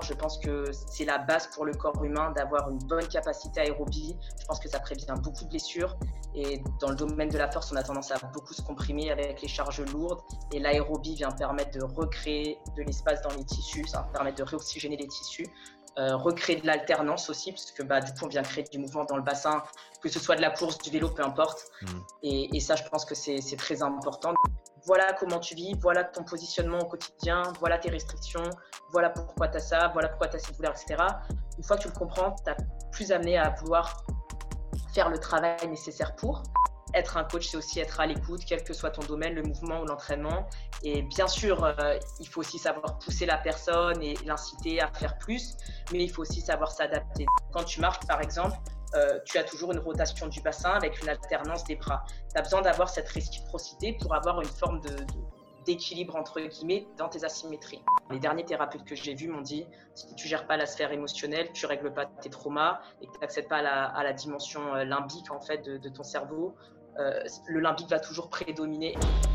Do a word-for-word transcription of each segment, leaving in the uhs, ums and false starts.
Je pense que c'est la base pour le corps humain d'avoir une bonne capacité aérobie. Je pense que ça prévient beaucoup de blessures. Et dans le domaine de la force, on a tendance à beaucoup se comprimer avec les charges lourdes. Et l'aérobie vient permettre de recréer de l'espace dans les tissus, ça va permettre de réoxygéner les tissus. Euh, recréer de l'alternance aussi, parce que bah, du coup, on vient créer du mouvement dans le bassin, que ce soit de la course, du vélo, peu importe. Mmh. Et, et ça, je pense que c'est, c'est très important. Voilà comment tu vis, voilà ton positionnement au quotidien, voilà tes restrictions, voilà pourquoi tu as ça, voilà pourquoi tu as cette douleur, et cetera. Une fois que tu le comprends, tu es plus amené à vouloir faire le travail nécessaire pour. Être un coach, c'est aussi être à l'écoute, quel que soit ton domaine, le mouvement ou l'entraînement. Et bien sûr, euh, il faut aussi savoir pousser la personne et l'inciter à faire plus, mais il faut aussi savoir s'adapter. Quand tu marches, par exemple, euh, tu as toujours une rotation du bassin avec une alternance des bras. Tu as besoin d'avoir cette réciprocité pour avoir une forme de, de, d'équilibre, entre guillemets, dans tes asymétries. Les derniers thérapeutes que j'ai vus m'ont dit, si tu ne gères pas la sphère émotionnelle, tu ne règles pas tes traumas et que tu n'accèdes pas à la, à la dimension limbique en fait, de, de ton cerveau, euh, le limbique va toujours prédominer.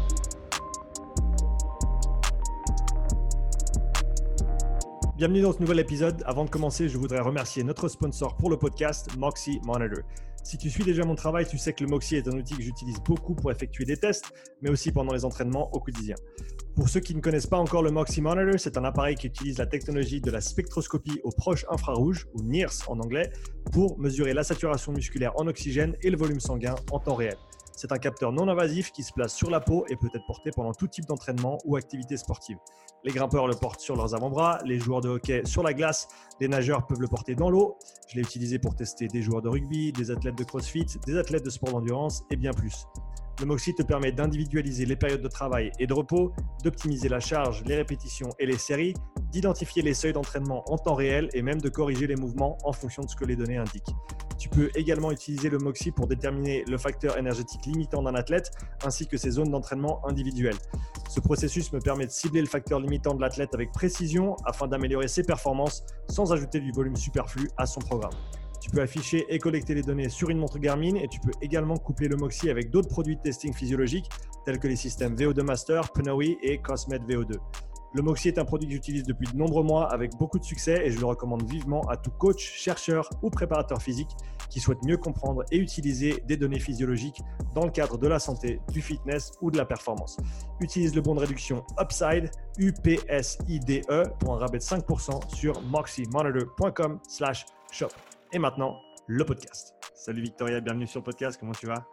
Bienvenue dans ce nouvel épisode. Avant de commencer, je voudrais remercier notre sponsor pour le podcast, Moxy Monitor. Si tu suis déjà mon travail, tu sais que le Moxy est un outil que j'utilise beaucoup pour effectuer des tests, mais aussi pendant les entraînements au quotidien. Pour ceux qui ne connaissent pas encore le Moxy Monitor, c'est un appareil qui utilise la technologie de la spectroscopie au proche infrarouge, ou N I R S en anglais, pour mesurer la saturation musculaire en oxygène et le volume sanguin en temps réel. C'est un capteur non invasif qui se place sur la peau et peut être porté pendant tout type d'entraînement ou activité sportive. Les grimpeurs le portent sur leurs avant-bras, les joueurs de hockey sur la glace, les nageurs peuvent le porter dans l'eau. Je l'ai utilisé pour tester des joueurs de rugby, des athlètes de crossfit, des athlètes de sport d'endurance et bien plus. Le Moxy te permet d'individualiser les périodes de travail et de repos, d'optimiser la charge, les répétitions et les séries, d'identifier les seuils d'entraînement en temps réel et même de corriger les mouvements en fonction de ce que les données indiquent. Tu peux également utiliser le Moxy pour déterminer le facteur énergétique limitant d'un athlète ainsi que ses zones d'entraînement individuelles. Ce processus me permet de cibler le facteur limitant de l'athlète avec précision afin d'améliorer ses performances sans ajouter du volume superflu à son programme. Tu peux afficher et collecter les données sur une montre Garmin et tu peux également coupler le Moxy avec d'autres produits de testing physiologique tels que les systèmes V O deux Master, Pnoe et Cosmed V O deux. Le Moxy est un produit que j'utilise depuis de nombreux mois avec beaucoup de succès et je le recommande vivement à tout coach, chercheur ou préparateur physique qui souhaite mieux comprendre et utiliser des données physiologiques dans le cadre de la santé, du fitness ou de la performance. Utilise le bon de réduction UPSIDE, U P S I D E pour un rabais de cinq pour cent sur moxymonitor point com slash shop. Et maintenant, le podcast. Salut Victoria, bienvenue sur le podcast, comment tu vas ?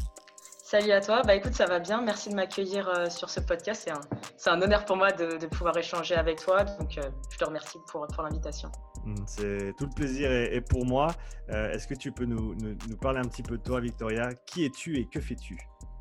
Salut à toi, bah écoute, ça va bien, merci de m'accueillir euh, sur ce podcast, c'est un, c'est un honneur pour moi de, de pouvoir échanger avec toi, donc euh, je te remercie pour, pour l'invitation. C'est tout le plaisir et, et pour moi. Euh, est-ce que tu peux nous, nous, nous parler un petit peu de toi Victoria ? Qui es-tu et que fais-tu ?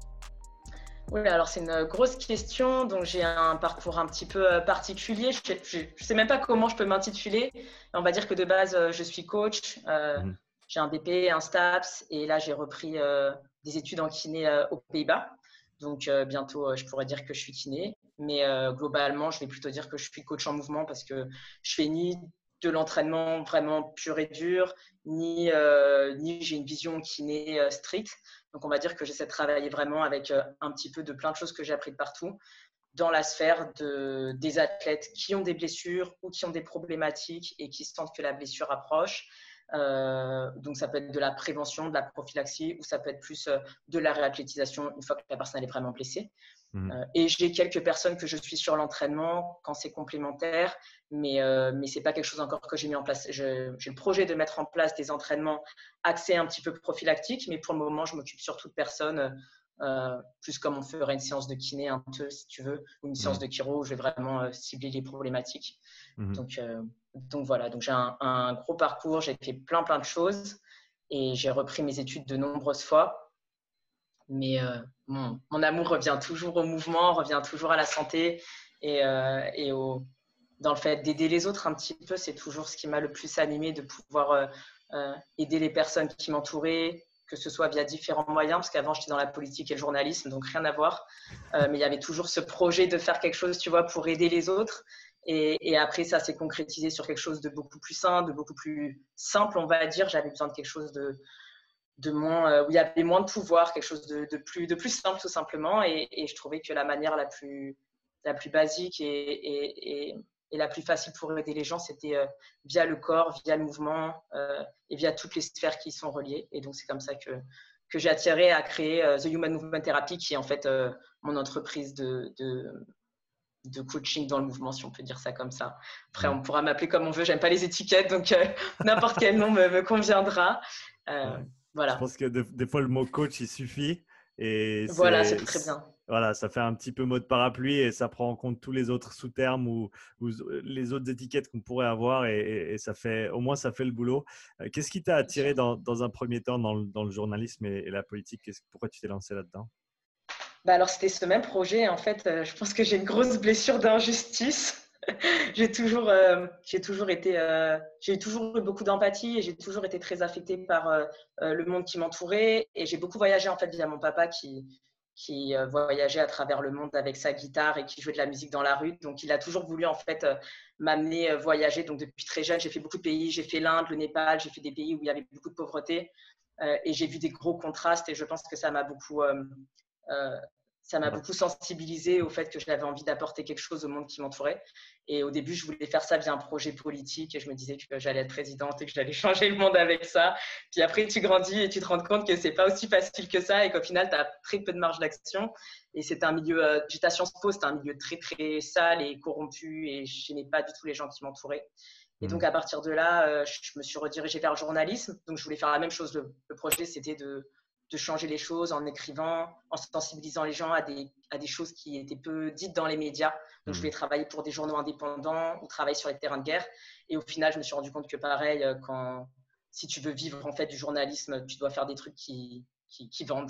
Oui, alors c'est une grosse question, donc j'ai un parcours un petit peu particulier, je ne sais même pas comment je peux m'intituler, on va dire que de base je suis coach, euh, mmh. j'ai un B P, un STAPS et là j'ai repris euh, des études en kiné euh, aux Pays-Bas, donc euh, bientôt euh, je pourrais dire que je suis kiné, mais euh, globalement je vais plutôt dire que je suis coach en mouvement parce que je fais ni de l'entraînement vraiment pur et dur, ni, euh, ni j'ai une vision kiné euh, stricte. Donc, on va dire que j'essaie de travailler vraiment avec euh, un petit peu de plein de choses que j'ai appris de partout dans la sphère de, des athlètes qui ont des blessures ou qui ont des problématiques et qui sentent que la blessure approche. Euh, donc, ça peut être de la prévention, de la prophylaxie ou ça peut être plus euh, de la réathlétisation une fois que la personne est vraiment blessée. Mmh. Euh, et j'ai quelques personnes que je suis sur l'entraînement quand c'est complémentaire, mais, euh, mais ce n'est pas quelque chose encore que j'ai mis en place. Je, j'ai le projet de mettre en place des entraînements axés un petit peu prophylactiques, mais pour le moment, je m'occupe surtout de personnes, euh, plus comme on ferait une séance de kiné un peu, si tu veux, ou une mmh. séance de chiro où je vais vraiment euh, cibler les problématiques. Mmh. Donc, euh, donc voilà, donc j'ai un, un gros parcours, j'ai fait plein plein de choses et j'ai repris mes études de nombreuses fois. Mais euh, mon, mon amour revient toujours au mouvement, revient toujours à la santé et, euh, et au, dans le fait d'aider les autres un petit peu. C'est toujours ce qui m'a le plus animé, de pouvoir euh, euh, aider les personnes qui m'entouraient, que ce soit via différents moyens, parce qu'avant j'étais dans la politique et le journalisme, donc rien à voir. Euh, mais il y avait toujours ce projet de faire quelque chose, tu vois, pour aider les autres. Et, et après, ça s'est concrétisé sur quelque chose de beaucoup plus sain, de beaucoup plus simple, on va dire. J'avais besoin de quelque chose de de moins, euh, où il y avait moins de pouvoir, quelque chose de, de, plus, de plus simple tout simplement. Et, et je trouvais que la manière la plus, la plus basique et, et, et et la plus facile pour aider les gens, c'était euh, via le corps, via le mouvement euh, et via toutes les sphères qui y sont reliées. Et donc, c'est comme ça que, que j'ai attiré à créer euh, The Human Movement Therapy, qui est en fait euh, mon entreprise de, de, de coaching dans le mouvement, si on peut dire ça comme ça. Après, on pourra m'appeler comme on veut. J'aime pas les étiquettes, donc euh, n'importe quel nom me, me conviendra. Euh, ouais. Voilà. Je pense que de, des fois, le mot coach, il suffit. Et voilà, c'est très bien. Voilà, ça fait un petit peu mot de parapluie et ça prend en compte tous les autres sous-termes ou, ou les autres étiquettes qu'on pourrait avoir et, et, et ça fait, au moins, ça fait le boulot. Qu'est-ce qui t'a attiré dans, dans un premier temps dans le, dans le journalisme et, et la politique? Pourquoi tu t'es lancé là-dedans? Bah alors, c'était ce même projet. En fait, euh, je pense que j'ai une grosse blessure d'injustice. j'ai toujours, euh, j'ai toujours été, euh, j'ai toujours eu beaucoup d'empathie et j'ai toujours été très affectée par euh, euh, le monde qui m'entourait. Et j'ai beaucoup voyagé en fait via mon papa qui, qui euh, voyageait à travers le monde avec sa guitare et qui jouait de la musique dans la rue. Donc, il a toujours voulu en fait euh, m'amener euh, voyager. Donc, depuis très jeune, j'ai fait beaucoup de pays. J'ai fait l'Inde, le Népal. J'ai fait des pays où il y avait beaucoup de pauvreté euh, et j'ai vu des gros contrastes. Et je pense que ça m'a beaucoup euh, euh, ça m'a beaucoup sensibilisée au fait que j'avais envie d'apporter quelque chose au monde qui m'entourait. Et au début, je voulais faire ça via un projet politique et je me disais que j'allais être présidente et que j'allais changer le monde avec ça. Puis après, tu grandis et tu te rends compte que c'est pas aussi facile que ça et qu'au final, tu as très peu de marge d'action. Et c'est un milieu, euh, j'étais à Sciences Po, c'était un milieu très, très sale et corrompu et je n'aimais pas du tout les gens qui m'entouraient. Et donc, à partir de là, euh, je me suis redirigée vers le journalisme. Donc, je voulais faire la même chose. Le, le projet, c'était de de changer les choses en écrivant, en sensibilisant les gens à des, à des choses qui étaient peu dites dans les médias. Donc, mmh. je voulais travailler pour des journaux indépendants ou travailler sur les terrains de guerre. Et au final, je me suis rendu compte que pareil, quand, si tu veux vivre en fait du journalisme, tu dois faire des trucs qui, qui, qui vendent.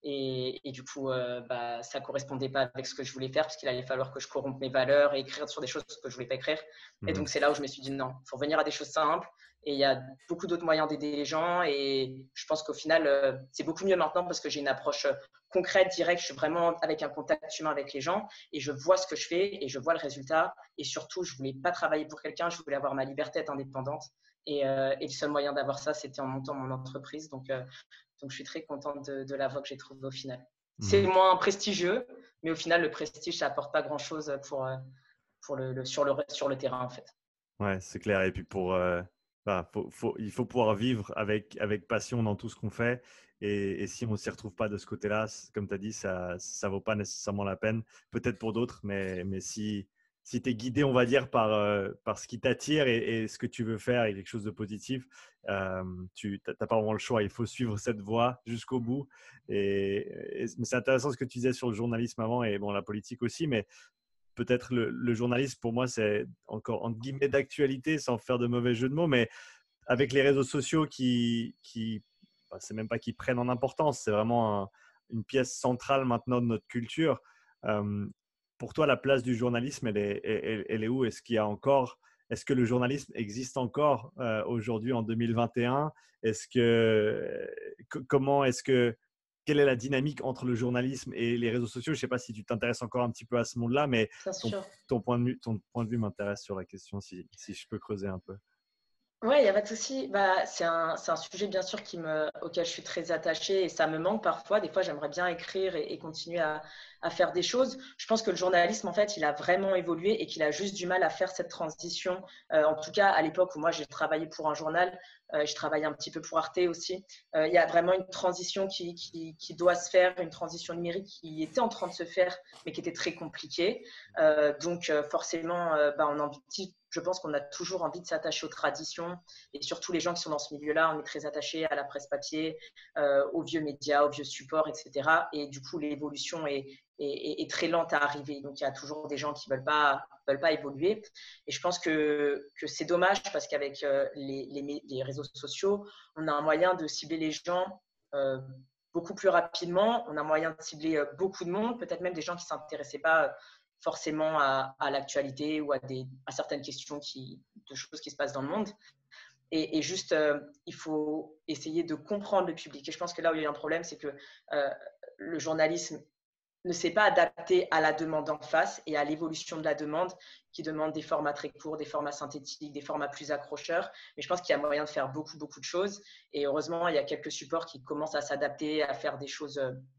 Et, et du coup, euh, bah, ça ne correspondait pas avec ce que je voulais faire parce qu'il allait falloir que je corrompe mes valeurs et écrire sur des choses que je ne voulais pas écrire. Mmh. Et donc, c'est là où je me suis dit non, il faut revenir à des choses simples. Et il y a beaucoup d'autres moyens d'aider les gens. Et je pense qu'au final, euh, c'est beaucoup mieux maintenant parce que j'ai une approche concrète, directe. Je suis vraiment avec un contact humain avec les gens et je vois ce que je fais et je vois le résultat. Et surtout, je ne voulais pas travailler pour quelqu'un. Je voulais avoir ma liberté, être indépendante. Et, euh, et le seul moyen d'avoir ça, c'était en montant mon entreprise. Donc, euh, donc je suis très contente de, de la voie que j'ai trouvée au final. Mmh. C'est moins prestigieux, mais au final, le prestige, ça n'apporte pas grand-chose pour, pour le, le, sur, le, sur le terrain, en fait. Ouais, c'est clair. Et puis, pour, euh, bah, faut, faut, il faut pouvoir vivre avec, avec passion dans tout ce qu'on fait. Et, et si on ne s'y retrouve pas de ce côté-là, comme tu as dit, ça ne vaut pas nécessairement la peine. Peut-être pour d'autres, mais, mais si, si tu es guidé, on va dire, par, euh, par ce qui t'attire et, et ce que tu veux faire et quelque chose de positif, euh, tu n'as pas vraiment le choix. Il faut suivre cette voie jusqu'au bout. Et, et c'est intéressant ce que tu disais sur le journalisme avant et bon, la politique aussi, mais peut-être le, le journalisme, pour moi, c'est encore entre guillemets d'actualité, sans faire de mauvais jeu de mots, mais avec les réseaux sociaux qui, qui bah, c'est même pas qu'ils prennent en importance, c'est vraiment un, une pièce centrale maintenant de notre culture. Euh, pour toi, la place du journalisme, elle est, elle, elle est où? Est-ce qu'il y a encore, est-ce que le journalisme existe encore euh, aujourd'hui en deux mille vingt et un? Est-ce que, comment est-ce que quelle est la dynamique entre le journalisme et les réseaux sociaux? Je ne sais pas si tu t'intéresses encore un petit peu à ce monde-là, mais ton, ton, point de vue, ton point de vue m'intéresse sur la question, si, si je peux creuser un peu. Oui, il n'y a pas de souci. Bah, c'est un, c'est un sujet, bien sûr, qui me, auquel je suis très attachée et ça me manque parfois. Des fois, j'aimerais bien écrire et, et continuer à, à faire des choses. Je pense que le journalisme, en fait, il a vraiment évolué et qu'il a juste du mal à faire cette transition. Euh, en tout cas, à l'époque où moi, j'ai travaillé pour un journal, euh, je travaillais un petit peu pour Arte aussi. Euh, il y a vraiment une transition qui, qui, qui doit se faire, une transition numérique qui était en train de se faire, mais qui était très compliquée. Euh, donc, euh, forcément, euh, bah, on a envie de je pense qu'on a toujours envie de s'attacher aux traditions et surtout les gens qui sont dans ce milieu-là, on est très attachés à la presse papier, euh, aux vieux médias, aux vieux supports, et cetera. Et du coup, l'évolution est, est, est très lente à arriver. Donc, il y a toujours des gens qui ne veulent pas, veulent pas évoluer. Et je pense que, que c'est dommage parce qu'avec euh, les, les, les réseaux sociaux, on a un moyen de cibler les gens euh, beaucoup plus rapidement. On a un moyen de cibler euh, beaucoup de monde, peut-être même des gens qui ne s'intéressaient pas euh, forcément à, à l'actualité ou à, des, à certaines questions qui, de choses qui se passent dans le monde. Et, et juste, euh, il faut essayer de comprendre le public. Et je pense que là où il y a un problème, c'est que euh, le journalisme ne s'est pas adapté à la demande en face et à l'évolution de la demande qui demande des formats très courts, des formats synthétiques, des formats plus accrocheurs. Mais je pense qu'il y a moyen de faire beaucoup, beaucoup de choses. Et heureusement, il y a quelques supports qui commencent à s'adapter, à faire des choses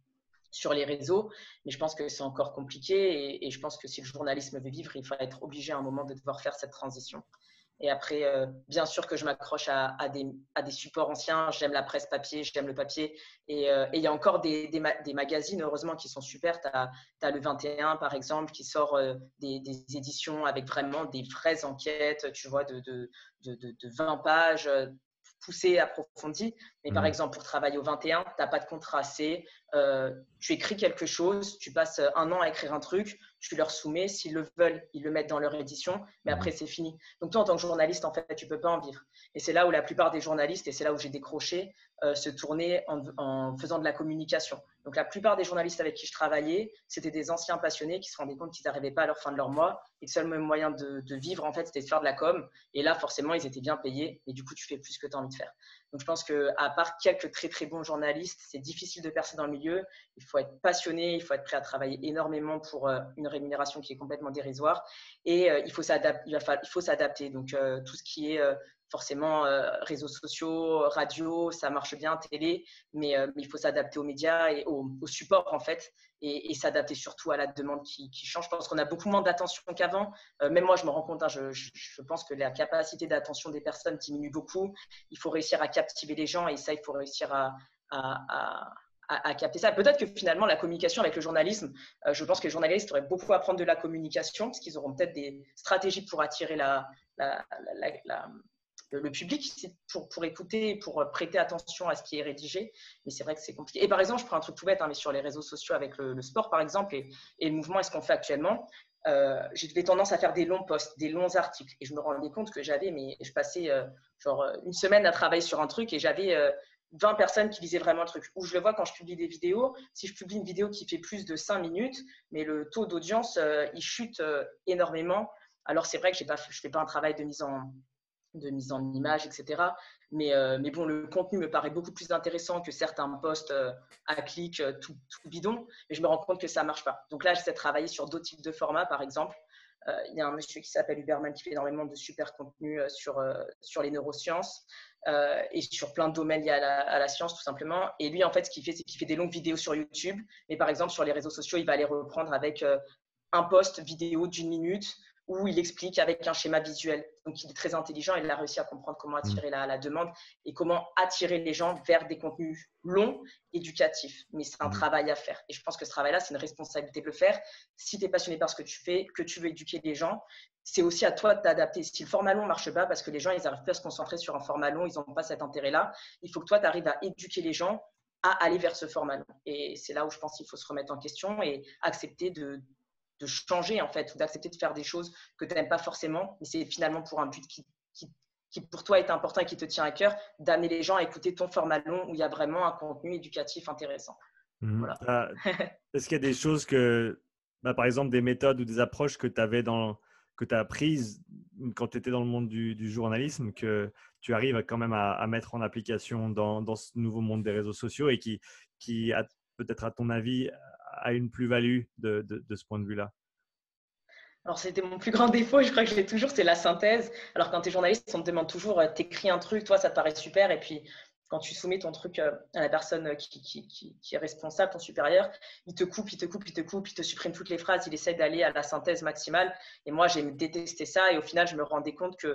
sur les réseaux, mais je pense que c'est encore compliqué et, et je pense que si le journalisme veut vivre, il va être obligé à un moment de devoir faire cette transition. Et après, euh, bien sûr que je m'accroche à, à, des, à des supports anciens. J'aime la presse papier, j'aime le papier. Et euh, il y a encore des, des, ma des magazines, heureusement, qui sont super. Tu as, as le vingt et un, par exemple, qui sort euh, des, des éditions avec vraiment des vraies enquêtes, tu vois, de, de, de, de, de vingt pages, poussées, approfondies. Mais mmh. par exemple, pour travailler au vingt et un, tu n'as pas de contrat. C'est euh, tu écris quelque chose, tu passes un an à écrire un truc, tu leur soumets, s'ils le veulent, ils le mettent dans leur édition, mais après c'est fini. Donc toi, en tant que journaliste, en fait, tu peux pas en vivre. Et c'est là où la plupart des journalistes, et c'est là où j'ai décroché, euh, se tournaient en, en faisant de la communication. Donc la plupart des journalistes avec qui je travaillais, c'était des anciens passionnés qui se rendaient compte qu'ils n'arrivaient pas à leur fin de leur mois et que le seul moyen de, de vivre, en fait, c'était de faire de la com. Et là, forcément, ils étaient bien payés, et du coup, tu fais plus que tu as envie de faire. Donc je pense qu'à part quelques très très bons journalistes, c'est difficile de percer dans le milieu. Il faut être passionné, il faut être prêt à travailler énormément pour euh, une rémunération qui est complètement dérisoire. Et euh, il faut s'adapter. Donc euh, tout ce qui est euh, forcément euh, réseaux sociaux, radio, ça marche bien, télé, mais, euh, mais il faut s'adapter aux médias et aux, aux supports en fait, et, et s'adapter surtout à la demande qui, qui change. Je pense qu'on a beaucoup moins d'attention qu'avant. Euh, même moi, je me rends compte, hein, je, je, je pense que la capacité d'attention des personnes diminue beaucoup. Il faut réussir à captiver les gens et ça, il faut réussir à, à, à À, à capter ça. Peut-être que finalement, la communication avec le journalisme, euh, je pense que les journalistes auraient beaucoup à apprendre de la communication parce qu'ils auront peut-être des stratégies pour attirer la, la, la, la, la, le public pour, pour écouter, pour prêter attention à ce qui est rédigé. Mais c'est vrai que c'est compliqué. Et par exemple, je prends un truc tout bête, hein, mais sur les réseaux sociaux avec le, le sport, par exemple, et, et le mouvement, est-ce qu'on fait actuellement, euh, j'avais tendance à faire des longs posts, des longs articles. Et je me rendais compte que j'avais, mais je passais euh, genre une semaine à travailler sur un truc et j'avais euh, vingt personnes qui lisaient vraiment le truc. Où je le vois quand je publie des vidéos, si je publie une vidéo qui fait plus de cinq minutes, mais le taux d'audience, euh, il chute euh, énormément. Alors, c'est vrai que j'ai pas, je ne fais pas un travail de mise en, de mise en image, et cetera. Mais, euh, mais bon, le contenu me paraît beaucoup plus intéressant que certains posts euh, à clic euh, tout, tout bidon. Mais je me rends compte que ça ne marche pas. Donc là, j'essaie de travailler sur d'autres types de formats, par exemple. Il euh, y a un monsieur qui s'appelle Huberman qui fait énormément de super contenu euh, sur, euh, sur les neurosciences euh, et sur plein de domaines liés à la, à la science, tout simplement. Et lui, en fait, ce qu'il fait, c'est qu'il fait des longues vidéos sur YouTube. Mais par exemple, sur les réseaux sociaux, il va les reprendre avec euh, un post vidéo d'une minute où il explique avec un schéma visuel. Donc, il est très intelligent. Il a réussi à comprendre comment attirer la, la demande et comment attirer les gens vers des contenus longs, éducatifs. Mais c'est un mmh. travail à faire. Et je pense que ce travail-là, c'est une responsabilité de le faire. Si tu es passionné par ce que tu fais, que tu veux éduquer les gens, c'est aussi à toi de t'adapter. Si le format long ne marche pas, parce que les gens, ils n'arrivent pas à se concentrer sur un format long, ils n'ont pas cet intérêt-là, il faut que toi, tu arrives à éduquer les gens à aller vers ce format long. Et c'est là où je pense qu'il faut se remettre en question et accepter de de changer en fait, ou d'accepter de faire des choses que tu n'aimes pas forcément, mais c'est finalement pour un but qui, qui, qui pour toi est important et qui te tient à cœur, d'amener les gens à écouter ton format long où il y a vraiment un contenu éducatif intéressant. Mmh. Voilà. Ah, est-ce qu'il y a des choses que, bah, par exemple des méthodes ou des approches que tu avais dans, que tu as apprises quand tu étais dans le monde du, du journalisme, que tu arrives quand même à, à mettre en application dans, dans ce nouveau monde des réseaux sociaux et qui, qui a peut-être à ton avis a une plus-value de, de, de ce point de vue-là? Alors, c'était mon plus grand défaut, je crois que je l'ai toujours, c'est la synthèse. Alors, quand tu es journaliste, on te demande toujours, tu écris un truc, toi, ça te paraît super, et puis quand tu soumets ton truc à la personne qui, qui, qui, qui est responsable, ton supérieur, il te coupe, il te coupe, il te coupe, il te supprime toutes les phrases, il essaie d'aller à la synthèse maximale. Et moi, j'ai détesté ça, et au final, je me rendais compte que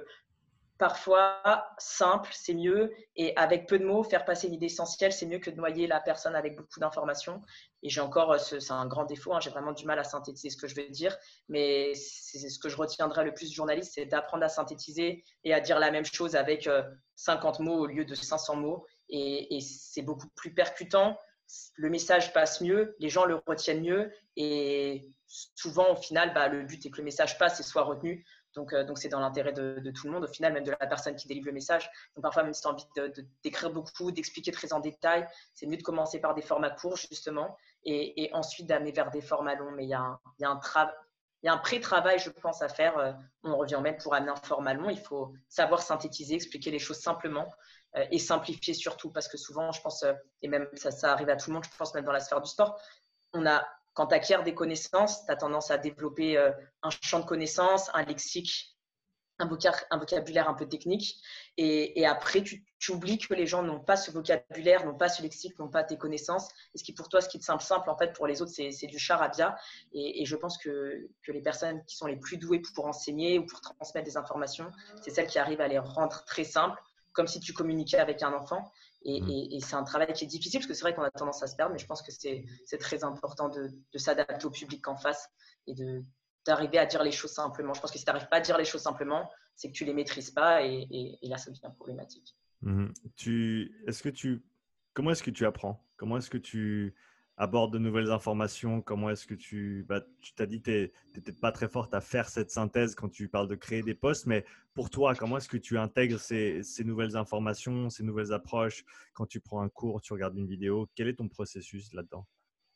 parfois, simple, c'est mieux. Et avec peu de mots, faire passer l'idée essentielle, c'est mieux que de noyer la personne avec beaucoup d'informations. Et j'ai encore, c'est un grand défaut, hein, j'ai vraiment du mal à synthétiser ce que je veux dire. Mais c'est ce que je retiendrai le plus du journaliste, c'est d'apprendre à synthétiser et à dire la même chose avec cinquante mots au lieu de cinq cents mots. Et, et c'est beaucoup plus percutant. Le message passe mieux, les gens le retiennent mieux. Et souvent, au final, bah, le but est que le message passe et soit retenu. Donc, euh, donc c'est dans l'intérêt de, de tout le monde, au final, même de la personne qui délivre le message. Donc, parfois, même si tu as envie de, de, d'écrire beaucoup, d'expliquer très en détail, c'est mieux de commencer par des formats courts, justement, et, et ensuite d'amener vers des formats longs. Mais il y a un, il y a un, tra- il y a un pré-travail, je pense, à faire. Euh, on revient même pour amener un format long. Il faut savoir synthétiser, expliquer les choses simplement euh, et simplifier surtout, parce que souvent, je pense, euh, et même ça, ça arrive à tout le monde, je pense, même dans la sphère du sport, on a… Quand tu acquiers des connaissances, tu as tendance à développer euh, un champ de connaissances, un lexique un, vocab, un vocabulaire un peu technique. Et, et après, tu, tu oublies que les gens n'ont pas ce vocabulaire, n'ont pas ce lexique, n'ont pas tes connaissances. Et ce qui pour toi, ce qui te semble simple, en fait, pour les autres, c'est, c'est du charabia. Et, et je pense que, que les personnes qui sont les plus douées pour enseigner ou pour transmettre des informations, c'est celles qui arrivent à les rendre très simples, comme si tu communiquais avec un enfant. Et, mmh. et, et c'est un travail qui est difficile parce que c'est vrai qu'on a tendance à se perdre, mais je pense que c'est, c'est très important de, de s'adapter au public en face et de, d'arriver à dire les choses simplement. Je pense que si tu n'arrives pas à dire les choses simplement, c'est que tu ne les maîtrises pas et, et, et là, ça devient problématique. Mmh. Tu, est-ce que tu, comment est-ce que tu apprends? Comment est-ce que tu abordes de nouvelles informations? Comment est-ce que tu… Bah, tu t'as dit que tu n'es peut-être pas très forte à faire cette synthèse quand tu parles de créer des posts, mais pour toi, comment est-ce que tu intègres ces, ces nouvelles informations, ces nouvelles approches quand tu prends un cours, tu regardes une vidéo? Quel est ton processus là-dedans?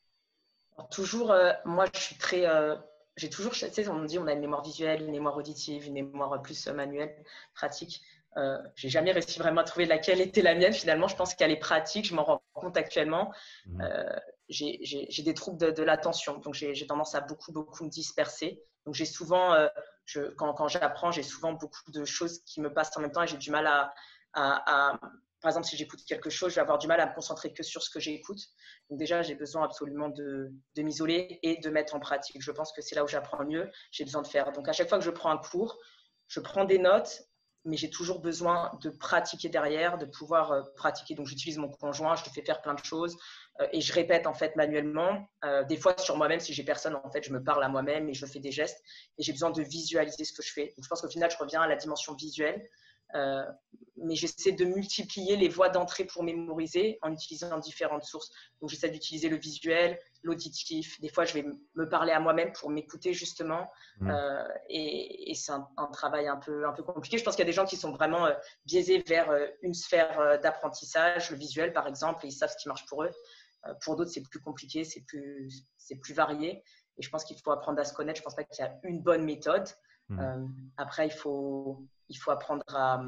Alors, toujours, euh, moi, je suis très… Euh, j'ai toujours… Tu sais, on me dit on a une mémoire visuelle, une mémoire auditive, une mémoire plus manuelle, pratique. Euh, j'ai jamais réussi vraiment à trouver laquelle était la mienne. Finalement, je pense qu'elle est pratique. Je m'en rends compte actuellement. Mmh. Euh, j'ai, j'ai, j'ai des troubles de, de l'attention, donc j'ai, j'ai tendance à beaucoup, beaucoup me disperser. Donc j'ai souvent, euh, je, quand, quand j'apprends, j'ai souvent beaucoup de choses qui me passent en même temps et j'ai du mal à, à, à par exemple, si j'écoute quelque chose, je vais avoir du mal à me concentrer que sur ce que j'écoute. Donc déjà, j'ai besoin absolument de, de m'isoler et de mettre en pratique. Je pense que c'est là où j'apprends le mieux. J'ai besoin de faire. Donc à chaque fois que je prends un cours, je prends des notes, mais j'ai toujours besoin de pratiquer derrière, de pouvoir euh, pratiquer. Donc j'utilise mon conjoint, je te fais faire plein de choses euh, et je répète en fait manuellement. Euh, des fois sur moi-même, si j'ai personne, en fait, je me parle à moi-même et je fais des gestes. Et j'ai besoin de visualiser ce que je fais. Donc je pense qu'au final, je reviens à la dimension visuelle. Euh, mais j'essaie de multiplier les voies d'entrée pour mémoriser en utilisant différentes sources. Donc, j'essaie d'utiliser le visuel, l'auditif. Des fois, je vais me parler à moi-même pour m'écouter justement. Mmh. Euh, et, et c'est un, un travail un peu, un peu compliqué. Je pense qu'il y a des gens qui sont vraiment euh, biaisés vers euh, une sphère euh, d'apprentissage, le visuel par exemple, et ils savent ce qui marche pour eux. Euh, pour d'autres, c'est plus compliqué, c'est plus, c'est plus varié. Et je pense qu'il faut apprendre à se connaître. Je ne pense pas qu'il y a une bonne méthode. Mmh. Euh, après, il faut, il faut apprendre à,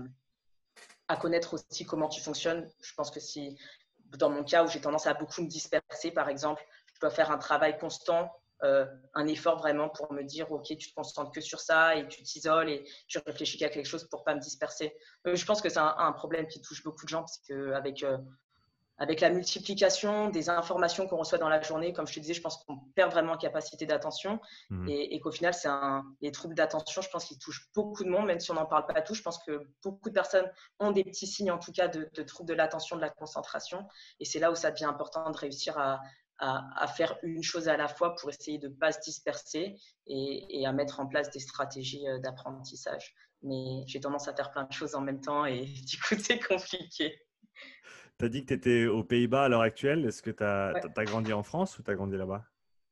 à connaître aussi comment tu fonctionnes. Je pense que si, dans mon cas où j'ai tendance à beaucoup me disperser, par exemple, je dois faire un travail constant, euh, un effort vraiment pour me dire, OK, tu te concentres que sur ça et tu t'isoles et tu réfléchis qu'à quelque chose pour ne pas me disperser. Euh, je pense que c'est un, un problème qui touche beaucoup de gens parce qu'avec… Euh, Avec la multiplication des informations qu'on reçoit dans la journée, comme je te disais, je pense qu'on perd vraiment capacité d'attention mmh. et, et qu'au final, c'est un, les troubles d'attention, je pense qu'ils touchent beaucoup de monde, même si on n'en parle pas tous. Je pense que beaucoup de personnes ont des petits signes, en tout cas, de, de troubles de l'attention, de la concentration. Et c'est là où ça devient important de réussir à, à, à faire une chose à la fois pour essayer de ne pas se disperser et, et à mettre en place des stratégies d'apprentissage. Mais j'ai tendance à faire plein de choses en même temps et du coup, c'est compliqué. Tu as dit que tu étais aux Pays-Bas à l'heure actuelle. Est-ce que tu as ouais. grandi en France ou tu as grandi là-bas?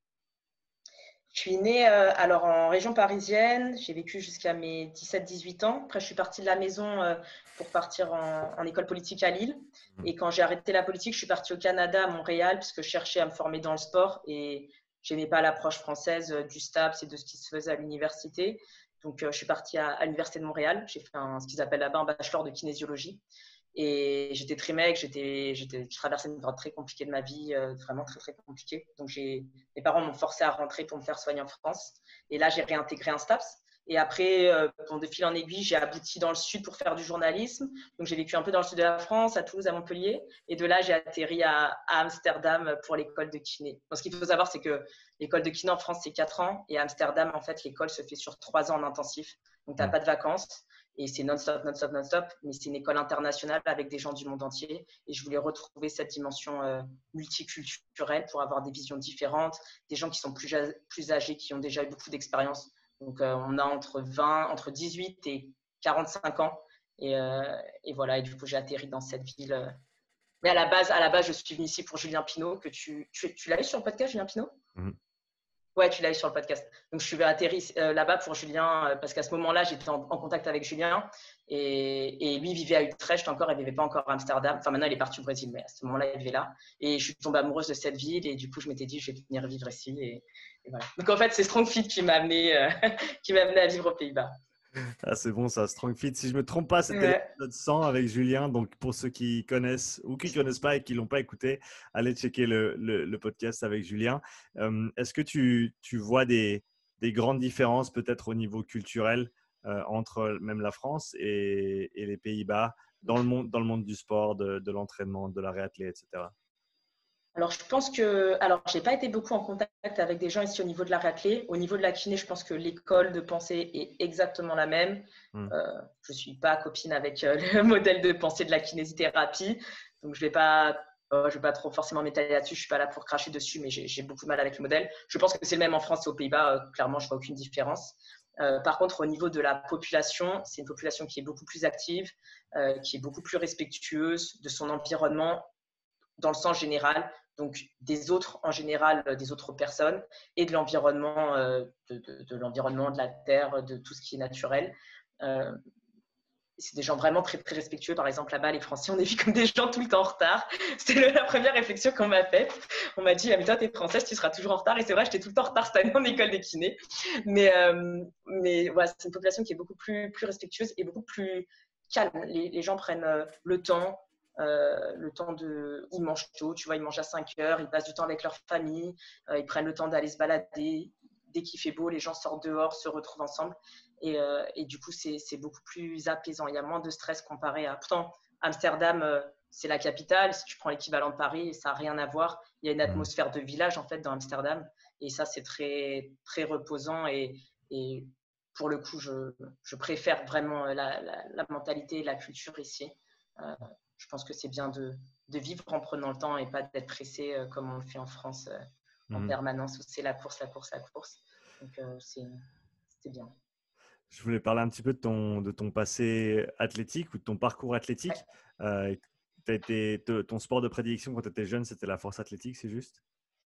Je suis née euh, alors en région parisienne. J'ai vécu jusqu'à mes dix-sept dix-huit ans. Après, je suis partie de la maison euh, pour partir en, en école politique à Lille. Et quand j'ai arrêté la politique, je suis partie au Canada, à Montréal, parce que je cherchais à me former dans le sport et je n'aimais pas l'approche française euh, du STAPS et de ce qui se faisait à l'université. Donc, euh, je suis partie à, à l'université de Montréal. J'ai fait un, ce qu'ils appellent là-bas un bachelor de kinésiologie. Et j'étais très mec, j'étais, j'étais, je traversais une période très compliquée de ma vie, euh, vraiment très très compliquée. Donc j'ai, mes parents m'ont forcé à rentrer pour me faire soigner en France. Et là, j'ai réintégré un STAPS. Et après, euh, bon, de fil en aiguille, j'ai abouti dans le sud pour faire du journalisme. Donc j'ai vécu un peu dans le sud de la France, à Toulouse, à Montpellier. Et de là, j'ai atterri à, à Amsterdam pour l'école de kiné. Donc ce qu'il faut savoir, c'est que l'école de kiné en France, c'est quatre ans. Et à Amsterdam, en fait, l'école se fait sur trois ans en intensif. Donc tu n'as pas de vacances. Et c'est non-stop, non-stop, non-stop, mais c'est une école internationale avec des gens du monde entier. Et je voulais retrouver cette dimension euh, multiculturelle pour avoir des visions différentes, des gens qui sont plus, plus âgés, qui ont déjà eu beaucoup d'expérience. Donc, euh, on a entre vingt, entre dix-huit et quarante-cinq ans. Et, euh, et voilà, et du coup, j'ai atterri dans cette ville. Euh. Mais à la base, à la base, je suis venue ici pour Julien Pinault, que tu, tu, tu l'as eu sur le podcast, Julien Pinault ? mm-hmm. Ouais, tu l'as eu sur le podcast. Donc, je suis atterri euh, là-bas pour Julien euh, parce qu'à ce moment-là, j'étais en, en contact avec Julien et, et lui vivait à Utrecht encore, il ne vivait pas encore à Amsterdam. Enfin, maintenant, il est parti au Brésil, mais à ce moment-là, il vivait là. Et je suis tombée amoureuse de cette ville et du coup, je m'étais dit, je vais venir vivre ici. Et, et voilà. Donc, en fait, c'est StrongFit qui m'a amené, euh, qui m'a amené à vivre aux Pays-Bas. Ah, c'est bon ça, StrongFit. Si je ne me trompe pas, c'était ouais. l'épisode cent avec Julien. Donc, pour ceux qui connaissent ou qui ne connaissent pas et qui ne l'ont pas écouté, allez checker le, le, le podcast avec Julien. Euh, est-ce que tu, tu vois des, des grandes différences peut-être au niveau culturel euh, entre même la France et, et les Pays-Bas dans le monde, dans le monde du sport, de, de l'entraînement, de la réathlée, et cetera? Alors, je pense que, alors, j'ai pas été beaucoup en contact avec des gens ici au niveau de la réathlée. Au niveau de la kiné, je pense que l'école de pensée est exactement la même. Mm. Euh, je suis pas copine avec euh, le modèle de pensée de la kinésithérapie, donc je vais pas, euh, je vais pas trop forcément m'étaler là-dessus. Je suis pas là pour cracher dessus, mais j'ai, j'ai beaucoup de mal avec le modèle. Je pense que c'est le même en France et aux Pays-Bas. Euh, clairement, je vois aucune différence. Euh, par contre, au niveau de la population, c'est une population qui est beaucoup plus active, euh, qui est beaucoup plus respectueuse de son environnement dans le sens général, donc des autres en général, des autres personnes et de l'environnement, euh, de, de, de l'environnement, de la terre, de tout ce qui est naturel. Euh, c'est des gens vraiment très, très respectueux. Par exemple, là-bas, les Français, on est vu comme des gens tout le temps en retard. C'était la première réflexion qu'on m'a faite. On m'a dit, ah, mais toi, t'es française, tu seras toujours en retard. Et c'est vrai, j'étais tout le temps en retard cette année en école des kinés. Mais, euh, mais voilà, c'est une population qui est beaucoup plus, plus respectueuse et beaucoup plus calme. Les, les gens prennent euh, le temps. Euh, le temps de, ils mangent tôt, tu vois, ils mangent à cinq heures, ils passent du temps avec leur famille, euh, ils prennent le temps d'aller se balader. Dès qu'il fait beau, les gens sortent dehors, se retrouvent ensemble. Et, euh, et du coup, c'est, c'est beaucoup plus apaisant. Il y a moins de stress comparé à… Pourtant, Amsterdam, euh, c'est la capitale. Si tu prends l'équivalent de Paris, ça n'a rien à voir. Il y a une atmosphère de village, en fait, dans Amsterdam. Et ça, c'est très, très reposant. Et, et pour le coup, je, je préfère vraiment la, la, la mentalité et la culture ici. Euh, je pense que c'est bien de, de vivre en prenant le temps et pas d'être pressé euh, comme on le fait en France euh, en mmh. permanence, où c'est la course, la course, la course. Donc, euh, c'est, c'est bien. Je voulais parler un petit peu de ton, de ton passé athlétique ou de ton parcours athlétique. Ouais. Euh, t'as été, te, ton sport de prédilection quand tu étais jeune, c'était la force athlétique, c'est juste?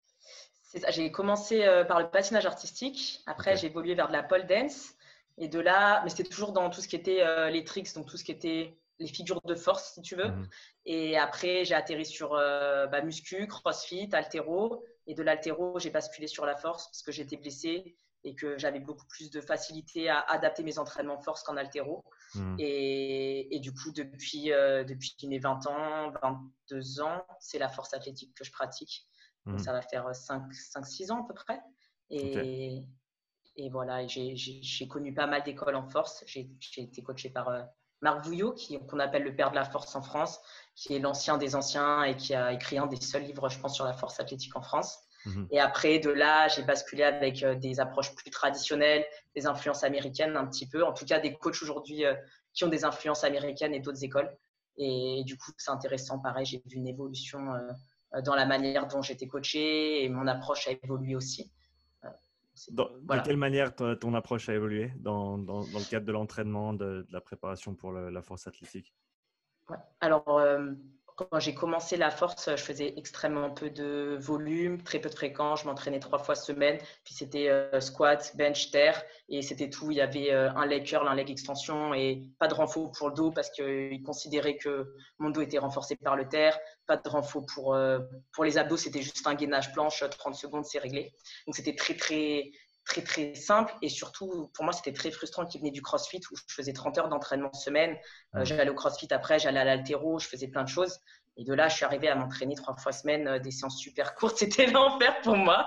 C'est ça. J'ai commencé euh, par le patinage artistique. Après, okay. j'ai évolué vers de la pole dance. Et de là, mais c'était toujours dans tout ce qui était euh, les tricks, donc tout ce qui était les figures de force, si tu veux. Mmh. Et après, j'ai atterri sur euh, bah, muscu, crossfit, haltéro. Et de l'haltéro, j'ai basculé sur la force parce que j'étais blessée et que j'avais beaucoup plus de facilité à adapter mes entraînements force qu'en haltéro. Mmh. Et, et du coup, depuis, euh, depuis mes vingt ans, vingt-deux ans, c'est la force athlétique que je pratique. Mmh. Donc, ça va faire cinq six ans à peu près. Et, okay. et voilà, j'ai, j'ai, j'ai connu pas mal d'écoles en force. J'ai, j'ai été coachée par euh, Marc Vouillot, qui, qu'on appelle le père de la force en France, qui est l'ancien des anciens et qui a écrit un des seuls livres, je pense, sur la force athlétique en France. Mmh. Et après, de là, j'ai basculé avec euh, des approches plus traditionnelles, des influences américaines un petit peu. En tout cas, des coachs aujourd'hui euh, qui ont des influences américaines et d'autres écoles. Et du coup, c'est intéressant. Pareil, j'ai vu une évolution euh, dans la manière dont j'étais coachée et mon approche a évolué aussi. Euh, dans, voilà. De quelle manière ton, ton approche a évolué dans, dans, dans le cadre de l'entraînement, de, de la préparation pour le, la force athlétique? Ouais. Alors, euh, quand j'ai commencé la force, je faisais extrêmement peu de volume, très peu de fréquence. Je m'entraînais trois fois semaine. Puis c'était euh, squat, bench, terre. Et c'était tout. Il y avait euh, un leg curl, un leg extension et pas de renfort pour le dos parce qu'ils considéraient que mon dos était renforcé par le terre. Pas de renfort pour, euh, pour les abdos. C'était juste un gainage planche, trente secondes, c'est réglé. Donc, c'était très, très… très très simple et surtout pour moi c'était très frustrant qu'il venait du crossfit où je faisais trente heures d'entraînement semaine, euh, j'allais au crossfit après, j'allais à l'haltéro, je faisais plein de choses et de là je suis arrivée à m'entraîner trois fois semaine, euh, des séances super courtes, c'était l'enfer pour moi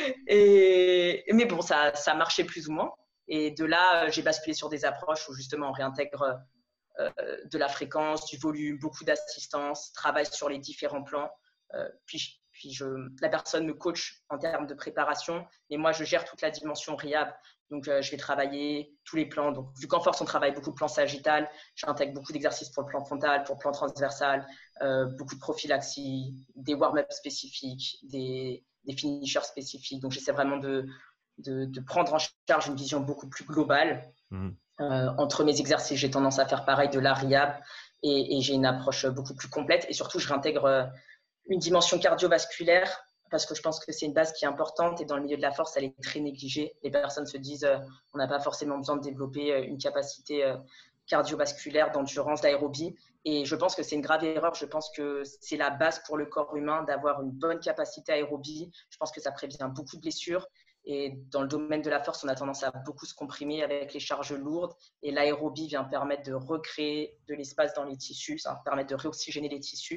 et mais bon ça, ça marchait plus ou moins et de là j'ai basculé sur des approches où justement on réintègre euh, de la fréquence, du volume, beaucoup d'assistance, travail sur les différents plans, euh, puis Puis je, la personne me coach en termes de préparation, mais moi je gère toute la dimension rehab. Donc euh, je vais travailler tous les plans. Donc vu qu'en force on travaille beaucoup de plans sagittal, j'intègre beaucoup d'exercices pour le plan frontal, pour le plan transversal, euh, beaucoup de prophylaxie, des warm-up spécifiques, des, des finishers spécifiques. Donc j'essaie vraiment de, de, de prendre en charge une vision beaucoup plus globale. Mmh. Euh, entre mes exercices, j'ai tendance à faire pareil de la rehab et, et j'ai une approche beaucoup plus complète. Et surtout, je réintègre euh, une dimension cardiovasculaire parce que je pense que c'est une base qui est importante et dans le milieu de la force, elle est très négligée. Les personnes se disent euh, on n'a pas forcément besoin de développer euh, une capacité euh, cardiovasculaire, d'endurance, d'aérobie. Et je pense que c'est une grave erreur. Je pense que c'est la base pour le corps humain d'avoir une bonne capacité aérobie. Je pense que ça prévient beaucoup de blessures. Et dans le domaine de la force, on a tendance à beaucoup se comprimer avec les charges lourdes. Et l'aérobie vient permettre de recréer de l'espace dans les tissus, ça va permettre de réoxygéner les tissus.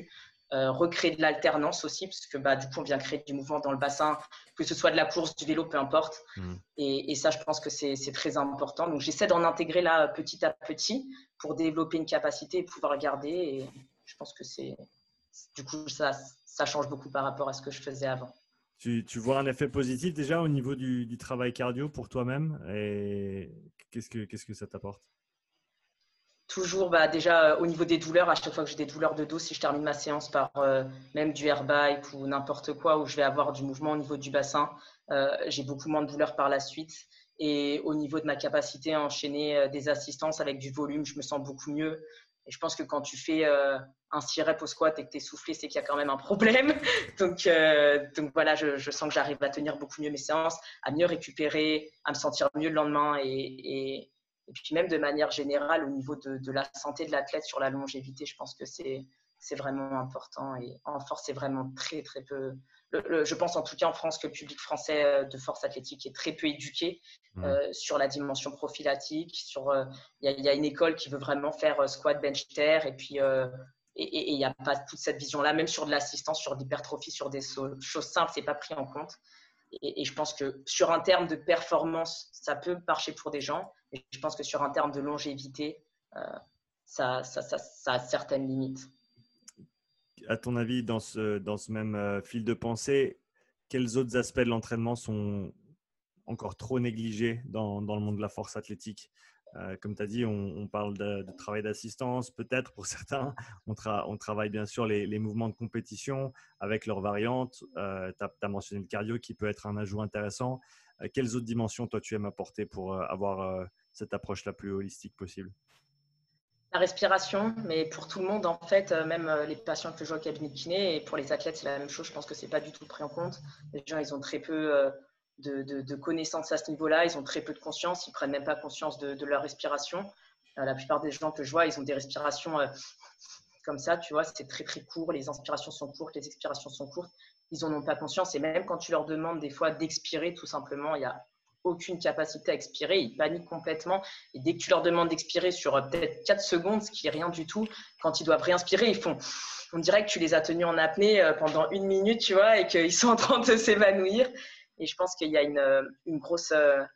euh, recréer de l'alternance aussi, parce que bah, du coup, on vient créer du mouvement dans le bassin, que ce soit de la course, du vélo, peu importe. Mmh. Et, et ça, je pense que c'est très important. Donc, j'essaie d'en intégrer là petit à petit pour développer une capacité et pouvoir garder. Et je pense que c'est du coup, ça, ça change beaucoup par rapport à ce que je faisais avant. Tu, tu vois un effet positif déjà au niveau du, du travail cardio pour toi-même et qu'est-ce que, qu'est-ce que ça t'apporte? Toujours, bah, déjà euh, au niveau des douleurs, à chaque fois que j'ai des douleurs de dos, si je termine ma séance par euh, même du air bike ou n'importe quoi, où je vais avoir du mouvement au niveau du bassin, euh, j'ai beaucoup moins de douleurs par la suite. Et au niveau de ma capacité à enchaîner euh, des assistances avec du volume, je me sens beaucoup mieux. Et je pense que quand tu fais euh, un six reps au squat et que tu es soufflé, c'est qu'il y a quand même un problème. donc, euh, donc voilà, je, je sens que j'arrive à tenir beaucoup mieux mes séances, à mieux récupérer, à me sentir mieux le lendemain. Et, et, et puis même de manière générale, au niveau de, de la santé de l'athlète sur la longévité, je pense que c'est vraiment important. Et en force, c'est vraiment très, très peu… Le, le, je pense en tout cas en France que le public français de force athlétique est très peu éduqué mmh. euh, sur la dimension prophylatique. Sur, il euh, y, y a une école qui veut vraiment faire euh, squat, bench, terre, et puis euh, et il n'y a pas toute cette vision-là, même sur de l'assistance, sur l'hypertrophie, sur des choses simples, c'est pas pris en compte. Et, et je pense que sur un terme de performance, ça peut marcher pour des gens, mais je pense que sur un terme de longévité, euh, ça, ça, ça, ça a certaines limites. À ton avis, dans ce, dans ce même euh, fil de pensée, quels autres aspects de l'entraînement sont encore trop négligés dans, dans le monde de la force athlétique? euh, Comme tu as dit, on, on parle de, de travail d'assistance, peut-être pour certains. On, tra on travaille bien sûr les, les mouvements de compétition avec leurs variantes. Euh, tu as mentionné le cardio qui peut être un ajout intéressant. Euh, quelles autres dimensions, toi, tu aimes apporter pour euh, avoir euh, cette approche la plus holistique possible? La respiration, mais pour tout le monde, en fait, même les patients que je vois au cabinet de kiné, et pour les athlètes, c'est la même chose. Je pense que ce n'est pas du tout pris en compte. Les gens, ils ont très peu de, de, de connaissances à ce niveau-là. Ils ont très peu de conscience. Ils ne prennent même pas conscience de, de leur respiration. La plupart des gens que je vois, ils ont des respirations comme ça, tu vois. C'est très, très court. Les inspirations sont courtes, les expirations sont courtes. Ils n'en ont pas conscience. Et même quand tu leur demandes des fois d'expirer, tout simplement, il y a aucune capacité à expirer, ils paniquent complètement. Et dès que tu leur demandes d'expirer sur peut-être quatre secondes, ce qui est rien du tout, quand ils doivent réinspirer, ils font, on dirait que tu les as tenus en apnée pendant une minute, tu vois, et qu'ils sont en train de s'évanouir. Et je pense qu'il y a une, une grosse,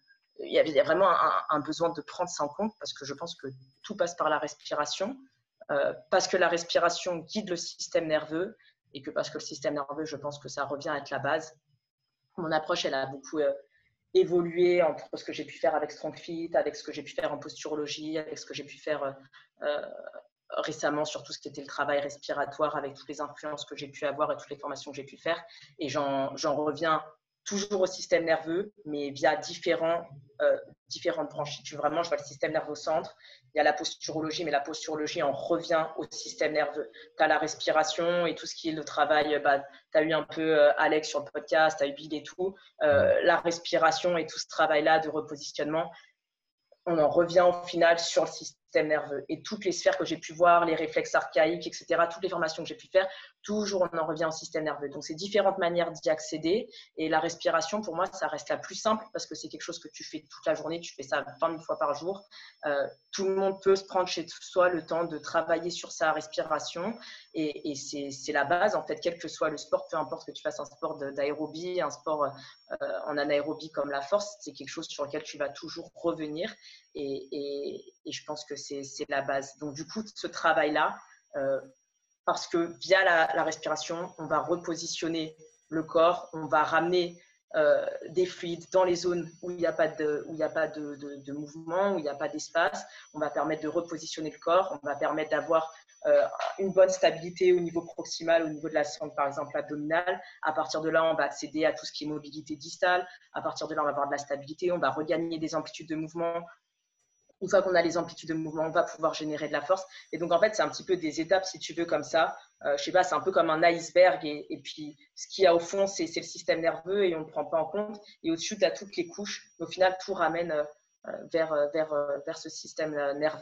il y a, il y a vraiment un, un besoin de prendre ça en compte, parce que je pense que tout passe par la respiration, euh, parce que la respiration guide le système nerveux, et que parce que le système nerveux, je pense que ça revient à être la base. Mon approche, elle a beaucoup euh, évolué entre ce que j'ai pu faire avec StrongFit, avec ce que j'ai pu faire en posturologie, avec ce que j'ai pu faire euh, récemment sur tout ce qui était le travail respiratoire, avec toutes les influences que j'ai pu avoir et toutes les formations que j'ai pu faire. Et j'en reviens toujours au système nerveux, mais via différents, euh, différentes branches. Si tu veux vraiment, je vois le système nerveux au centre. Il y a la posturologie, mais la posturologie en revient au système nerveux. Tu as la respiration et tout ce qui est le travail. Bah, tu as eu un peu euh, Alex sur le podcast, tu as eu Bill et tout. Euh, la respiration et tout ce travail-là de repositionnement, on en revient au final sur le système nerveux. Et toutes les sphères que j'ai pu voir, les réflexes archaïques, et cetera, toutes les formations que j'ai pu faire, toujours on en revient au système nerveux. Donc, c'est différentes manières d'y accéder. Et la respiration, pour moi, ça reste la plus simple parce que c'est quelque chose que tu fais toute la journée. Tu fais ça vingt mille fois par jour. Euh, tout le monde peut se prendre chez soi le temps de travailler sur sa respiration. Et, et c'est la base, en fait, quel que soit le sport, peu importe que tu fasses un sport d'aérobie, un sport euh, en anaérobie comme la force, c'est quelque chose sur lequel tu vas toujours revenir. Et, et, et je pense que c'est la base. Donc, du coup, ce travail-là, euh, parce que via la, la respiration, on va repositionner le corps, on va ramener euh, des fluides dans les zones où il n'y a pas, de, où il n'y a pas de, de, de mouvement, où il n'y a pas d'espace. On va permettre de repositionner le corps, on va permettre d'avoir euh, une bonne stabilité au niveau proximal, au niveau de la sangle, par exemple abdominale. À partir de là, on va accéder à tout ce qui est mobilité distale. À partir de là, on va avoir de la stabilité, on va regagner des amplitudes de mouvement. Une fois qu'on a les amplitudes de mouvement, on va pouvoir générer de la force. Et donc, en fait, c'est un petit peu des étapes, si tu veux, comme ça. Euh, je sais pas, c'est un peu comme un iceberg. Et, et puis, ce qu'il y a au fond, c'est le système nerveux et on ne le prend pas en compte. Et au-dessus, tu as toutes les couches. Au final, tout ramène euh, vers, vers, vers ce système nerveux.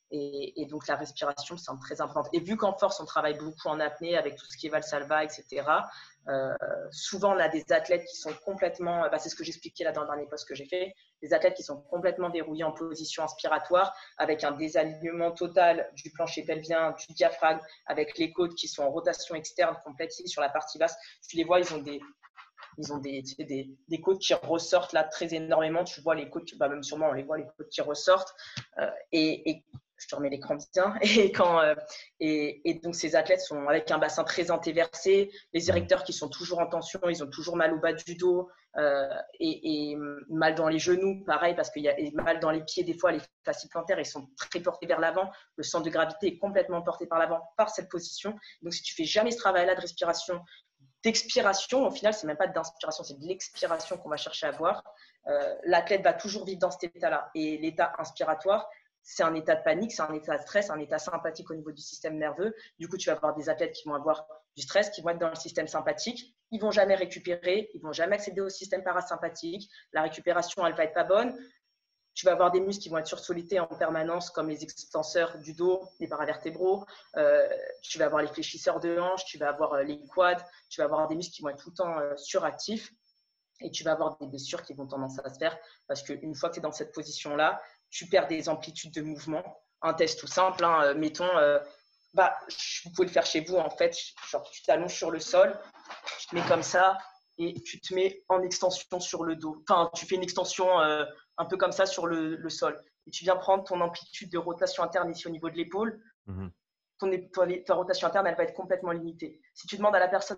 Et, et donc, la respiration, c'est très important. Et vu qu'en force, on travaille beaucoup en apnée avec tout ce qui est Valsalva, et cetera, euh, souvent, on a des athlètes qui sont complètement… Bah, c'est ce que j'expliquais là dans le dernier post que j'ai fait. Des athlètes qui sont complètement verrouillés en position inspiratoire avec un désalignement total du plancher pelvien, du diaphragme, avec les côtes qui sont en rotation externe complète ici sur la partie basse. Tu les vois, ils ont des… Ils ont des, tu sais, des, des côtes qui ressortent là très énormément. Tu vois les côtes, bah même sûrement on les voit, les côtes qui ressortent. Euh, et, et je te remets l'écran bien. Et, quand, euh, et, et donc ces athlètes sont avec un bassin très antéversé, les érecteurs qui sont toujours en tension, ils ont toujours mal au bas du dos euh, et, et mal dans les genoux, pareil, parce qu'il y a mal dans les pieds. Des fois, les fascies plantaires, ils sont très portés vers l'avant. Le centre de gravité est complètement porté par l'avant par cette position. Donc si tu fais jamais ce travail-là de respiration, d'expiration, au final, c'est même pas d'inspiration, c'est de l'expiration qu'on va chercher à avoir. Euh, l'athlète va toujours vivre dans cet état-là. Et l'état inspiratoire, c'est un état de panique, c'est un état de stress, un état sympathique au niveau du système nerveux. Du coup, tu vas avoir des athlètes qui vont avoir du stress, qui vont être dans le système sympathique. Ils vont jamais récupérer, ils vont jamais accéder au système parasympathique. La récupération, elle va être pas bonne. Tu vas avoir des muscles qui vont être sursollicités en permanence, comme les extenseurs du dos, les paravertébraux. Euh, tu vas avoir les fléchisseurs de hanches, tu vas avoir les quads, tu vas avoir des muscles qui vont être tout le temps euh, suractifs. Et tu vas avoir des blessures qui vont tendance à se faire parce qu'une fois que tu es dans cette position-là, tu perds des amplitudes de mouvement. Un test tout simple, hein, mettons, euh, bah, vous pouvez le faire chez vous en fait, genre tu t'allonges sur le sol, tu te mets comme ça et tu te mets en extension sur le dos. Enfin, tu fais une extension euh, un peu comme ça sur le, le sol. Et tu viens prendre ton amplitude de rotation interne ici au niveau de l'épaule. Mmh. Ton, ton, ta rotation interne, elle va être complètement limitée. Si tu demandes à la personne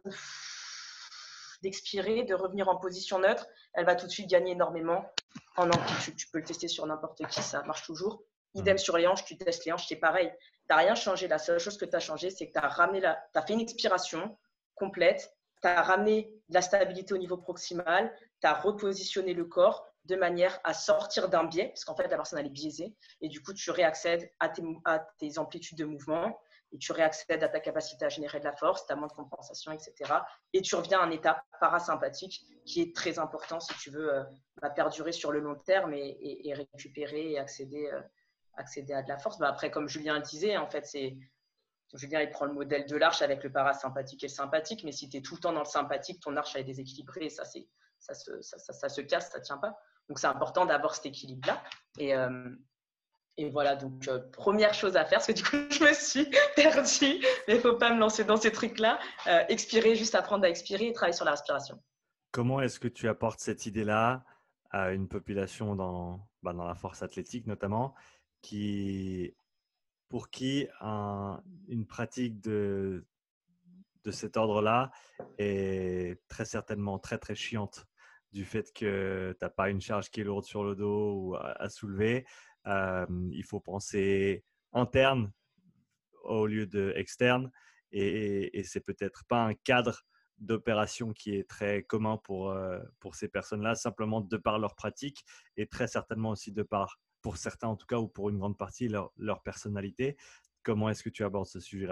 d'expirer, de revenir en position neutre, elle va tout de suite gagner énormément en amplitude. Tu peux le tester sur n'importe qui, ça marche toujours. Idem sur les hanches, tu testes les hanches, c'est pareil. Tu n'as rien changé. La seule chose que tu as changé, c'est que tu as ramené la, tu as fait une expiration complète, tu as ramené de la stabilité au niveau proximal, tu as repositionné le corps de manière à sortir d'un biais, parce qu'en fait, la personne elle est biaisée, et du coup, tu réaccèdes à tes, à tes amplitudes de mouvement, et tu réaccèdes à ta capacité à générer de la force, ta moins de compensation, et cetera. Et tu reviens à un état parasympathique qui est très important si tu veux euh, bah, perdurer sur le long terme et, et, et récupérer et accéder, euh, accéder à de la force. Bah, après, comme Julien le disait, en fait, c'est… Julien, il prend le modèle de l'arche avec le parasympathique et le sympathique, mais si tu es tout le temps dans le sympathique, ton arche elle est déséquilibrée et ça, c'est, ça, se, ça, ça, ça se casse, ça ne tient pas. Donc, c'est important d'avoir cet équilibre-là. Et, euh, et voilà, donc, euh, première chose à faire, parce que du coup, je me suis perdue, mais il ne faut pas me lancer dans ces trucs-là. Euh, expirer, juste apprendre à expirer et travailler sur la respiration. Comment est-ce que tu apportes cette idée-là à une population dans, bah, dans la force athlétique notamment, qui… pour qui un, une pratique de, de cet ordre-là est très certainement très très chiante du fait que tu n'as pas une charge qui est lourde sur le dos ou à, à soulever. Euh, il faut penser interne au lieu de externe et, et, et c'est peut-être pas un cadre d'opération qui est très commun pour, euh, pour ces personnes-là, simplement de par leur pratique et très certainement aussi de par, pour certains en tout cas, ou pour une grande partie, leur, leur personnalité. Comment est-ce que tu abordes ce sujet-là ?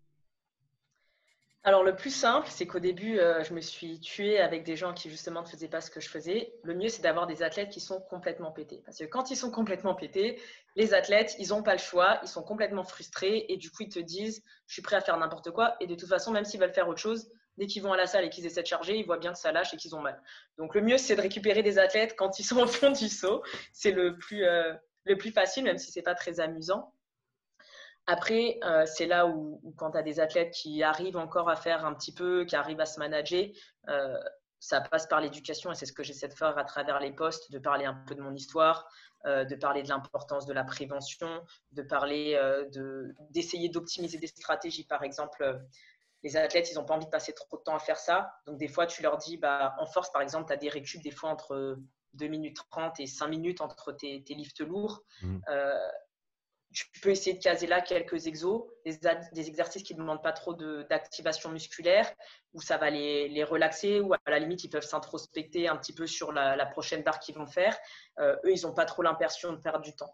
Alors, le plus simple, c'est qu'au début, euh, je me suis tuée avec des gens qui, justement, ne faisaient pas ce que je faisais. Le mieux, c'est d'avoir des athlètes qui sont complètement pétés. Parce que quand ils sont complètement pétés, les athlètes, ils n'ont pas le choix, ils sont complètement frustrés et du coup, ils te disent « je suis prêt à faire n'importe quoi ». Et de toute façon, même s'ils veulent faire autre chose, dès qu'ils vont à la salle et qu'ils essaient de charger, ils voient bien que ça lâche et qu'ils ont mal. Donc, le mieux, c'est de récupérer des athlètes quand ils sont au fond du seau. C'est le plus, euh, le plus facile, même si ce n'est pas très amusant. Après, euh, c'est là où, où quand tu as des athlètes qui arrivent encore à faire un petit peu, qui arrivent à se manager, euh, ça passe par l'éducation et c'est ce que j'essaie de faire à travers les posts, de parler un peu de mon histoire, euh, de parler de l'importance de la prévention, de parler euh, de, d'essayer d'optimiser des stratégies. Par exemple, euh, les athlètes, ils n'ont pas envie de passer trop de temps à faire ça. Donc, des fois, tu leur dis, bah, en force, par exemple, tu as des récup des fois entre deux minutes trente et cinq minutes entre tes, tes lifts lourds. Mmh. Euh, Tu peux essayer de caser là quelques exos, des, des exercices qui ne demandent pas trop de, d'activation musculaire, où ça va les, les relaxer, ou à la limite, ils peuvent s'introspecter un petit peu sur la, la prochaine barre qu'ils vont faire. Euh, eux, ils n'ont pas trop l'impression de perdre du temps.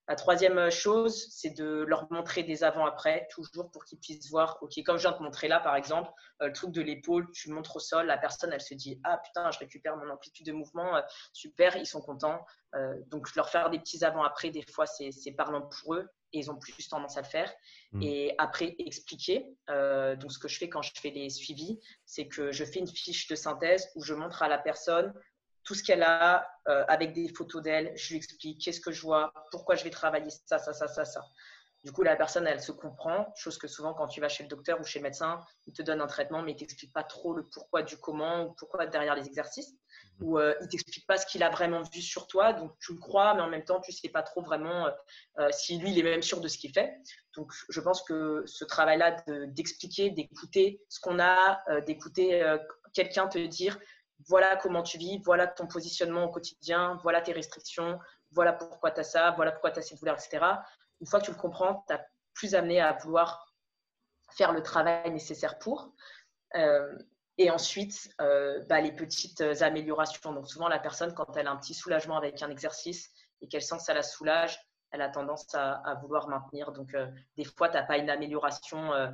La troisième chose, c'est de leur montrer des avant-après, toujours pour qu'ils puissent voir, ok, comme je viens de te montrer là, par exemple, euh, le truc de l'épaule, tu le montres au sol, la personne, elle se dit, ah putain, je récupère mon amplitude de mouvement, euh, super, ils sont contents. Euh, donc, leur faire des petits avant-après, des fois, c'est, c'est parlant pour eux et ils ont plus tendance à le faire. Mmh. Et après, expliquer. Euh, donc, ce que je fais quand je fais les suivis, c'est que je fais une fiche de synthèse où je montre à la personne tout ce qu'elle a euh, avec des photos d'elle. Je lui explique qu'est-ce que je vois, pourquoi je vais travailler ça, ça, ça, ça, ça. Du coup, la personne, elle se comprend, chose que souvent, quand tu vas chez le docteur ou chez le médecin, il te donne un traitement, mais il ne t'explique pas trop le pourquoi du comment ou pourquoi derrière les exercices. Mmh. Ou euh, il ne t'explique pas ce qu'il a vraiment vu sur toi, donc tu le crois, mais en même temps, tu ne sais pas trop vraiment euh, si lui, il est même sûr de ce qu'il fait. Donc, je pense que ce travail-là de, d'expliquer, d'écouter ce qu'on a, euh, d'écouter euh, quelqu'un te dire voilà comment tu vis, voilà ton positionnement au quotidien, voilà tes restrictions, voilà pourquoi tu as ça, voilà pourquoi tu as cette douleur, et cetera. Une fois que tu le comprends, tu as plus amené à vouloir faire le travail nécessaire pour. Euh, et ensuite, euh, bah, les petites améliorations. Donc souvent, la personne, quand elle a un petit soulagement avec un exercice et qu'elle sent que ça la soulage, elle a tendance à, à vouloir maintenir. Donc euh, des fois, tu n'as pas une amélioration euh,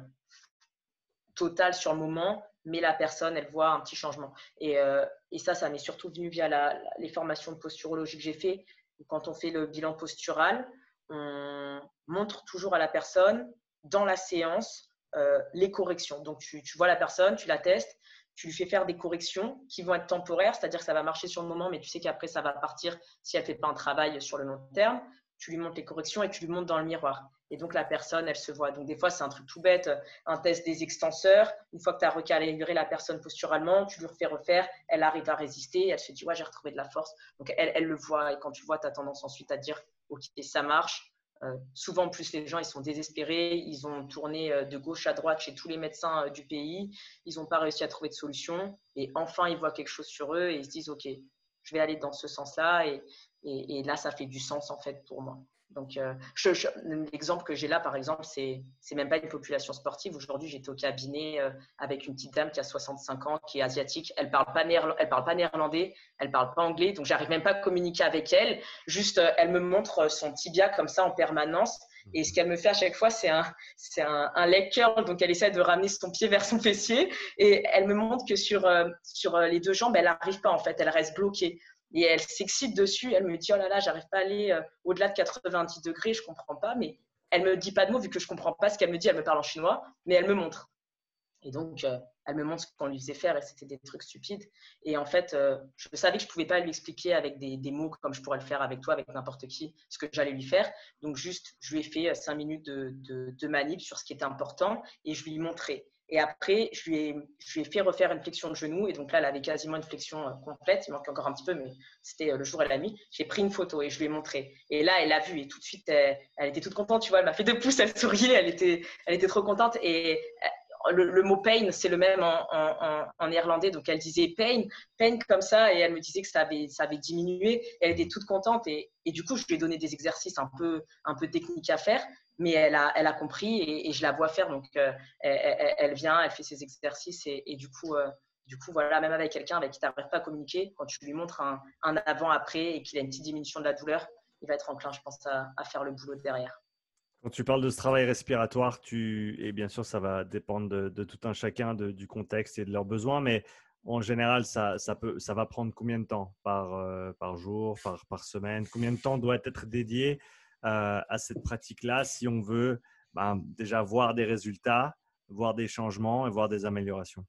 totale sur le moment, mais la personne, elle voit un petit changement. Et, euh, et ça, ça m'est surtout venu via la, la, les formations de posturologie que j'ai fait. Quand on fait le bilan postural, on montre toujours à la personne, dans la séance, euh, les corrections. Donc, tu, tu vois la personne, tu la testes, tu lui fais faire des corrections qui vont être temporaires, c'est-à-dire que ça va marcher sur le moment, mais tu sais qu'après, ça va partir si elle ne fait pas un travail sur le long terme. Tu lui montres les corrections et tu lui montres dans le miroir. Et donc, la personne, elle se voit. Donc, des fois, c'est un truc tout bête, un test des extenseurs. Une fois que tu as recalibré la personne posturalement, tu lui refais refaire. Elle arrive à résister. Elle se dit, ouais, j'ai retrouvé de la force. Donc, elle, elle le voit. Et quand tu vois, tu as tendance ensuite à dire, ok, ça marche. Euh, souvent, plus les gens, ils sont désespérés. Ils ont tourné euh, de gauche à droite chez tous les médecins euh, du pays. Ils n'ont pas réussi à trouver de solution. Et enfin, ils voient quelque chose sur eux et ils se disent, ok, je vais aller dans ce sens-là. Et, et, et là, ça fait du sens, en fait, pour moi. Donc, euh, je, je, l'exemple que j'ai là, par exemple, c'est, c'est même pas une population sportive. Aujourd'hui, j'étais au cabinet euh, avec une petite dame qui a soixante-cinq ans, qui est asiatique. Elle parle pas néerlandais, elle parle pas néerlandais, elle parle pas anglais, donc j'arrive même pas à communiquer avec elle. Juste, euh, elle me montre son tibia comme ça en permanence. Et ce qu'elle me fait à chaque fois, c'est un, c'est un, un leg curl. Donc, elle essaie de ramener son pied vers son fessier. Et elle me montre que sur, euh, sur les deux jambes, elle n'arrive pas en fait. Elle reste bloquée. Et elle s'excite dessus. Elle me dit, oh là là, j'arrive pas à aller euh, au-delà de quatre-vingt-dix degrés. Je comprends pas. Mais elle me dit pas de mots vu que je comprends pas ce qu'elle me dit. Elle me parle en chinois, mais elle me montre. Et donc, euh, elle me montre ce qu'on lui faisait faire et c'était des trucs stupides. Et en fait, euh, je savais que je ne pouvais pas lui expliquer avec des, des mots comme je pourrais le faire avec toi, avec n'importe qui, ce que j'allais lui faire. Donc, juste, je lui ai fait cinq minutes de, de, de manip sur ce qui était important et je lui ai montré. Et après, je lui, ai, je lui ai fait refaire une flexion de genou. Et donc là, elle avait quasiment une flexion euh, complète. Il manquait encore un petit peu, mais c'était euh, le jour et la nuit. J'ai pris une photo et je lui ai montré. Et là, elle l'a vu et tout de suite, elle, elle était toute contente. Tu vois, elle m'a fait deux pouces, elle souriait, elle était, elle était trop contente. Et Le, le mot pain, c'est le même en, en, en néerlandais. Donc, elle disait pain, pain comme ça. Et elle me disait que ça avait, ça avait diminué. Et elle était toute contente. Et, et du coup, je lui ai donné des exercices un peu, un peu techniques à faire. Mais elle a, elle a compris et, et je la vois faire. Donc, euh, elle, elle, elle vient, elle fait ses exercices. Et, et du coup, euh, du coup, voilà, même avec quelqu'un avec qui tu n'arrives pas à communiquer, quand tu lui montres un, un avant-après et qu'il a une petite diminution de la douleur, il va être enclin, je pense, à, à faire le boulot derrière. Quand tu parles de ce travail respiratoire, tu... et bien sûr, ça va dépendre de, de tout un chacun, de, du contexte et de leurs besoins, mais en général, ça, ça, peut, ça va prendre combien de temps par, euh, par jour, par, par semaine? Combien de temps doit être dédié euh, à cette pratique-là si on veut ben, déjà voir des résultats, voir des changements et voir des améliorations?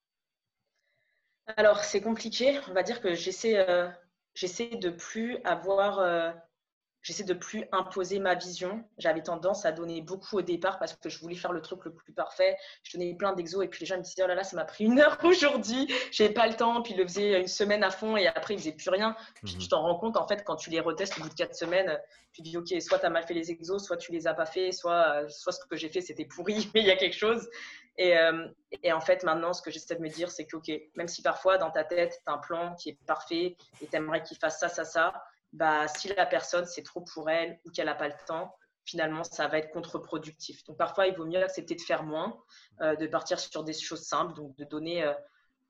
Alors, c'est compliqué. On va dire que j'essaie, euh, j'essaie de plus avoir… Euh, J'essaie de plus imposer ma vision. J'avais tendance à donner beaucoup au départ parce que je voulais faire le truc le plus parfait. Je donnais plein d'exos et puis les gens me disaient oh là là, ça m'a pris une heure aujourd'hui, j'ai pas le temps. Puis ils le faisaient une semaine à fond et après ils faisaient plus rien. Puis mm-hmm. tu t'en rends compte en fait quand tu les retestes au bout de quatre semaines, tu dis ok, soit tu as mal fait les exos, soit tu les as pas fait, soit, soit ce que j'ai fait c'était pourri, mais il y a quelque chose. Et, euh, et en fait maintenant ce que j'essaie de me dire c'est que ok, même si parfois dans ta tête tu as un plan qui est parfait et tu aimerais qu'il fasse ça, ça, ça. Bah, si la personne, c'est trop pour elle ou qu'elle n'a pas le temps, finalement, ça va être contre-productif. Donc, parfois, il vaut mieux accepter de faire moins, euh, de partir sur des choses simples, donc de donner, euh,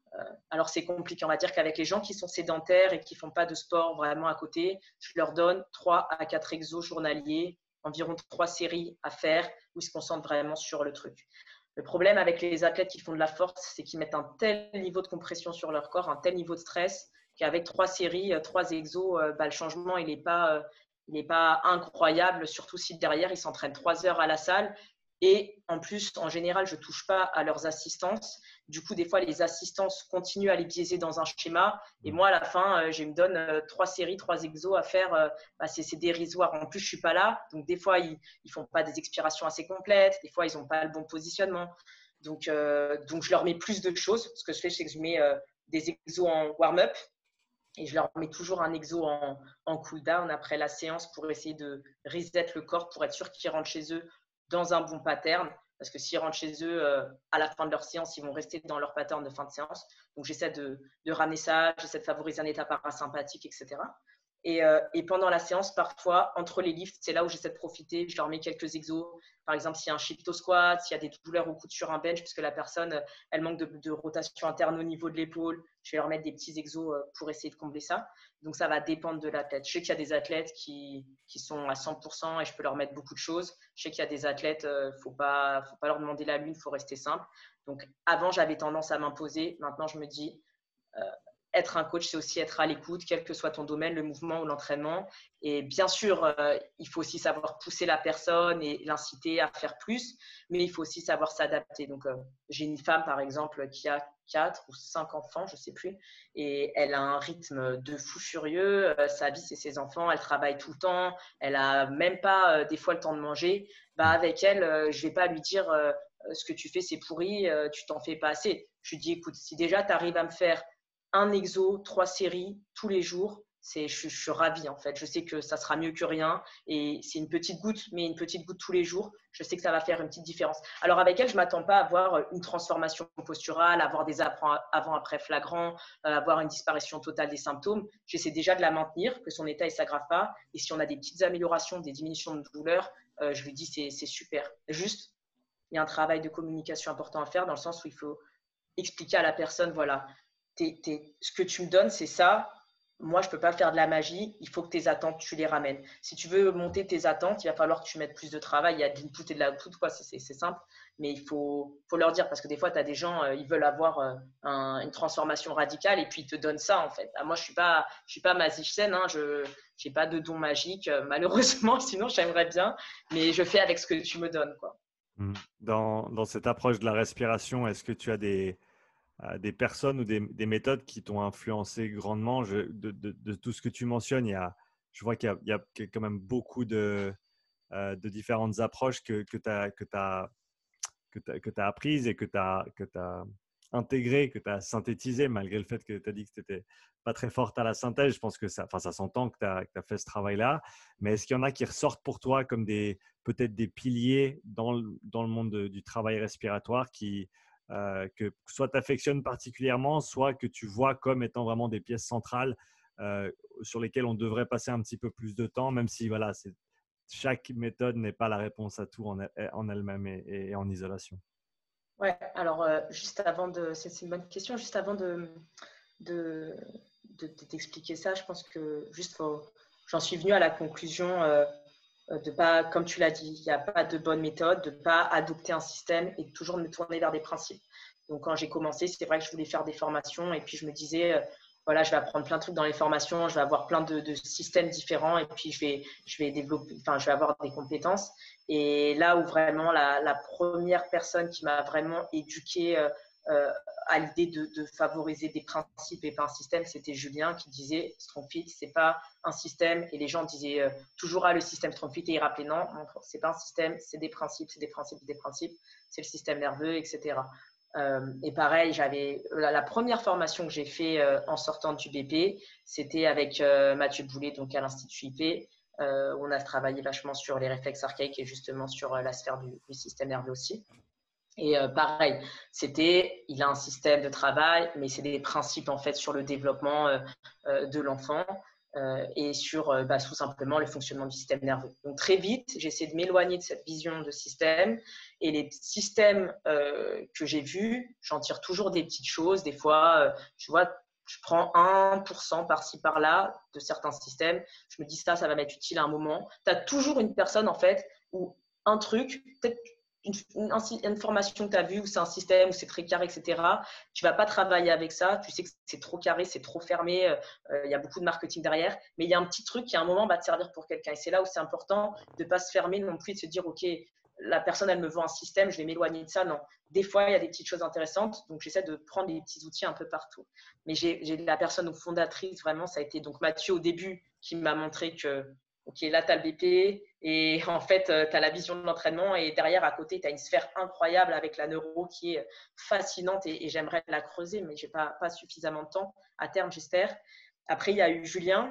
Alors, c'est compliqué. On va dire qu'avec les gens qui sont sédentaires et qui ne font pas de sport vraiment à côté, je leur donne trois à quatre exos journaliers, environ trois séries à faire où ils se concentrent vraiment sur le truc. Le problème avec les athlètes qui font de la force, c'est qu'ils mettent un tel niveau de compression sur leur corps, un tel niveau de stress, qu'avec trois séries, trois exos, bah, le changement, il n'est pas, il n'est pas incroyable, surtout si derrière, ils s'entraînent trois heures à la salle. Et en plus, en général, je ne touche pas à leurs assistances. Du coup, des fois, les assistances continuent à les biaiser dans un schéma. Et moi, à la fin, je me donne trois séries, trois exos à faire. Bah, c'est, c'est dérisoire. En plus, je ne suis pas là. Donc, des fois, ils ne font pas des expirations assez complètes. Des fois, ils n'ont pas le bon positionnement. Donc, euh, donc, je leur mets plus de choses. Ce que je fais, c'est que je mets euh, des exos en warm-up. Et je leur mets toujours un exo en, en cool-down après la séance pour essayer de reset le corps, pour être sûr qu'ils rentrent chez eux dans un bon pattern, parce que s'ils rentrent chez eux euh, à la fin de leur séance, ils vont rester dans leur pattern de fin de séance. Donc, j'essaie de, de ramener ça, j'essaie de favoriser un état parasympathique, et cetera. Et, euh, et pendant la séance, parfois, entre les lifts, c'est là où j'essaie de profiter. Je leur mets quelques exos. Par exemple, s'il y a un shifto squat, s'il y a des douleurs au coude sur un bench, parce que la personne, elle manque de, de rotation interne au niveau de l'épaule, je vais leur mettre des petits exos pour essayer de combler ça. Donc, ça va dépendre de l'athlète. Je sais qu'il y a des athlètes qui, qui sont à cent pour cent et je peux leur mettre beaucoup de choses. Je sais qu'il y a des athlètes, il euh, ne faut pas, faut pas leur demander la lune, il faut rester simple. Donc, avant, j'avais tendance à m'imposer. Maintenant, je me dis… Euh, être un coach, c'est aussi être à l'écoute, quel que soit ton domaine, le mouvement ou l'entraînement. Et bien sûr, euh, il faut aussi savoir pousser la personne et l'inciter à faire plus, mais il faut aussi savoir s'adapter. Donc, euh, j'ai une femme, par exemple, qui a quatre ou cinq enfants, je ne sais plus, et elle a un rythme de fou furieux. Euh, sa vie, c'est ses enfants, elle travaille tout le temps, elle n'a même pas euh, des fois le temps de manger. Bah, avec elle, euh, je ne vais pas lui dire euh, ce que tu fais, c'est pourri, euh, tu t'en fais pas assez. Je lui dis, écoute, si déjà tu arrives à me faire un exo, trois séries tous les jours, c'est, je, je suis ravie en fait. Je sais que ça sera mieux que rien et c'est une petite goutte, mais une petite goutte tous les jours. Je sais que ça va faire une petite différence. Alors avec elle, je ne m'attends pas à avoir une transformation posturale, à avoir des avant-après flagrants, à avoir une disparition totale des symptômes. J'essaie déjà de la maintenir, que son état ne s'aggrave pas. Et si on a des petites améliorations, des diminutions de douleur, euh, je lui dis c'est, c'est super. Juste, il y a un travail de communication important à faire dans le sens où il faut expliquer à la personne, voilà, T'es, t'es, ce que tu me donnes, c'est ça. Moi, je ne peux pas faire de la magie. Il faut que tes attentes, tu les ramènes. Si tu veux monter tes attentes, il va falloir que tu mettes plus de travail. Il y a de l'input et de l'output, quoi. C'est, c'est, c'est simple. Mais il faut, faut leur dire parce que des fois, tu as des gens, euh, ils veulent avoir euh, un, une transformation radicale et puis ils te donnent ça, en fait. Ah, moi, je ne suis pas, je suis pas magicienne. Hein, je n'ai pas de don magique, euh, malheureusement. Sinon, j'aimerais bien. Mais je fais avec ce que tu me donnes, quoi. Dans, dans cette approche de la respiration, est-ce que tu as des… des personnes ou des, des méthodes qui t'ont influencé grandement? Je, de, de, de tout ce que tu mentionnes, il y a, je vois qu'il y a, il y a quand même beaucoup de, euh, de différentes approches que, que tu as que t'as, que t'as, que t'as apprises et que tu as que t'as intégrées, que tu as synthétisées, malgré le fait que tu as dit que tu n'étais pas très forte à la synthèse. Je pense que ça, enfin, ça s'entend que tu as, que tu as fait ce travail-là. Mais est-ce qu'il y en a qui ressortent pour toi comme des, peut-être des piliers dans le, dans le monde de, du travail respiratoire qui… Euh, que soit tu affectionnes particulièrement, soit que tu vois comme étant vraiment des pièces centrales euh, sur lesquelles on devrait passer un petit peu plus de temps, même si voilà, c'est, chaque méthode n'est pas la réponse à tout en, en elle-même et, et en isolation. Ouais, alors euh, juste avant de… C'est, c'est une bonne question. Juste avant de, de, de, de t'expliquer ça, je pense que juste faut… j'en suis venue à la conclusion euh, de pas, comme tu l'as dit, il n'y a pas de bonne méthode, de ne pas adopter un système et de toujours me tourner vers des principes. Donc, quand j'ai commencé, c'est vrai que je voulais faire des formations et puis je me disais, euh, voilà, je vais apprendre plein de trucs dans les formations, je vais avoir plein de, de systèmes différents et puis je vais, je vais développer, enfin, je vais avoir des compétences. Et là où vraiment la, la première personne qui m'a vraiment éduquée euh, euh, à l'idée de, de favoriser des principes et pas un système, c'était Julien qui disait StrongFit, c'est pas un système. Et les gens disaient euh, toujours ah, le système StrongFit et ils rappelaient non, c'est pas un système, c'est des principes, c'est des principes, c'est des principes, c'est le système nerveux, et cetera. Euh, et pareil, j'avais la, la première formation que j'ai fait euh, en sortant du B P, c'était avec euh, Mathieu Boulet, donc à l'Institut I P. Euh, où on a travaillé vachement sur les réflexes archaïques et justement sur euh, la sphère du, du système nerveux aussi. Et euh, pareil, c'était, il a un système de travail, mais c'est des principes en fait sur le développement euh, euh, de l'enfant. euh, et sur euh, bah, tout simplement le fonctionnement du système nerveux. Donc très vite, j'essaie de m'éloigner de cette vision de système, et les systèmes euh, que j'ai vus, j'en tire toujours des petites choses. Des fois, euh, tu vois, je prends un pour cent par-ci par-là de certains systèmes, je me dis ça, ça va m'être utile à un moment. Tu as toujours une personne en fait, ou un truc, peut-être Une, une, une formation que tu as vue, où c'est un système, où c'est très carré, et cetera. Tu ne vas pas travailler avec ça. Tu sais que c'est trop carré, c'est trop fermé. Il euh, y a beaucoup de marketing derrière. Mais il y a un petit truc qui, à un moment, va te servir pour quelqu'un. Et c'est là où c'est important de ne pas se fermer non plus, de se dire, OK, la personne, elle me vend un système, je vais m'éloigner de ça. Non. Des fois, il y a des petites choses intéressantes. Donc, j'essaie de prendre des petits outils un peu partout. Mais j'ai, j'ai la personne fondatrice, vraiment, ça a été donc Mathieu au début qui m'a montré que OK, là, tu as le B P et en fait, tu as la vision de l'entraînement, et derrière, à côté, tu as une sphère incroyable avec la neuro qui est fascinante, et, et j'aimerais la creuser, mais je n'ai pas, pas suffisamment de temps à terme, j'espère. Après, il y a eu Julien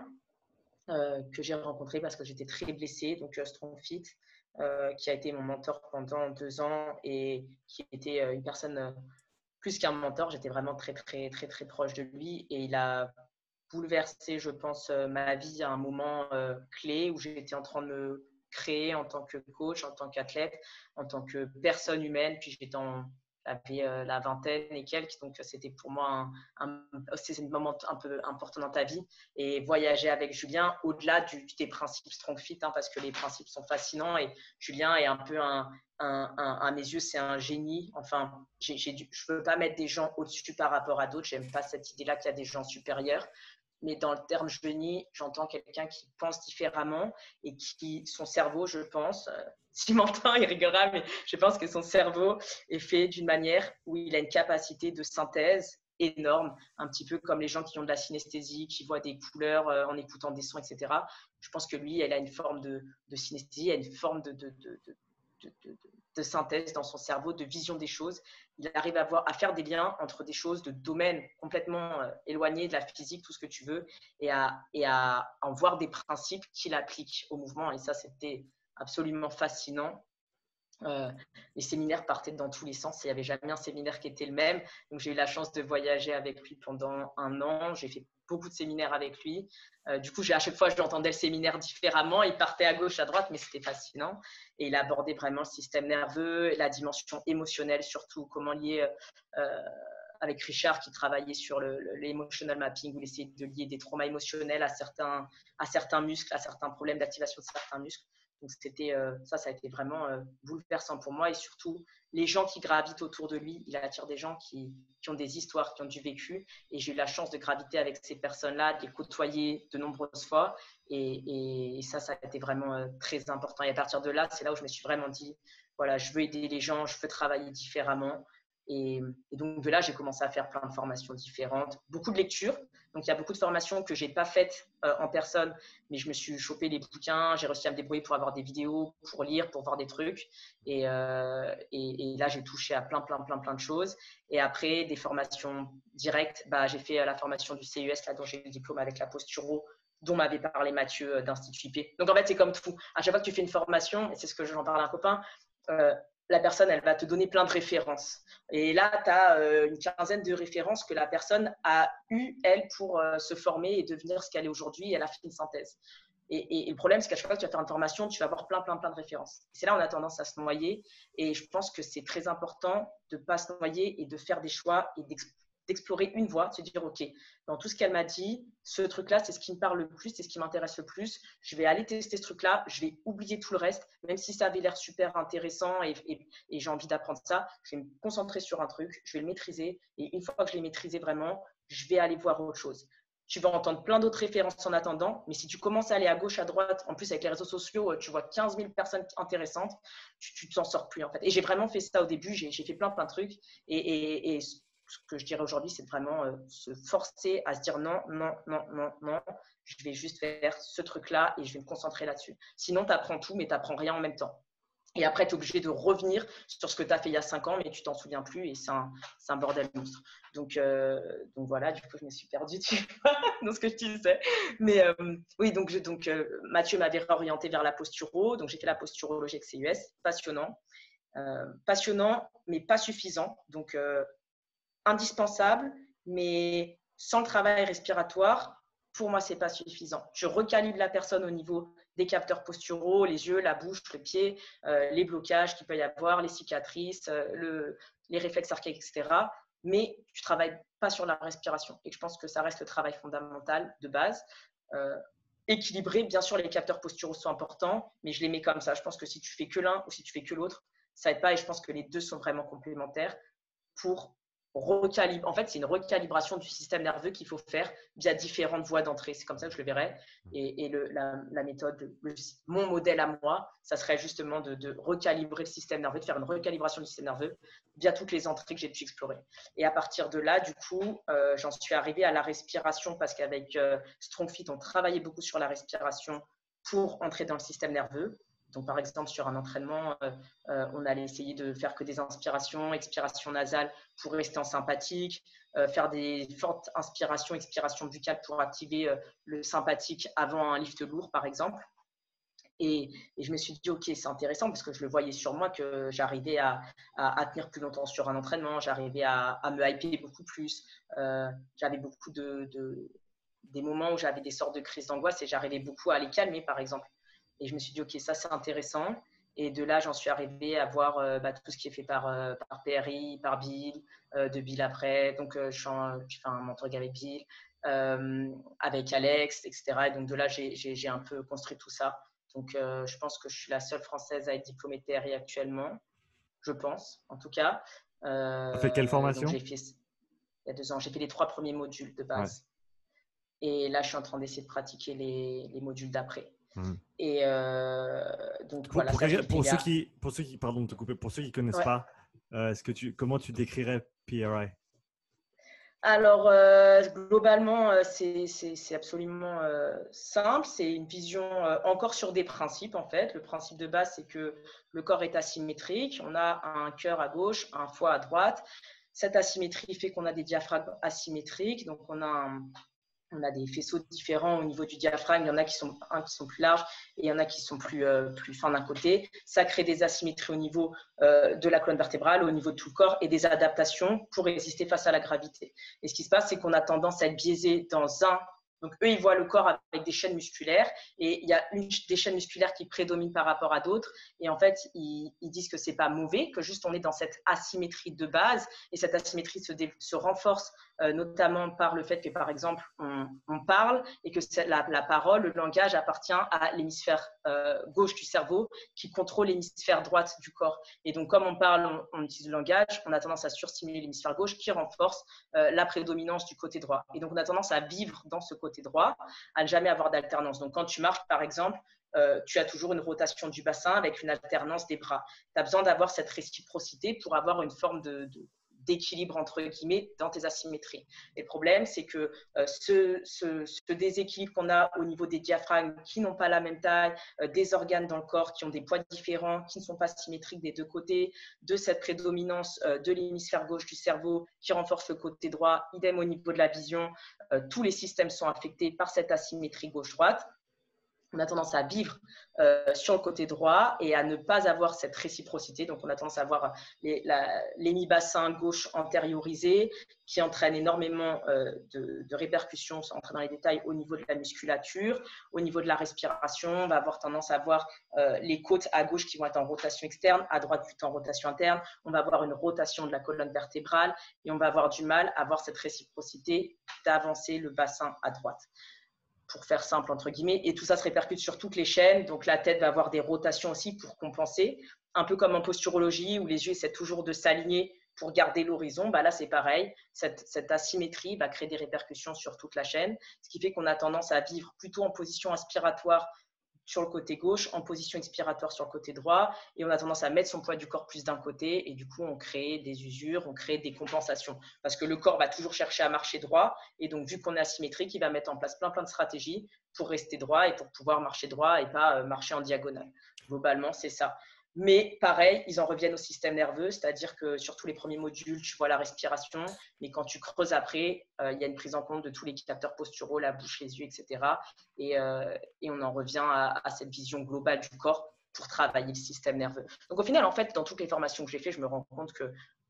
euh, que j'ai rencontré parce que j'étais très blessée, donc euh, Strong Fit, euh, qui a été mon mentor pendant deux ans et qui était euh, une personne euh, plus qu'un mentor. J'étais vraiment très, très, très, très proche de lui, et il a bouleversé, je pense, ma vie à un moment euh, clé où j'étais en train de me créer en tant que coach, en tant qu'athlète, en tant que personne humaine. Puis j'étais en, j'avais euh, la vingtaine et quelques, donc c'était pour moi un, un, c'est un moment un peu important dans ta vie. Et voyager avec Julien, au-delà du, des principes Strong Fit, hein, parce que les principes sont fascinants, et Julien est un peu un, Un, un, à mes yeux, c'est un génie. Enfin, j'ai, j'ai dû, je ne veux pas mettre des gens au-dessus par rapport à d'autres. Je n'aime pas cette idée-là qu'il y a des gens supérieurs. Mais dans le terme génie, j'entends quelqu'un qui pense différemment et qui, son cerveau, je pense, euh, s'il m'entend, il rigolera, mais je pense que son cerveau est fait d'une manière où il a une capacité de synthèse énorme, un petit peu comme les gens qui ont de la synesthésie, qui voient des couleurs euh, en écoutant des sons, et cetera. Je pense que lui, elle a une forme de, de synesthésie, elle a une forme de, de, de, de De, de, de synthèse dans son cerveau, de vision des choses. Il arrive à, voir, à faire des liens entre des choses de domaines complètement euh, éloignés de la physique, tout ce que tu veux, et à, et à en voir des principes qu'il applique au mouvement. Et ça, c'était absolument fascinant. Euh, les séminaires partaient dans tous les sens, il n'y avait jamais un séminaire qui était le même. Donc j'ai eu la chance de voyager avec lui pendant un an, j'ai fait beaucoup de séminaires avec lui. Euh, du coup, à chaque fois, j'entendais le séminaire différemment, il partait à gauche, à droite, mais c'était fascinant. Et il abordait vraiment le système nerveux, la dimension émotionnelle, surtout comment lier euh, avec Richard qui travaillait sur le, le, l'emotional mapping, où il essayait de lier des traumas émotionnels à certains, à certains muscles, à certains problèmes d'activation de certains muscles. Donc c'était, euh, ça, ça a été vraiment euh, bouleversant pour moi, et surtout les gens qui gravitent autour de lui. Il attire des gens qui, qui ont des histoires, qui ont du vécu, et j'ai eu la chance de graviter avec ces personnes-là, de les côtoyer de nombreuses fois, et, et, et ça, ça a été vraiment euh, très important. Et à partir de là, c'est là où je me suis vraiment dit, voilà, je veux aider les gens, je veux travailler différemment. Et, et donc de là, j'ai commencé à faire plein de formations différentes, beaucoup de lectures. Donc il y a beaucoup de formations que j'ai pas faites euh, en personne, mais je me suis chopé les bouquins, j'ai réussi à me débrouiller pour avoir des vidéos, pour lire, pour voir des trucs. Et, euh, et, et là, j'ai touché à plein, plein, plein, plein de choses. Et après, des formations directes, bah, j'ai fait la formation du C U S, là, dont j'ai eu le diplôme avec la posturo, dont m'avait parlé Mathieu d'Institut I P. Donc en fait, c'est comme tout. À chaque fois que tu fais une formation, et c'est ce que j'en parle à un copain, euh, la personne, elle va te donner plein de références. Et là, tu as euh, une quinzaine de références que la personne a eues, elle, pour euh, se former et devenir ce qu'elle est aujourd'hui. Elle a fait une synthèse. Et, et, et le problème, c'est qu'à chaque fois que tu vas faire une formation, tu vas avoir plein, plein, plein de références. Et c'est là où on a tendance à se noyer. Et je pense que c'est très important de ne pas se noyer et de faire des choix et d'explorer une voie, de se dire, OK, dans tout ce qu'elle m'a dit, ce truc-là, c'est ce qui me parle le plus, c'est ce qui m'intéresse le plus. Je vais aller tester ce truc-là, je vais oublier tout le reste, même si ça avait l'air super intéressant et, et, et j'ai envie d'apprendre ça. Je vais me concentrer sur un truc, je vais le maîtriser, et une fois que je l'ai maîtrisé vraiment, je vais aller voir autre chose. Tu vas entendre plein d'autres références en attendant, mais si tu commences à aller à gauche, à droite, en plus avec les réseaux sociaux, tu vois quinze mille personnes intéressantes, tu ne t'en sors plus en fait. Et j'ai vraiment fait ça au début, j'ai, j'ai fait plein plein de trucs, et, et, et ce que je dirais aujourd'hui, c'est vraiment euh, se forcer à se dire non, non, non, non, non, je vais juste faire ce truc-là et je vais me concentrer là-dessus. Sinon, tu apprends tout, mais tu n'apprends rien en même temps. Et après, tu es obligé de revenir sur ce que tu as fait il y a cinq ans, mais tu t'en souviens plus, et c'est un, c'est un bordel monstre. Donc, euh, donc voilà, du coup, je me suis perdue dans ce que je disais. Mais euh, oui, donc, je, donc euh, Mathieu m'avait réorienté vers la posturo. Donc, j'ai fait la posturologie avec C U S, passionnant. Euh, passionnant, mais pas suffisant. Donc, euh, indispensable, mais sans le travail respiratoire, pour moi, ce n'est pas suffisant. Je recalibre la personne au niveau des capteurs posturaux, les yeux, la bouche, le pied, euh, les blocages qu'il peut y avoir, les cicatrices, euh, le, les réflexes archaïques, et cetera. Mais tu ne travailles pas sur la respiration. Et je pense que ça reste le travail fondamental de base. Euh, équilibré, bien sûr, les capteurs posturaux sont importants, mais je les mets comme ça. Je pense que si tu fais que l'un ou si tu fais que l'autre, ça n'aide pas. Et je pense que les deux sont vraiment complémentaires pour recalibrer. En fait, c'est une recalibration du système nerveux qu'il faut faire via différentes voies d'entrée. C'est comme ça que je le verrais. Et, et le, la, la méthode, le, mon modèle à moi, ça serait justement de, de recalibrer le système nerveux, de faire une recalibration du système nerveux via toutes les entrées que j'ai pu explorer. Et à partir de là, du coup, euh, j'en suis arrivée à la respiration parce qu'avec euh, StrongFit, on travaillait beaucoup sur la respiration pour entrer dans le système nerveux. Donc, par exemple, sur un entraînement, euh, euh, on allait essayer de faire que des inspirations, expirations nasales pour rester en sympathique, euh, faire des fortes inspirations, expirations buccales pour activer euh, le sympathique avant un lift lourd, par exemple. Et, et je me suis dit, OK, c'est intéressant parce que je le voyais sur moi que j'arrivais à, à, à tenir plus longtemps sur un entraînement, j'arrivais à, à me hyper beaucoup plus. Euh, j'avais beaucoup de, de, des moments où j'avais des sortes de crises d'angoisse et j'arrivais beaucoup à les calmer, par exemple. Et je me suis dit, OK, ça, c'est intéressant. Et de là, j'en suis arrivée à voir euh, bah, tout ce qui est fait par, euh, par P R I, par Bill, euh, de Bill après. Donc, euh, je fais un, un mentoring avec Bill, euh, avec Alex, et cetera. Et donc, de là, j'ai, j'ai, j'ai un peu construit tout ça. Donc, euh, je pense que je suis la seule Française à être diplômée P R I actuellement. Je pense, en tout cas. Euh, tu as fait quelle formation? Donc, j'ai fait, il y a deux ans, j'ai fait les trois premiers modules de base. Ouais. Et là, je suis en train d'essayer de pratiquer les, les modules d'après. Mmh. Et euh, donc pour, voilà. Pour, ça, pour, ceux qui, pour ceux qui, pardon de te couper, pour ceux qui connaissent ouais. pas, euh, est-ce que tu, comment tu décrirais P R I? Alors euh, globalement, euh, c'est, c'est, c'est absolument euh, simple. C'est une vision euh, encore sur des principes en fait. Le principe de base, c'est que le corps est asymétrique. On a un cœur à gauche, un foie à droite. Cette asymétrie fait qu'on a des diaphragmes asymétriques. Donc on a un On a des faisceaux différents au niveau du diaphragme. Il y en a qui sont, un, qui sont plus larges et il y en a qui sont plus, euh, plus fins d'un côté. Ça crée des asymétries au niveau euh, de la colonne vertébrale, au niveau de tout le corps et des adaptations pour résister face à la gravité. Et ce qui se passe, c'est qu'on a tendance à être biaisé dans un. Donc, eux, ils voient le corps avec des chaînes musculaires et il y a une des chaînes musculaires qui prédominent par rapport à d'autres. Et en fait, ils, ils disent que ce n'est pas mauvais, que juste on est dans cette asymétrie de base et cette asymétrie se, dé, se renforce euh, notamment par le fait que, par exemple, on, on parle et que la, la parole, le langage appartient à l'hémisphère euh, gauche du cerveau qui contrôle l'hémisphère droite du corps. Et donc, comme on parle, on, on utilise le langage, on a tendance à surstimuler l'hémisphère gauche qui renforce euh, la prédominance du côté droit. Et donc, on a tendance à vivre dans ce côté droit, à ne jamais avoir d'alternance. Donc, quand tu marches, par exemple, euh, tu as toujours une rotation du bassin avec une alternance des bras. Tu as besoin d'avoir cette réciprocité pour avoir une forme de, de, d'équilibre, entre guillemets, dans tes asymétries. Et le problème, c'est que euh, ce, ce, ce déséquilibre qu'on a au niveau des diaphragmes qui n'ont pas la même taille, euh, des organes dans le corps qui ont des poids différents, qui ne sont pas symétriques des deux côtés, de cette prédominance euh, de l'hémisphère gauche du cerveau qui renforce le côté droit, idem au niveau de la vision, euh, tous les systèmes sont affectés par cette asymétrie gauche-droite. On a tendance à vivre euh, sur le côté droit et à ne pas avoir cette réciprocité. Donc, on a tendance à avoir l'hémibassin gauche antériorisé qui entraîne énormément euh, de, de répercussions, sans entrer dans les détails, au niveau de la musculature, au niveau de la respiration. On va avoir tendance à avoir euh, les côtes à gauche qui vont être en rotation externe, à droite plutôt en rotation interne. On va avoir une rotation de la colonne vertébrale et on va avoir du mal à avoir cette réciprocité d'avancer le bassin à droite, pour faire simple, entre guillemets. Et tout ça se répercute sur toutes les chaînes. Donc, la tête va avoir des rotations aussi pour compenser. Un peu comme en posturologie, où les yeux essaient toujours de s'aligner pour garder l'horizon. Bah là, c'est pareil. Cette, cette asymétrie va créer des répercussions sur toute la chaîne, ce qui fait qu'on a tendance à vivre plutôt en position inspiratoire sur le côté gauche, en position expiratoire sur le côté droit, et on a tendance à mettre son poids du corps plus d'un côté, et du coup, on crée des usures, on crée des compensations, parce que le corps va toujours chercher à marcher droit, et donc, vu qu'on est asymétrique, il va mettre en place plein, plein de stratégies pour rester droit et pour pouvoir marcher droit et pas marcher en diagonale. Globalement, c'est ça. Mais pareil, ils en reviennent au système nerveux, c'est-à-dire que sur tous les premiers modules, tu vois la respiration, mais quand tu creuses après, euh, il y a une prise en compte de tous les capteurs posturaux, la bouche, les yeux, et cetera. Et, euh, et on en revient à, à cette vision globale du corps pour travailler le système nerveux. Donc au final, en fait, dans toutes les formations que j'ai faites, je me rends compte que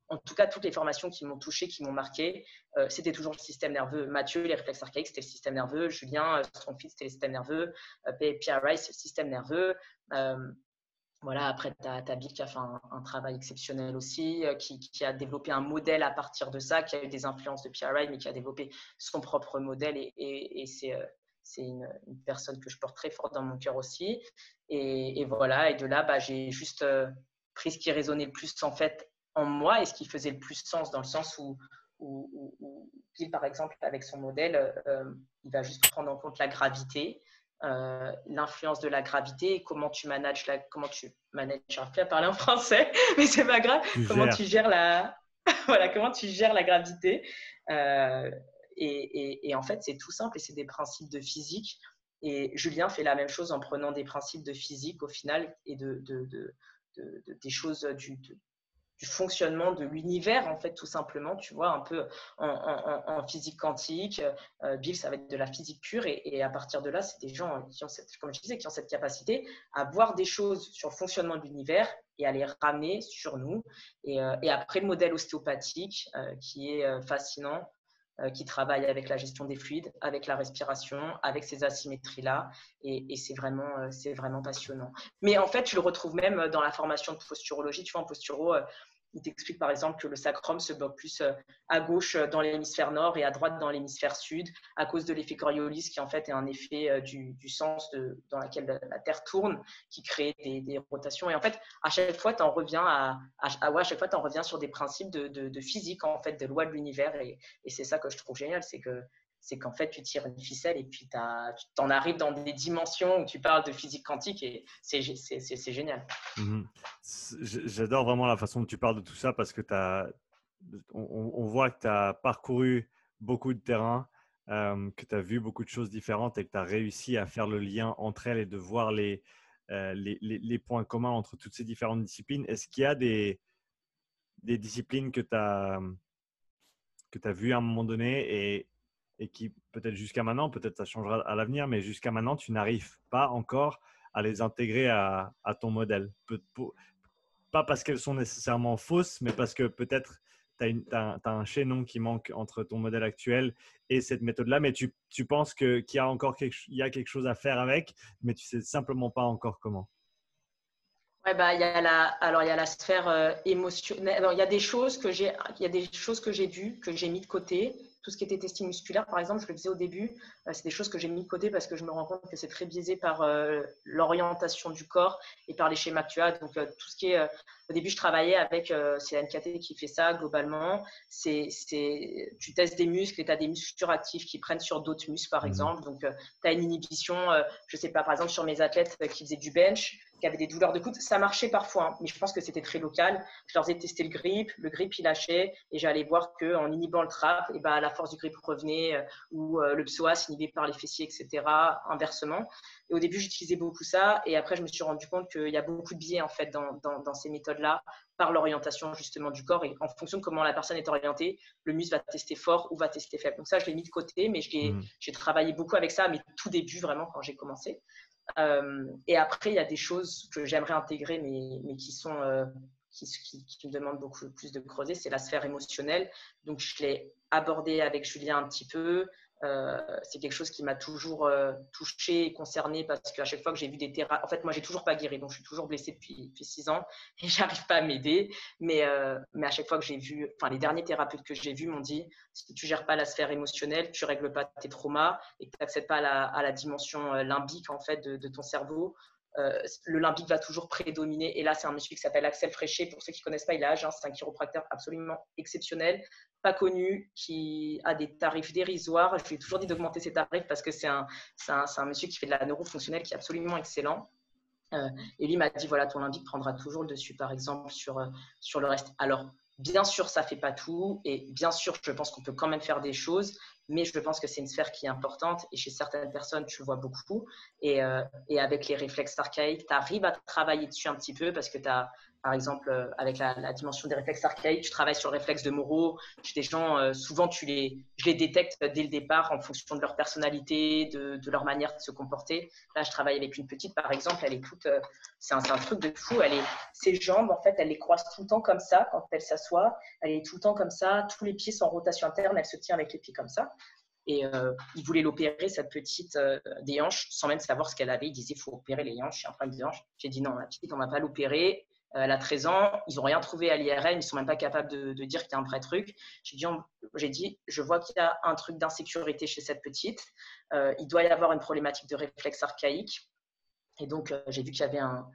en tout cas, toutes les formations qui m'ont touché, qui m'ont marqué, euh, c'était toujours le système nerveux. Mathieu, les réflexes archaïques, c'était le système nerveux. Julien, euh, StrongFit, c'était le système nerveux. Euh, P R I, c'est le système nerveux. Euh, voilà, après, tu as, as Bill qui a fait un, un travail exceptionnel aussi, euh, qui, qui a développé un modèle à partir de ça, qui a eu des influences de P R I, mais qui a développé son propre modèle. Et, et, et c'est… Euh, C'est une, une personne que je porte très fort dans mon cœur aussi. Et, et voilà, et de là, bah, j'ai juste euh, pris ce qui résonnait le plus en fait en moi et ce qui faisait le plus sens, dans le sens où, où, où, où Bill, par exemple, avec son modèle, euh, il va juste prendre en compte la gravité, euh, l'influence de la gravité et comment tu manages la, comment tu manages, j'arrive plus à parler en français, mais c'est pas grave, Tu comment gères. tu gères la, voilà, comment tu gères la gravité. Euh, Et, et, et en fait, c'est tout simple et c'est des principes de physique. Et Julien fait la même chose en prenant des principes de physique au final et de, de, de, de, de des choses du, de, du fonctionnement de l'univers, en fait, tout simplement, tu vois, un peu en, en, en physique quantique. Euh, Bill, ça va être de la physique pure. Et, et à partir de là, c'est des gens qui ont cette, comme je disais, qui ont cette capacité à voir des choses sur le fonctionnement de l'univers et à les ramener sur nous. Et, euh, et après, le modèle ostéopathique, euh, qui est euh, fascinant, qui travaille avec la gestion des fluides, avec la respiration, avec ces asymétries-là. Et, et c'est vraiment, c'est vraiment passionnant. Mais en fait, je le retrouve même dans la formation de posturologie. Tu vois, en posturo, il t'explique par exemple que le sacrum se bloque plus à gauche dans l'hémisphère nord et à droite dans l'hémisphère sud à cause de l'effet Coriolis, qui en fait est un effet du, du sens de, dans lequel la Terre tourne, qui crée des, des rotations. Et en fait, à chaque fois, tu en reviens à, à, à, ouais, à chaque fois, tu en reviens sur des principes de, de, de physique, en fait, des lois de l'univers. Et, et c'est ça que je trouve génial, c'est que c'est qu'en fait, tu tires une ficelle et puis tu en arrives dans des dimensions où tu parles de physique quantique et c'est génial. Mmh. J'adore vraiment la façon dont tu parles de tout ça parce que t'as, on, on voit que tu as parcouru beaucoup de terrain, euh, que tu as vu beaucoup de choses différentes et que tu as réussi à faire le lien entre elles et de voir les, euh, les, les, les points communs entre toutes ces différentes disciplines. Est-ce qu'il y a des, des disciplines que tu as, que tu as vues à un moment donné et, et qui peut-être jusqu'à maintenant, peut-être ça changera à l'avenir, mais jusqu'à maintenant, tu n'arrives pas encore à les intégrer à, à ton modèle? Pe pour, pas parce qu'elles sont nécessairement fausses, mais parce que peut-être tu as, as un chaînon qui manque entre ton modèle actuel et cette méthode-là, mais tu, tu penses qu'il y a encore quelque, il y a quelque chose à faire avec, mais tu sais simplement pas encore comment. Ouais, bah, il y a la, alors il y a la sphère euh, émotionnelle. Alors, il y a des choses que j'ai, il y a des choses que j'ai vues, que j'ai mis de côté. Tout ce qui était testing musculaire, par exemple, je le disais au début, euh, c'est des choses que j'ai mis de côté parce que je me rends compte que c'est très biaisé par euh, l'orientation du corps et par les schémas que tu as. Donc, euh, tout ce qui est… Euh, au début, je travaillais avec… Euh, c'est la N K T qui fait ça, globalement. C'est, c'est, tu testes des muscles et tu as des muscles suractifs qui prennent sur d'autres muscles, par mmh. exemple. Donc, euh, tu as une inhibition, euh, je ne sais pas, par exemple, sur mes athlètes qui faisaient du bench, qui avaient des douleurs de coude. Ça marchait parfois, hein, mais je pense que c'était très local. Je leur ai testé le grip, le grip, il lâchait et j'allais voir qu'en inhibant le trap, et ben, la force du grip revenait euh, ou euh, le psoas inhibé par les fessiers, et cetera, inversement. Et au début, j'utilisais beaucoup ça et après, je me suis rendu compte qu'il y a beaucoup de biais en fait, dans, dans, dans ces méthodes-là par l'orientation justement du corps et en fonction de comment la personne est orientée, le muscle va tester fort ou va tester faible. Donc ça, je l'ai mis de côté, mais j'ai mmh. travaillé beaucoup avec ça à mes tout débuts, vraiment, quand j'ai commencé. Euh, et après, il y a des choses que j'aimerais intégrer, mais, mais qui sont… Euh, Qui, qui, qui me demande beaucoup plus de creuser, c'est la sphère émotionnelle. Donc, je l'ai abordé avec Julien un petit peu. Euh, c'est quelque chose qui m'a toujours euh, touchée et concernée parce qu'à chaque fois que j'ai vu des thérapeutes… En fait, moi, j'ai toujours pas guéri, donc je suis toujours blessée depuis, depuis six ans et j'arrive pas à m'aider. Mais, euh, mais à chaque fois que j'ai vu… Enfin, les derniers thérapeutes que j'ai vus m'ont dit si tu gères pas la sphère émotionnelle, tu règles pas tes traumas et que tu n'accèdes pas à la, à la dimension limbique en fait, de, de ton cerveau, Euh, le limbique va toujours prédominer. Et là, c'est un monsieur qui s'appelle Axel Fréchet. Pour ceux qui ne connaissent pas, il a Agen. C'est un chiropracteur absolument exceptionnel, pas connu, qui a des tarifs dérisoires. Je lui ai toujours dit d'augmenter ses tarifs parce que c'est un, un, un monsieur qui fait de la neurofonctionnelle qui est absolument excellent. Euh, et lui m'a dit, voilà, ton limbique prendra toujours le dessus, par exemple, sur, euh, sur le reste. Alors, bien sûr, ça ne fait pas tout. Et bien sûr, je pense qu'on peut quand même faire des choses. Mais je pense que c'est une sphère qui est importante et chez certaines personnes, tu le vois beaucoup. Et, euh, et avec les réflexes archaïques, tu arrives à travailler dessus un petit peu parce que tu as par exemple, euh, avec la, la dimension des réflexes archaïques, tu travailles sur le réflexe de Moro. Des gens, euh, souvent, tu les, je les détecte dès le départ en fonction de leur personnalité, de, de leur manière de se comporter. Là, je travaille avec une petite, par exemple, elle est toute, euh, c'est un, un truc de fou. Elle est, ses jambes, en fait, elle les croise tout le temps comme ça quand elle s'assoit. Elle est tout le temps comme ça. Tous les pieds sont en rotation interne. Elle se tient avec les pieds comme ça. Et euh, il voulait l'opérer, cette petite euh, des hanches, sans même savoir ce qu'elle avait. Il disait, il faut opérer les hanches, j'ai un problème de hanches. J'ai dit, non, la petite, on ne va pas l'opérer. Euh, elle a treize ans, ils n'ont rien trouvé à l'I R M, ils ne sont même pas capables de, de dire qu'il y a un vrai truc. J'ai dit, on, j'ai dit je vois qu'il y a un truc d'insécurité chez cette petite. Euh, il doit y avoir une problématique de réflexe archaïque. Et donc, euh, j'ai vu qu'il y avait un,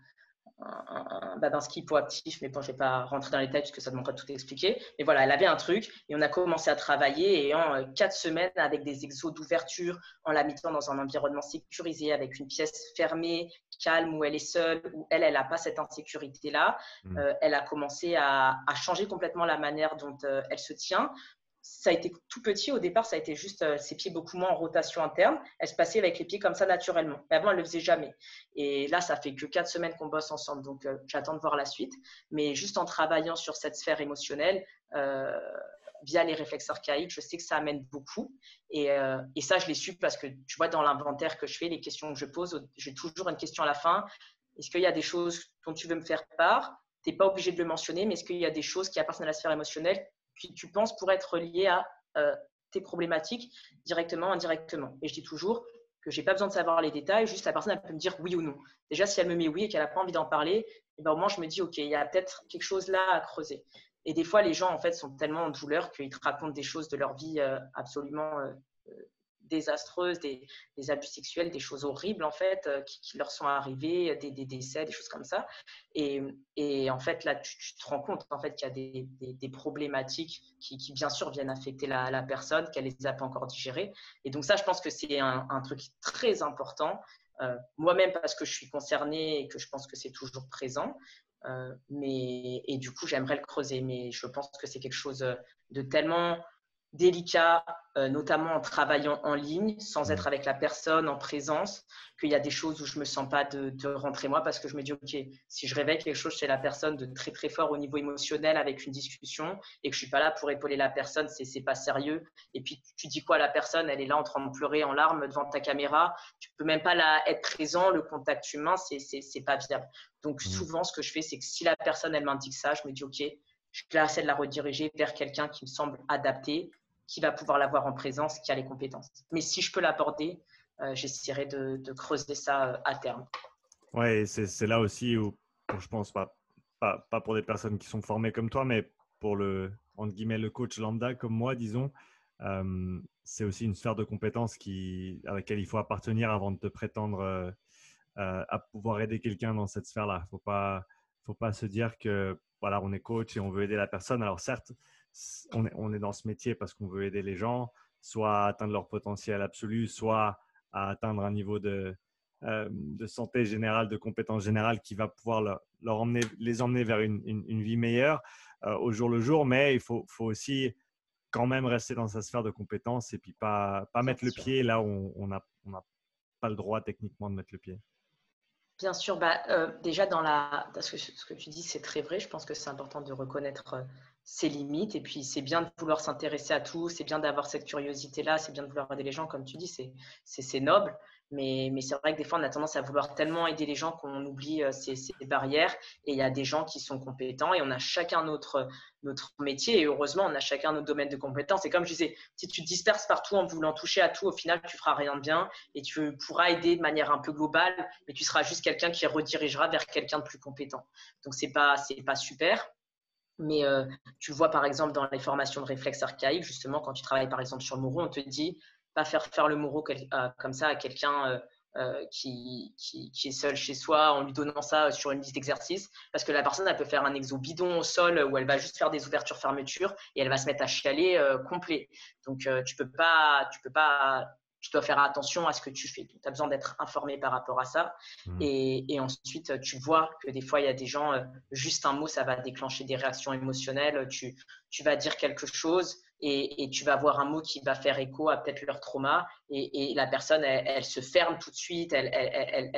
un, un, un ski hypoactif, mais bon, je ne vais pas rentrer dans les détails parce que ça demanderait de tout expliquer. Mais voilà, elle avait un truc et on a commencé à travailler et en euh, quatre semaines, avec des exos d'ouverture, en la mettant dans un environnement sécurisé, avec une pièce fermée, calme, où elle est seule, où elle, elle n'a pas cette insécurité-là, mmh. euh, elle a commencé à, à changer complètement la manière dont euh, elle se tient. Ça a été tout petit. Au départ, ça a été juste euh, ses pieds beaucoup moins en rotation interne. Elle se passait avec les pieds comme ça naturellement. Mais avant, elle ne le faisait jamais. Et là, ça fait que quatre semaines qu'on bosse ensemble. Donc, euh, j'attends de voir la suite. Mais juste en travaillant sur cette sphère émotionnelle, euh, via les réflexes archaïques, je sais que ça amène beaucoup. Et, euh, et ça, je l'ai su parce que, tu vois, dans l'inventaire que je fais, les questions que je pose, j'ai toujours une question à la fin. Est-ce qu'il y a des choses dont tu veux me faire part ? Tu n'es pas obligé de le mentionner, mais est-ce qu'il y a des choses qui appartiennent à la sphère émotionnelle qui tu penses pourraient être liées à euh, tes problématiques directement, indirectement. Et je dis toujours que je n'ai pas besoin de savoir les détails, juste la personne elle peut me dire oui ou non. Déjà, si elle me met oui et qu'elle n'a pas envie d'en parler, eh ben, au moins je me dis ok, il y a peut-être quelque chose là à creuser. Et des fois, les gens en fait sont tellement en douleur qu'ils te racontent des choses de leur vie euh, absolument euh, désastreuses, des, des abus sexuels, des choses horribles en fait euh, qui, qui leur sont arrivées, des, des décès, des choses comme ça. Et, et en fait là, tu, tu te rends compte en fait qu'il y a des, des, des problématiques qui, qui bien sûr viennent affecter la, la personne, qu'elle les a pas encore digérées. Et donc ça, je pense que c'est un, un truc très important. Euh, moi-même parce que je suis concernée et que je pense que c'est toujours présent. Euh, mais et du coup, j'aimerais le creuser. Mais je pense que c'est quelque chose de tellement délicat, euh, notamment en travaillant en ligne, sans être avec la personne en présence, qu'il y a des choses où je ne me sens pas de, de rentrer moi parce que je me dis, ok, si je réveille quelque chose chez la personne de très très fort au niveau émotionnel avec une discussion et que je ne suis pas là pour épauler la personne, c'est, c'est pas sérieux. Et puis tu dis quoi à la personne, elle est là en train de pleurer en larmes devant ta caméra, tu ne peux même pas la, être présent, le contact humain, c'est, c'est, c'est pas viable. Donc souvent, ce que je fais, c'est que si la personne, elle m'indique ça, je me dis, ok, je vais essayer de la rediriger vers quelqu'un qui me semble adapté, qui va pouvoir l'avoir en présence, qui a les compétences. Mais si je peux l'aborder, euh, j'essaierai de, de creuser ça euh, à terme. Ouais, c'est, c'est là aussi où, pour, je pense, pas, pas, pas pour des personnes qui sont formées comme toi, mais pour le, entre guillemets, le coach lambda comme moi, disons, euh, c'est aussi une sphère de compétences qui, à laquelle il faut appartenir avant de te prétendre euh, euh, à pouvoir aider quelqu'un dans cette sphère-là. Il ne faut pas, faut pas se dire que voilà, on est coach et on veut aider la personne. Alors certes, on est, on est dans ce métier parce qu'on veut aider les gens, soit à atteindre leur potentiel absolu, soit à atteindre un niveau de, euh, de santé générale, de compétences générales qui va pouvoir leur, leur emmener, les emmener vers une, une, une vie meilleure euh, au jour le jour. Mais il faut, faut aussi quand même rester dans sa sphère de compétences et puis pas, pas mettre le pied là où on n'a on a pas le droit techniquement de mettre le pied. Bien sûr, bah, euh, déjà dans la, parce que ce que tu dis, c'est très vrai. Je pense que c'est important de reconnaître euh, ses limites et puis c'est bien de vouloir s'intéresser à tout, c'est bien d'avoir cette curiosité-là, c'est bien de vouloir aider les gens, comme tu dis, c'est, c'est, c'est noble. Mais, mais c'est vrai que des fois, on a tendance à vouloir tellement aider les gens qu'on oublie euh, ces, ces barrières. Et il y a des gens qui sont compétents et on a chacun notre, notre métier. Et heureusement, on a chacun notre domaine de compétences. Et comme je disais, si tu te disperses partout en voulant toucher à tout, au final, tu feras rien de bien et tu pourras aider de manière un peu globale, mais tu seras juste quelqu'un qui redirigera vers quelqu'un de plus compétent. Donc, c'est pas, c'est pas super. Mais euh, tu vois, par exemple, dans les formations de réflexes archaïques, justement, quand tu travailles, par exemple, sur le Moro, on te dit pas faire faire le Moro quel, euh, comme ça à quelqu'un euh, euh, qui, qui, qui est seul chez soi en lui donnant ça sur une liste d'exercices, parce que la personne, elle peut faire un exo bidon au sol où elle va juste faire des ouvertures-fermetures et elle va se mettre à chialer euh, complet. Donc, euh, tu peux pas, tu peux pas tu dois faire attention à ce que tu fais. Tu as besoin d'être informé par rapport à ça. Mmh. Et, et ensuite, tu vois que des fois, il y a des gens, euh, juste un mot, ça va déclencher des réactions émotionnelles. Tu, tu vas dire quelque chose et, et tu vas avoir un mot qui va faire écho à peut-être leur trauma. Et, et la personne, elle, elle se ferme tout de suite. Elle, elle, elle, elle,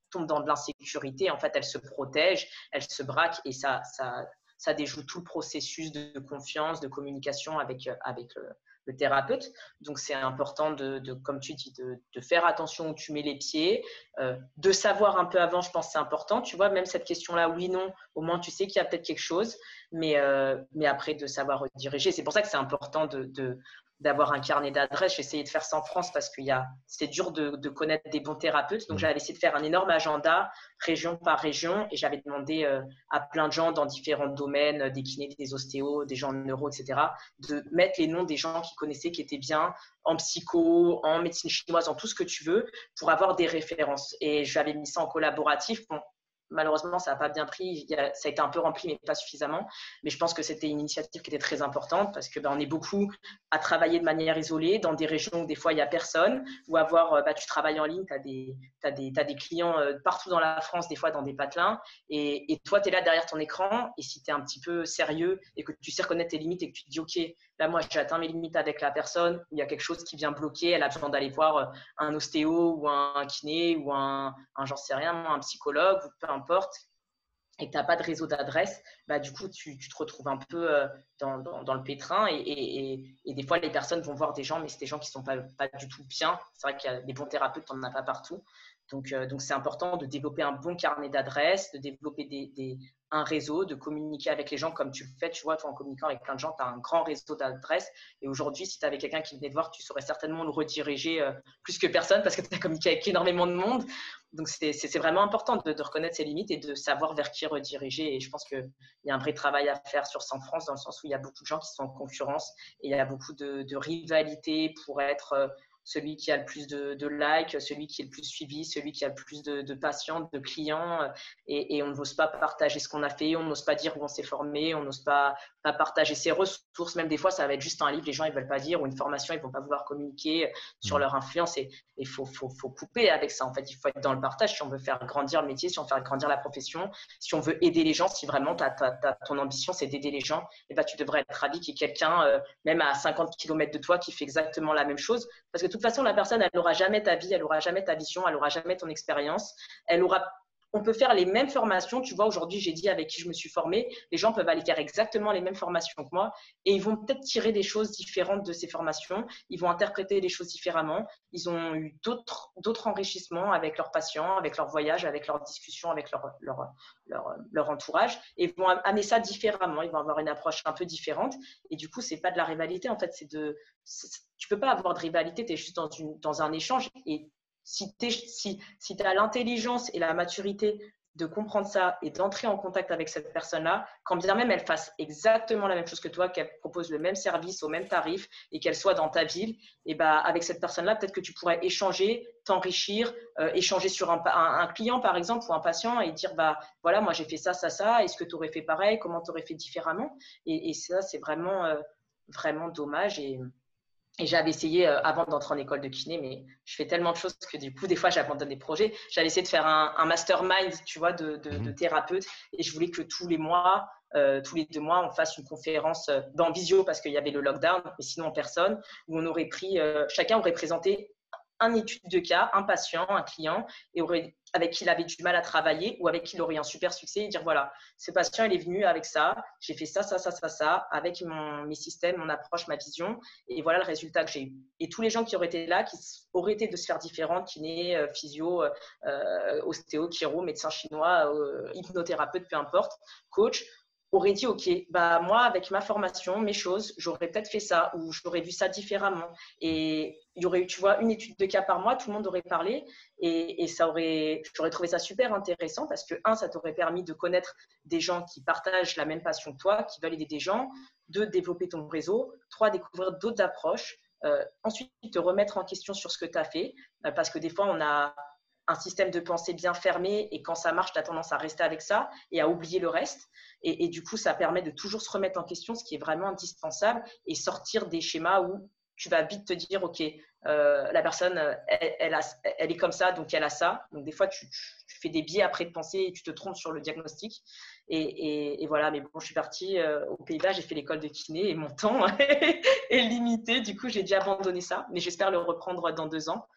tombe dans de l'insécurité, en fait, elle se protège, elle se braque et ça, ça, ça déjoue tout le processus de confiance, de communication avec, avec le, le thérapeute. Donc, c'est important, de, de, comme tu dis, de, de faire attention où tu mets les pieds, euh, de savoir un peu avant, je pense que c'est important. Tu vois, même cette question-là, oui, non, au moins tu sais qu'il y a peut-être quelque chose, mais, euh, mais après, de savoir rediriger. C'est pour ça que c'est important de… de d'avoir un carnet d'adresses. J'ai essayé de faire ça en France parce que c'est dur de, de connaître des bons thérapeutes. Donc, j'avais essayé de faire un énorme agenda, région par région, et j'avais demandé euh, à plein de gens dans différents domaines, des kinés, des ostéos, des gens en neuro, et cetera, de mettre les noms des gens qu'ils connaissaient, qui étaient bien en psycho, en médecine chinoise, en tout ce que tu veux, pour avoir des références. Et j'avais mis ça en collaboratif. Bon, malheureusement, ça n'a pas bien pris. Il y a, ça a été un peu rempli, mais pas suffisamment. Mais je pense que c'était une initiative qui était très importante parce que ben, on est beaucoup à travailler de manière isolée dans des régions où des fois il n'y a personne, ou avoir, bah, tu travailles en ligne, tu as des, t'as des, t'as des clients euh, partout dans la France, des fois dans des patelins, et, et toi, tu es là derrière ton écran, et si tu es un petit peu sérieux et que tu sais reconnaître tes limites et que tu te dis, OK, là, moi, j'ai atteint mes limites avec la personne, il y a quelque chose qui vient bloquer, elle a besoin d'aller voir un ostéo ou un kiné ou un, un j'en sais rien, un psychologue, ou peu importe, et que tu n'as pas de réseau d'adresses, bah, du coup, tu, tu te retrouves un peu euh, dans, dans, dans le pétrin. Et, et, et, et des fois, les personnes vont voir des gens, mais c'est des gens qui ne sont pas, pas du tout bien. C'est vrai qu'il y a des bons thérapeutes, on n'en a pas partout. Donc, euh, donc, c'est important de développer un bon carnet d'adresses, de développer des, des, un réseau, de communiquer avec les gens comme tu le fais. Tu vois, toi, en communiquant avec plein de gens, tu as un grand réseau d'adresses. Et aujourd'hui, si tu avais quelqu'un qui venait te voir, tu saurais certainement le rediriger euh, plus que personne parce que tu as communiqué avec énormément de monde. Donc, c'est, c'est, c'est vraiment important de, de reconnaître ses limites et de savoir vers qui rediriger. Et je pense qu'il y a un vrai travail à faire sur ça en France, dans le sens où il y a beaucoup de gens qui sont en concurrence et il y a beaucoup de, de rivalité pour être… Euh, celui qui a le plus de, de likes, celui qui est le plus suivi, celui qui a le plus de, de patients, de clients. Et, et on n'ose pas partager ce qu'on a fait, on n'ose pas dire où on s'est formé, on n'ose pas, pas partager ses ressources. Même des fois, ça va être juste un livre, les gens ne veulent pas dire, ou une formation, ils ne vont pas vouloir communiquer sur leur influence. Et il faut, faut, faut couper avec ça. En fait, il faut être dans le partage si on veut faire grandir le métier, si on veut faire grandir la profession, si on veut aider les gens, si vraiment t'as, t'as, t'as, ton ambition, c'est d'aider les gens, et ben, tu devrais être ravi qu'il y ait quelqu'un, euh, même à cinquante kilomètres de toi, qui fait exactement la même chose. Parce que de toute façon, la personne, elle n'aura jamais ta vie, elle n'aura jamais ta vision, elle n'aura jamais ton expérience. Elle aura… On peut faire les mêmes formations. Tu vois, aujourd'hui, j'ai dit avec qui je me suis formée, les gens peuvent aller faire exactement les mêmes formations que moi et ils vont peut-être tirer des choses différentes de ces formations. Ils vont interpréter les choses différemment. Ils ont eu d'autres, d'autres enrichissements avec leurs patients, avec leurs voyages, avec leurs discussions, avec leur, leur, leur, leur entourage, et ils vont amener ça différemment. Ils vont avoir une approche un peu différente. Et du coup, ce n'est pas de la rivalité. En fait, c'est de… C'est… Tu ne peux pas avoir de rivalité, tu es juste dans, une, dans un échange. Et si tu si, si as l'intelligence et la maturité de comprendre ça et d'entrer en contact avec cette personne-là, quand bien même elle fasse exactement la même chose que toi, qu'elle propose le même service au même tarif et qu'elle soit dans ta ville, et bah, avec cette personne-là, peut-être que tu pourrais échanger, t'enrichir, euh, échanger sur un, un, un client par exemple ou un patient et dire bah, voilà, moi j'ai fait ça, ça, ça, est-ce que tu aurais fait pareil, comment tu aurais fait différemment, et, et ça, c'est vraiment, euh, vraiment dommage. Et… Et j'avais essayé euh, avant d'entrer en école de kiné, mais je fais tellement de choses que du coup, des fois, j'abandonne des projets. J'avais essayé de faire un, un mastermind, tu vois, de, de, de thérapeute, et je voulais que tous les mois, euh, tous les deux mois, on fasse une conférence euh, en visio parce qu'il y avait le lockdown, mais sinon en personne, où on aurait pris, euh, chacun aurait présenté un étude de cas, un patient, un client, et aurait, avec qui il avait du mal à travailler ou avec qui il aurait un super succès, et dire voilà, ce patient, il est venu avec ça, j'ai fait ça, ça, ça, ça, ça, avec mon, mes systèmes, mon approche, ma vision, et voilà le résultat que j'ai eu. Et tous les gens qui auraient été là, qui auraient été de sphères différentes, kiné, physio, euh, ostéo, chiro, médecin chinois, euh, hypnothérapeute, peu importe, coach, aurait dit ok, bah moi avec ma formation, mes choses, j'aurais peut-être fait ça ou j'aurais vu ça différemment. Et il y aurait eu, tu vois, une étude de cas par mois, tout le monde aurait parlé et, et ça aurait, j'aurais trouvé ça super intéressant parce que un, ça t'aurait permis de connaître des gens qui partagent la même passion que toi, qui veulent aider des gens, deux, développer ton réseau, trois, découvrir d'autres approches, euh, ensuite te remettre en question sur ce que tu as fait euh, parce que des fois on a un système de pensée bien fermé et quand ça marche, tu as tendance à rester avec ça et à oublier le reste. Et, et du coup, ça permet de toujours se remettre en question, ce qui est vraiment indispensable et sortir des schémas où tu vas vite te dire, OK, euh, la personne, elle, elle, a, elle est comme ça, donc elle a ça. Donc, des fois, tu, tu fais des biais après de pensée et tu te trompes sur le diagnostic. Et, et, et voilà, mais bon, je suis partie euh, aux Pays-Bas, j'ai fait l'école de kiné et mon temps est limité. Du coup, j'ai dû abandonner ça, mais j'espère le reprendre dans deux ans.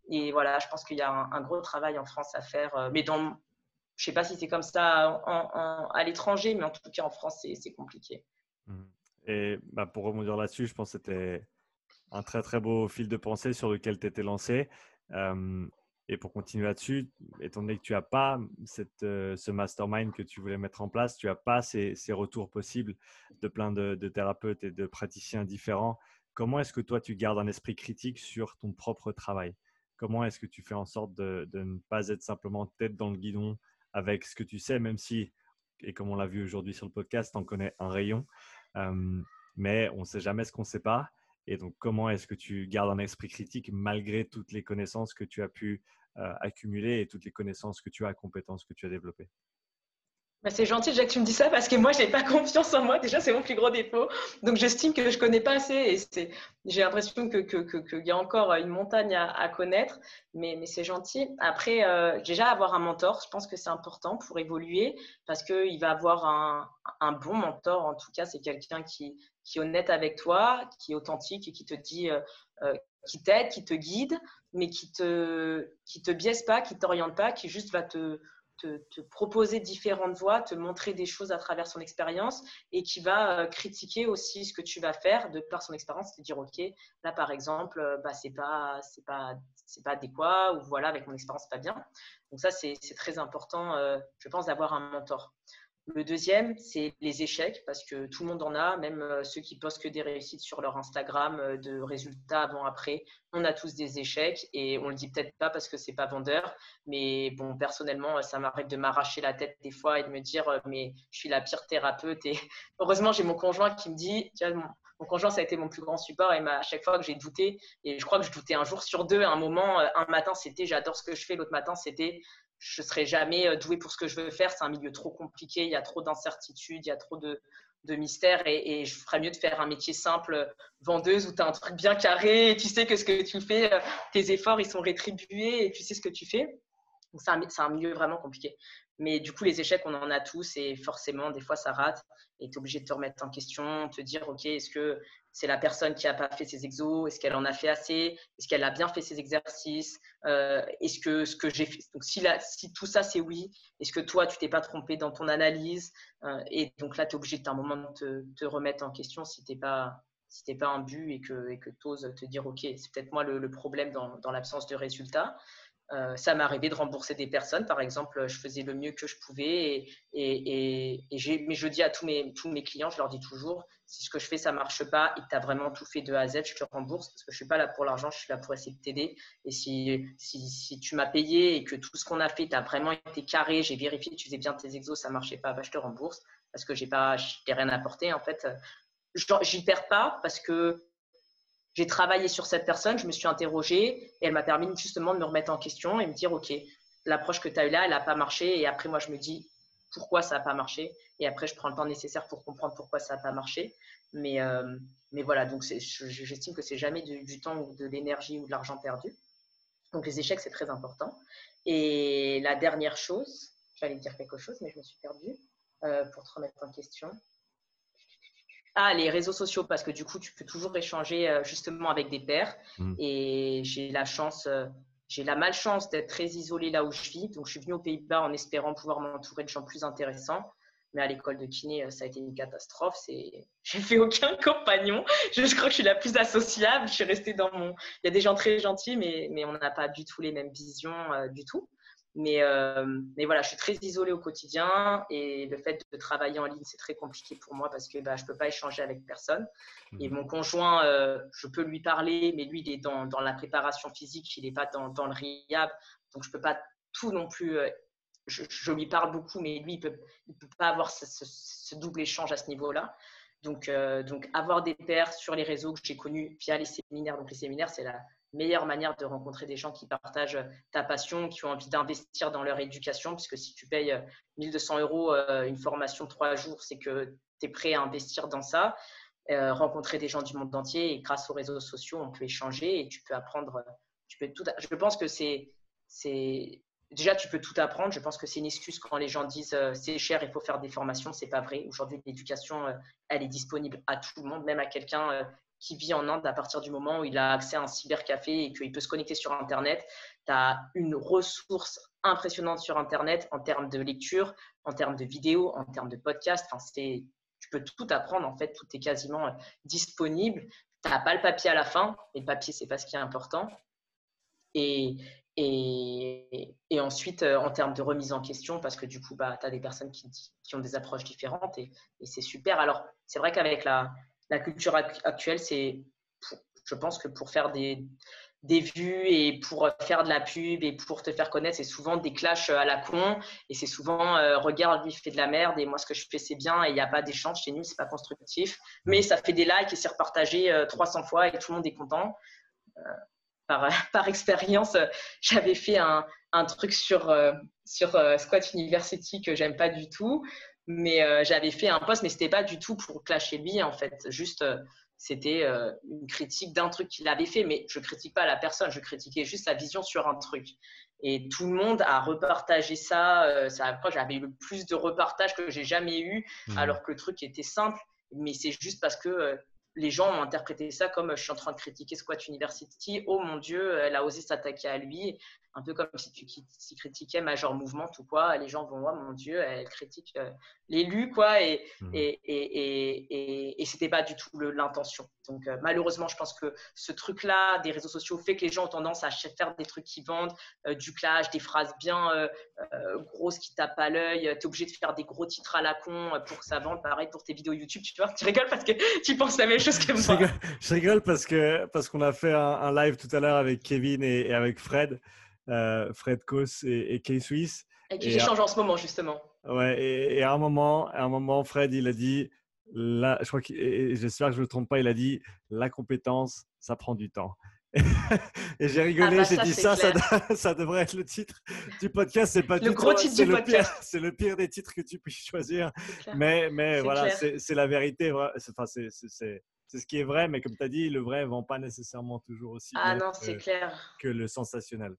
Et voilà, je pense qu'il y a un, un gros travail en France à faire. Mais dans, je ne sais pas si c'est comme ça en, en, à l'étranger, mais en tout cas en France, c'est, c'est compliqué. Et bah, pour rebondir là-dessus, je pense que c'était un très très beau fil de pensée sur lequel tu étais lancé. Euh, et pour continuer là-dessus, étant donné que tu n'as pas cette, euh, ce mastermind que tu voulais mettre en place, tu n'as pas ces, ces retours possibles de plein de, de thérapeutes et de praticiens différents, comment est-ce que toi tu gardes un esprit critique sur ton propre travail? Comment est-ce que tu fais en sorte de, de ne pas être simplement tête dans le guidon avec ce que tu sais, même si, et comme on l'a vu aujourd'hui sur le podcast, on connaît un rayon, euh, mais on ne sait jamais ce qu'on ne sait pas. Et donc, comment est-ce que tu gardes un esprit critique malgré toutes les connaissances que tu as pu euh, accumuler et toutes les connaissances que tu as, compétences que tu as développées? Bah, c'est gentil déjà que tu me dis ça parce que moi, je n'ai pas confiance en moi. Déjà, c'est mon plus gros défaut. Donc, j'estime que je ne connais pas assez et c'est, j'ai l'impression que, que, que, qu'il y a encore une montagne à, à connaître, mais, mais c'est gentil. Après, euh, déjà, avoir un mentor, je pense que c'est important pour évoluer parce qu'il va avoir un, un bon mentor. En tout cas, c'est quelqu'un qui, qui est honnête avec toi, qui est authentique et qui te dit, euh, euh, qui t'aide, qui te guide, mais qui te, qui te biaise pas, qui t'oriente pas, qui juste va te Te, te proposer différentes voies, te montrer des choses à travers son expérience et qui va euh, critiquer aussi ce que tu vas faire de par son expérience, te dire ok, là par exemple, euh, bah, c'est pas, c'est pas, c'est pas adéquat ou voilà, avec mon expérience, c'est pas bien. Donc ça, c'est, c'est très important, euh, je pense, d'avoir un mentor. Le deuxième, c'est les échecs, parce que tout le monde en a, même ceux qui postent que des réussites sur leur Instagram, de résultats avant-après. On a tous des échecs et on le dit peut-être pas parce que c'est pas vendeur, mais bon, personnellement, ça m'arrive de m'arracher la tête des fois et de me dire, mais je suis la pire thérapeute. Et heureusement, j'ai mon conjoint qui me dit, tu vois, mon, mon conjoint, ça a été mon plus grand support et à chaque fois que j'ai douté, et je crois que je doutais un jour sur deux, à un moment, un matin, c'était j'adore ce que je fais, l'autre matin, c'était je ne serai jamais douée pour ce que je veux faire. C'est un milieu trop compliqué, il y a trop d'incertitudes, il y a trop de, de mystères et, et je ferais mieux de faire un métier simple, vendeuse, où tu as un truc bien carré et tu sais que ce que tu fais, tes efforts, ils sont rétribués et tu sais ce que tu fais. Donc, c'est un, c'est un milieu vraiment compliqué. Mais du coup, les échecs, on en a tous et forcément, des fois, ça rate et tu es obligé de te remettre en question, te dire, OK, est-ce que c'est la personne qui n'a pas fait ses exos? Est-ce qu'elle en a fait assez? Est-ce qu'elle a bien fait ses exercices? euh, Est-ce que ce que j'ai fait… Donc, si, la, si tout ça, c'est oui, est-ce que toi, tu t'es pas trompé dans ton analyse? euh, Et donc là, tu es obligé d'un moment de te, te remettre en question si tu n'es pas… si t'es pas un but et que et que tu oses te dire, OK, c'est peut-être moi le, le problème dans, dans l'absence de résultats. Euh, ça m'est arrivé de rembourser des personnes. Par exemple, je faisais le mieux que je pouvais. Et, et, et, et j'ai, mais je dis à tous mes, tous mes clients, je leur dis toujours, si ce que je fais, ça ne marche pas et que tu as vraiment tout fait de A à Z, je te rembourse parce que je ne suis pas là pour l'argent, je suis là pour essayer de t'aider. Et si, si, si tu m'as payé et que tout ce qu'on a fait, tu as vraiment été carré, j'ai vérifié que tu faisais bien tes exos, ça ne marchait pas, bah, je te rembourse parce que je n'ai rien apporté. En fait, je n'y perds pas parce que j'ai travaillé sur cette personne, je me suis interrogée et elle m'a permis justement de me remettre en question et me dire, OK, l'approche que tu as eue là, elle n'a pas marché. Et après, moi, je me dis pourquoi ça n'a pas marché. Et après, je prends le temps nécessaire pour comprendre pourquoi ça n'a pas marché. Mais, euh, mais voilà, donc c'est, j'estime que c'est jamais du, du temps ou de l'énergie ou de l'argent perdu. Donc les échecs, c'est très important. Et la dernière chose, j'allais dire quelque chose, mais je me suis perdue euh, pour te remettre en question. Ah, les réseaux sociaux, parce que du coup, tu peux toujours échanger euh, justement avec des pairs. Mmh. Et j'ai la chance, euh, j'ai la malchance d'être très isolée là où je vis. Donc, je suis venue aux Pays-Bas en espérant pouvoir m'entourer de gens plus intéressants. Mais à l'école de kiné, ça a été une catastrophe. C'est… J'ai fait aucun compagnon. Je, je crois que je suis la plus associable. Je suis restée dans mon… Il y a des gens très gentils, mais, mais on n'a pas du tout les mêmes visions euh, du tout. Mais, euh, mais voilà, je suis très isolée au quotidien et le fait de travailler en ligne, c'est très compliqué pour moi parce que bah, je ne peux pas échanger avec personne. Mmh. Et mon conjoint, euh, je peux lui parler, mais lui, il est dans, dans la préparation physique, il n'est pas dans, dans le rehab. Donc, je ne peux pas tout non plus… Euh, je, je lui parle beaucoup, mais lui, il ne peut, il peut pas avoir ce, ce, ce double échange à ce niveau-là. Donc, euh, donc, avoir des pairs sur les réseaux que j'ai connus via les séminaires. Donc, les séminaires, c'est la meilleure manière de rencontrer des gens qui partagent ta passion, qui ont envie d'investir dans leur éducation, puisque si tu payes mille deux cents euros une formation de trois jours, c'est que tu es prêt à investir dans ça, euh, rencontrer des gens du monde entier et grâce aux réseaux sociaux, on peut échanger et tu peux apprendre. Tu peux tout, je pense que c'est… c'est déjà, tu peux tout apprendre. Je pense que c'est une excuse quand les gens disent euh, c'est cher, il faut faire des formations. C'est pas vrai. Aujourd'hui, l'éducation, euh, elle est disponible à tout le monde, même à quelqu'un euh, qui vit en Inde à partir du moment où il a accès à un cybercafé et qu'il peut se connecter sur Internet. Tu as une ressource impressionnante sur Internet en termes de lecture, en termes de vidéos, en termes de podcasts. Enfin, c'est, tu peux tout apprendre, en fait, tout est quasiment disponible. Tu n'as pas le papier à la fin, et le papier, ce n'est pas ce qui est important. Et, et, et ensuite, euh, en termes de remise en question, parce que du coup, bah, tu as des personnes qui, qui ont des approches différentes et, et c'est super. Alors, c'est vrai qu'avec la, la culture actuelle, c'est, je pense que pour faire des, des vues et pour faire de la pub et pour te faire connaître, c'est souvent des clashs à la con et c'est souvent euh, regarde, lui, il fait de la merde et moi, ce que je fais, c'est bien et il n'y a pas d'échange chez nous, c'est pas constructif. Mais ça fait des likes et c'est repartagé euh, trois cents fois et tout le monde est content. Euh, Par, par expérience, j'avais fait un, un truc sur, euh, sur euh, Squat University que j'aime pas du tout, mais euh, j'avais fait un post, mais c'était pas du tout pour clasher lui en fait, juste euh, c'était euh, une critique d'un truc qu'il avait fait, mais je critique pas la personne, je critiquais juste sa vision sur un truc. Et tout le monde a repartagé ça, euh, ça après j'avais eu plus de repartages que j'ai jamais eu, mmh. alors que le truc était simple, mais c'est juste parce que euh, les gens ont interprété ça comme je suis en train de critiquer Squat University. Oh mon Dieu, elle a osé s'attaquer à lui. Un peu comme si tu si critiquais Major Movement ou quoi. Les gens vont, oh mon Dieu, elle critique euh, l'élu, quoi. Et, mmh. et, et, et, et, et c'était pas du tout le, l'intention. Donc, euh, malheureusement, je pense que ce truc-là, des réseaux sociaux, fait que les gens ont tendance à faire des trucs qui vendent, euh, du clash, des phrases bien euh, euh, grosses qui tapent à l'œil. Tu es obligé de faire des gros titres à la con pour que ça vende. Pareil pour tes vidéos YouTube, tu vois. Tu rigoles parce que tu penses la même chose que moi. Je rigole, je rigole parce, que, parce qu'on a fait un, un live tout à l'heure avec Kevin et, et avec Fred, euh, Fred Kos et, et K-Swiss. Et qui échangent en ce moment, justement. Ouais, et, et à, un moment, à un moment, Fred, il a dit, là, je crois que, j'espère que je ne me trompe pas, il a dit, la compétence, ça prend du temps. Et j'ai rigolé, ah bah j'ai ça, dit ça, ça, ça devrait être le titre du podcast. C'est pas le du gros tout, titre c'est du le podcast. Pire, c'est le pire des titres que tu puisses choisir. Mais, mais voilà, c'est, c'est la vérité. C'est, enfin, c'est, c'est, c'est, c'est ce qui est vrai, mais comme tu as dit, le vrai ne vend pas nécessairement toujours aussi ah bien non, que, c'est clair. que le sensationnel.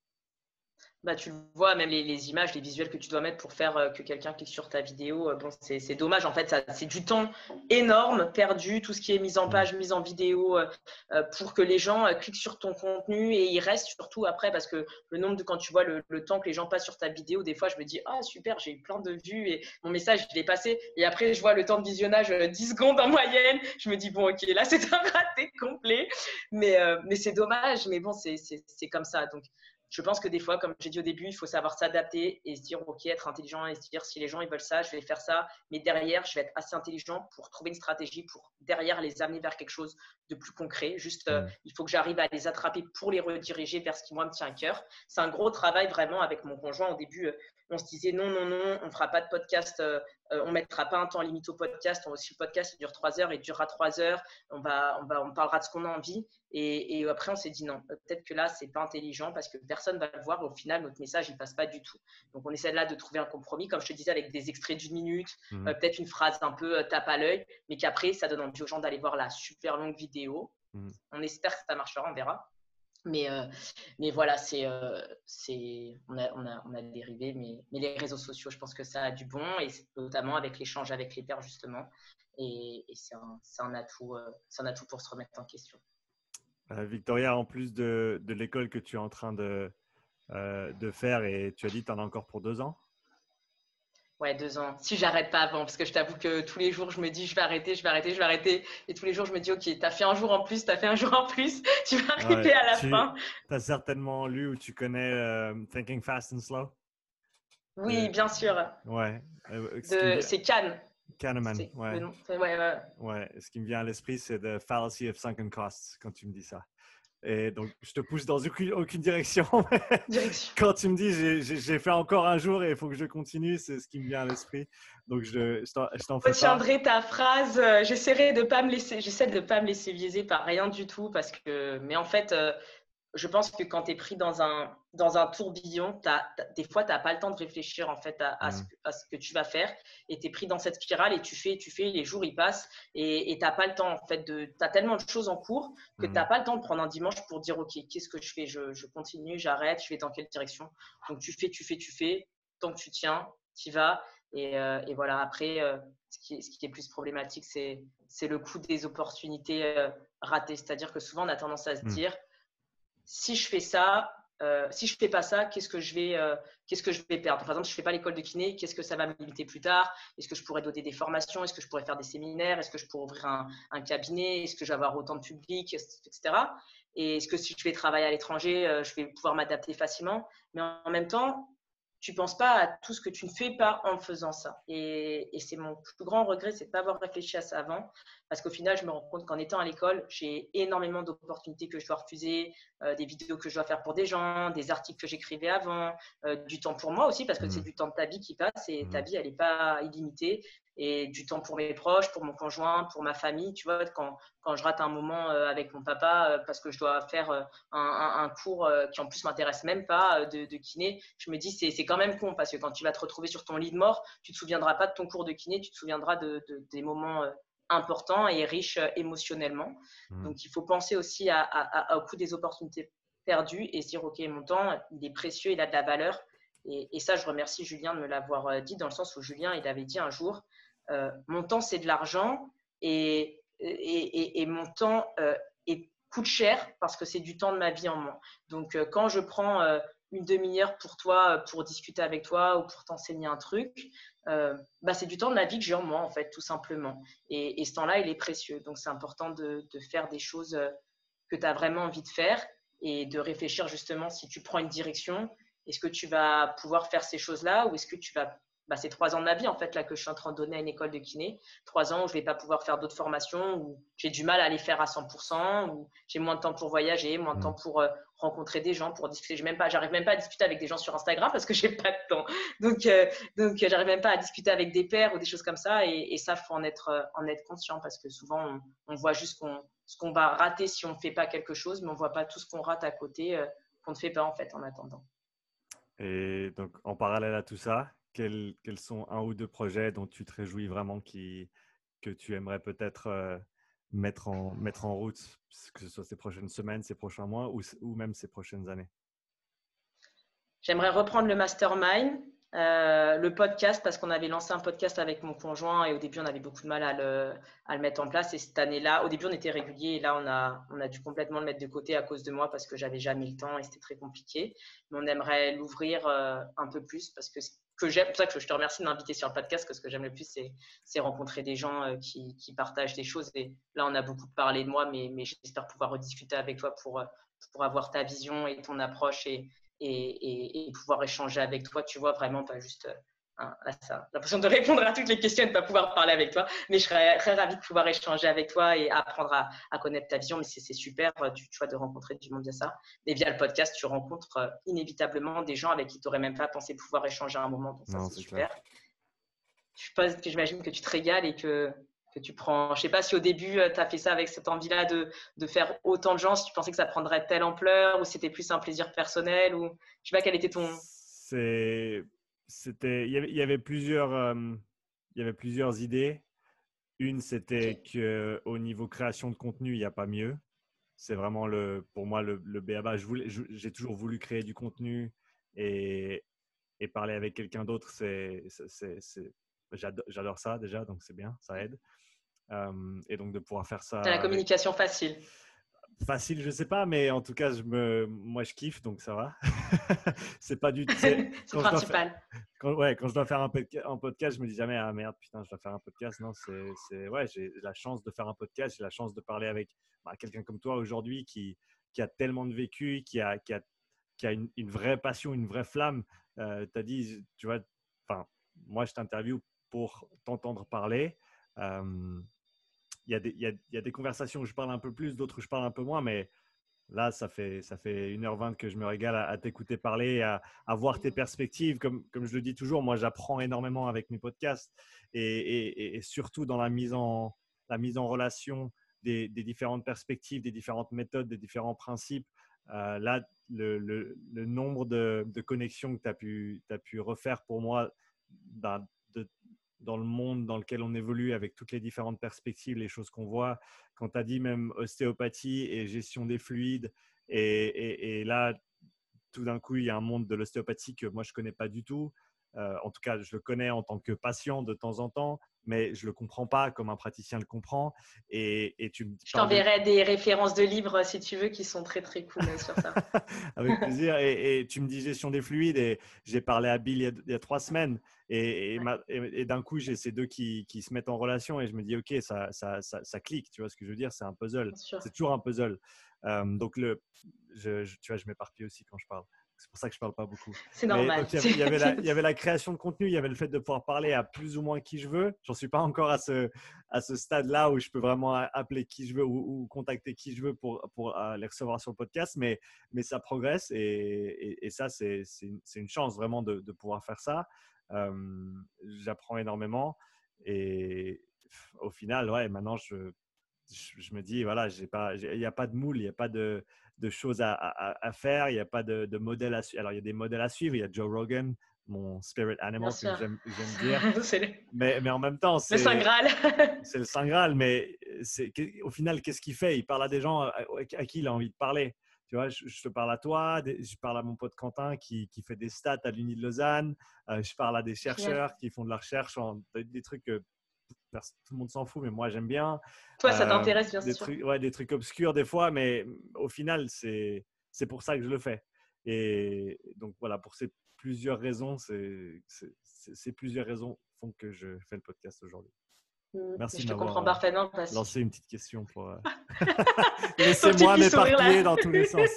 Bah, tu le vois, même les, les images, les visuels que tu dois mettre pour faire euh, que quelqu'un clique sur ta vidéo, euh, bon, c'est, c'est dommage. En fait, ça, c'est du temps énorme perdu, tout ce qui est mise en page, mise en vidéo, euh, euh, pour que les gens euh, cliquent sur ton contenu et ils restent surtout après, parce que le nombre de, quand tu vois le, le temps que les gens passent sur ta vidéo, des fois, je me dis, ah super, j'ai eu plein de vues et mon message, je l'ai passé. Et après, je vois le temps de visionnage, euh, dix secondes en moyenne. Je me dis, bon, ok, là, c'est un raté complet. Mais, euh, mais c'est dommage, mais bon, c'est, c'est, c'est comme ça. Donc, je pense que des fois, comme j'ai dit au début, il faut savoir s'adapter et se dire, ok, être intelligent et se dire, si les gens ils veulent ça, je vais faire ça. Mais derrière, je vais être assez intelligent pour trouver une stratégie pour derrière les amener vers quelque chose de plus concret. Juste, euh, il faut que j'arrive à les attraper pour les rediriger vers ce qui, moi, me tient à cœur. C'est un gros travail vraiment avec mon conjoint. Au début, euh, on se disait, non, non, non, on ne fera pas de podcast, euh, on ne mettra pas un temps limite au podcast. On, si le podcast il dure trois heures, il durera trois heures. On, va, on, va, on parlera de ce qu'on a envie. Et, et après, on s'est dit, non, peut-être que là, ce n'est pas intelligent parce que personne va le voir. Au final, notre message, il ne passe pas du tout. Donc, on essaie là de trouver un compromis, comme je te disais, avec des extraits d'une minute, mmh. euh, peut-être une phrase un peu euh, tape à l'œil, mais qu'après, ça donne envie aux gens d'aller voir la super longue vidéo. Mmh. On espère que ça marchera, on verra. Mais, euh, mais voilà, c'est, euh, c'est, on, a, on, a, on a dérivé, mais, mais les réseaux sociaux, je pense que ça a du bon, et c'est notamment avec l'échange avec les pairs, justement. Et, et c'est, un, c'est, un atout, euh, c'est un atout pour se remettre en question. Euh, Victoria, en plus de, de l'école que tu es en train de, euh, de faire, et tu as dit que tu en as encore pour deux ans? Ouais, deux ans. Si j'arrête pas avant, parce que je t'avoue que tous les jours, je me dis, je vais arrêter, je vais arrêter, je vais arrêter. Et tous les jours, je me dis, ok, t'as fait un jour en plus, t'as fait un jour en plus, tu vas arriver ouais, à la tu, fin. Tu as certainement lu ou tu connais uh, Thinking Fast and Slow? Oui, euh, bien sûr. Ouais. Euh, de, c'est Kahn. Kahneman, ouais. ouais, ouais. Ouais, ce qui me vient à l'esprit, c'est The Fallacy of Sunken Costs, quand tu me dis ça. Et donc, je te pousse dans aucune, aucune direction. direction. Quand tu me dis, j'ai, j'ai, j'ai fait encore un jour et il faut que je continue, c'est ce qui me vient à l'esprit. Donc, je, je t'en, je t'en fais pas. Je retiendrai ta phrase. Euh, j'essaierai de pas me laisser, j'essaie de pas me laisser biaiser par rien du tout, parce que, mais en fait, euh, je pense que quand tu es pris dans un, dans un tourbillon, t'as, t'as, des fois, tu n'as pas le temps de réfléchir en fait, à, à, mmh. ce, à ce que tu vas faire. Et tu es pris dans cette spirale et tu fais, tu fais, les jours, ils passent. Et tu n'as pas le temps, en fait, de. Tu as tellement de choses en cours que mmh. tu n'as pas le temps de prendre un dimanche pour dire, OK, qu'est-ce que je fais, je, je continue, j'arrête, je vais dans quelle direction. Donc, tu fais, tu fais, tu fais. Tant que tu tiens, tu y vas. Et, euh, et voilà, après, euh, ce, qui est, ce qui est plus problématique, c'est, c'est le coût des opportunités euh, ratées. C'est-à-dire que souvent, on a tendance à se Mm. dire, si je fais ça, euh, si je fais pas ça, qu'est-ce que je vais, euh, qu'est-ce que je vais perdre? Par exemple, je fais pas l'école de kiné, qu'est-ce que ça va me limiter plus tard? Est-ce que je pourrais donner des formations? Est-ce que je pourrais faire des séminaires? Est-ce que je pourrais ouvrir un, un cabinet? Est-ce que je vais avoir autant de public, et cetera. Et est-ce que si je vais travailler à l'étranger, euh, je vais pouvoir m'adapter facilement? Mais en même temps, tu penses pas à tout ce que tu ne fais pas en faisant ça. Et, et c'est mon plus grand regret, c'est de pas avoir réfléchi à ça avant. Parce qu'au final, je me rends compte qu'en étant à l'école, j'ai énormément d'opportunités que je dois refuser, euh, des vidéos que je dois faire pour des gens, des articles que j'écrivais avant, euh, du temps pour moi aussi, parce que Mm. c'est du temps de ta vie qui passe et Mm. ta vie, elle n'est pas illimitée. Et du temps pour mes proches, pour mon conjoint, pour ma famille. Tu vois, quand, quand je rate un moment euh, avec mon papa euh, parce que je dois faire euh, un, un, un cours euh, qui en plus m'intéresse même pas euh, de, de kiné, je me dis c'est, c'est quand même con parce que quand tu vas te retrouver sur ton lit de mort, tu te souviendras pas de ton cours de kiné, tu te souviendras de, de, des moments euh, importants et riches euh, émotionnellement. Mm. Donc il faut penser aussi à, à, à, au coût des opportunités perdues et se dire ok, mon temps il est précieux, il a de la valeur. Et, et ça, je remercie Julien de me l'avoir dit, dans le sens où Julien, il avait dit un jour, euh, mon temps, c'est de l'argent et, et, et, et mon temps euh, est, coûte cher parce que c'est du temps de ma vie en moins. Donc, euh, quand je prends euh, une demi-heure pour toi, pour discuter avec toi ou pour t'enseigner un truc, euh, bah, c'est du temps de ma vie que j'ai en moi, en fait, tout simplement. Et, et ce temps-là, il est précieux. Donc, c'est important de, de faire des choses que tu as vraiment envie de faire et de réfléchir justement si tu prends une direction, est-ce que tu vas pouvoir faire ces choses-là ou est-ce que tu vas… Bah, c'est trois ans de ma vie en fait là que je suis en train de donner à une école de kiné. Trois ans où je vais pas pouvoir faire d'autres formations, où j'ai du mal à les faire à cent pour cent, où j'ai moins de temps pour voyager, moins de temps pour euh, rencontrer des gens, pour discuter. Même pas, j'arrive même pas à discuter avec des gens sur Instagram parce que j'ai pas de temps. Donc, euh, donc j'arrive même pas à discuter avec des pairs ou des choses comme ça. Et, et ça, faut en être, en être conscient parce que souvent on, on voit juste qu'on, ce qu'on va rater si on ne fait pas quelque chose, mais on ne voit pas tout ce qu'on rate à côté, euh, qu'on ne fait pas en fait en attendant. Et donc, en parallèle à tout ça, quels, quels sont un ou deux projets dont tu te réjouis vraiment qui, que tu aimerais peut-être euh, mettre, en, mettre en route, que ce soit ces prochaines semaines, ces prochains mois ou, ou même ces prochaines années? J'aimerais reprendre le mastermind, euh, le podcast, parce qu'on avait lancé un podcast avec mon conjoint et au début, on avait beaucoup de mal à le, à le mettre en place. Et cette année-là, au début, on était régulier et là, on a, on a dû complètement le mettre de côté à cause de moi parce que j'avais jamais le temps et c'était très compliqué. Mais on aimerait l'ouvrir euh, un peu plus parce que que j'aime, c'est pour ça que je te remercie de m'inviter sur le podcast, parce que ce que j'aime le plus, c'est, c'est rencontrer des gens euh, qui, qui partagent des choses. Et là, on a beaucoup parlé de moi, mais, mais j'espère pouvoir rediscuter avec toi pour, pour avoir ta vision et ton approche et, et, et, et pouvoir échanger avec toi, tu vois, vraiment pas juste… Hein, là, ça, l'impression de répondre à toutes les questions et de ne pas pouvoir parler avec toi, mais je serais très ravie de pouvoir échanger avec toi et apprendre à, à connaître ta vision. Mais c'est, c'est super, tu, tu vois, de rencontrer du monde via ça. Et via le podcast, tu rencontres euh, inévitablement des gens avec qui tu n'aurais même pas pensé pouvoir échanger à un moment. Donc ça, Non, c'est c'est super. clair. Je pense que j'imagine que tu te régales et que, que tu prends… Je ne sais pas si au début, tu as fait ça avec cette envie-là de, de faire autant de gens, si tu pensais que ça prendrait telle ampleur ou c'était plus un plaisir personnel ou… Je sais pas quel était ton… C'est, c'était, il y avait, il y avait plusieurs, euh, il y avait plusieurs idées. Une, c'était Okay. qu'au niveau création de contenu, il n'y a pas mieux. C'est vraiment le, pour moi le, le B A B A. Je voulais, je, j'ai toujours voulu créer du contenu et, et parler avec quelqu'un d'autre. C'est, c'est, c'est, j'adore, j'adore ça déjà, donc c'est bien, ça aide. Euh, et donc de pouvoir faire Tu as la ça avec… communication facile. Facile, je sais pas, mais en tout cas, je me, moi, je kiffe, donc ça va. C'est pas du, C'est quand je dois faire, principal. quand, ouais, quand je dois faire un, podca- un podcast, je me dis jamais ah merde, putain, je dois faire un podcast. Non, c'est, c'est, ouais, j'ai la chance de faire un podcast, j'ai la chance de parler avec bah, quelqu'un comme toi aujourd'hui qui, qui a tellement de vécu, qui a, qui a, qui a une, une vraie passion, une vraie flamme. Euh, tu as dit, tu vois, enfin, moi, je t'interviewe pour t'entendre parler. Euh, il y, a des, il, y a, il y a des conversations où je parle un peu plus, d'autres où je parle un peu moins, mais là, ça fait, ça fait une heure vingt que je me régale à, à t'écouter parler, à, à voir tes perspectives. Comme, comme je le dis toujours, moi, j'apprends énormément avec mes podcasts et, et, et surtout dans la mise en, la mise en relation des, des différentes perspectives, des différentes méthodes, des différents principes. Euh, là, le, le, le nombre de, de connexions que tu as pu, t'as pu refaire pour moi dans, de, dans le monde dans lequel on évolue avec toutes les différentes perspectives, les choses qu'on voit. Quand tu as dit même ostéopathie et gestion des fluides, et, et, et là, tout d'un coup, il y a un monde de l'ostéopathie que moi, je ne connais pas du tout. Euh, en tout cas, je le connais en tant que patient de temps en temps, mais je ne le comprends pas comme un praticien le comprend. Et, et tu me Je parles de... t'enverrai des références de livres si tu veux qui sont très très cool sur ça. Avec plaisir. Et, et tu me dis gestion des fluides et j'ai parlé à Bill il y a, il y a trois semaines et, et, Ouais. ma- et- et d'un coup, j'ai ces deux qui, qui se mettent en relation et je me dis, OK, ça, ça, ça, ça clique. Tu vois ce que je veux dire? C'est un puzzle. Bien sûr. C'est toujours un puzzle. Euh, donc, le, je, je- tu vois, je m'éparpille aussi quand je parle. C'est pour ça que je parle pas beaucoup. C'est Mais normal. donc, il y avait, il y avait la, il y avait la création de contenu, il y avait le fait de pouvoir parler à plus ou moins qui je veux. J'en suis pas encore à ce, à ce stade-là où je peux vraiment appeler qui je veux ou, ou contacter qui je veux pour, pour euh, les recevoir sur le podcast, mais, mais ça progresse et, et, et ça, c'est, c'est, une, c'est une chance vraiment de, de pouvoir faire ça. Euh, j'apprends énormément et au final, ouais, maintenant, je, je, je me dis, voilà, j'ai pas, il n'y a pas de moule, il n'y a pas de, de choses à, à, à faire, il n'y a pas de, de modèle à suivre. Alors, il y a des modèles à suivre, il y a Joe Rogan, mon spirit Bien animal, que sûr. j'aime, j'aime dire. C'est le, Mais, mais en même temps, le Saint c'est, Graal. c'est le Saint Graal. Mais c'est, au final, qu'est-ce qu'il fait? Il parle à des gens à, à qui il a envie de parler. Tu vois, je, je te parle à toi, je parle à mon pote Quentin qui, qui fait des stats à l'Uni de Lausanne, euh, je parle à des Génial. chercheurs qui font de la recherche, en, des trucs que tout le monde s'en fout, mais moi j'aime bien. Toi, ça Euh, t'intéresse, bien des sûr. trucs, ouais, des trucs obscurs des fois, mais au final, c'est, c'est pour ça que je le fais. Et donc voilà, pour ces plusieurs raisons, c'est, c'est, c'est, ces plusieurs raisons font que je fais le podcast aujourd'hui. Merci Je de te comprends m'avoir euh, parfaitement parce que lancé une petite question pour euh... ton petit laissez-moi petit sourire m'éparpiller là. dans tous les sens.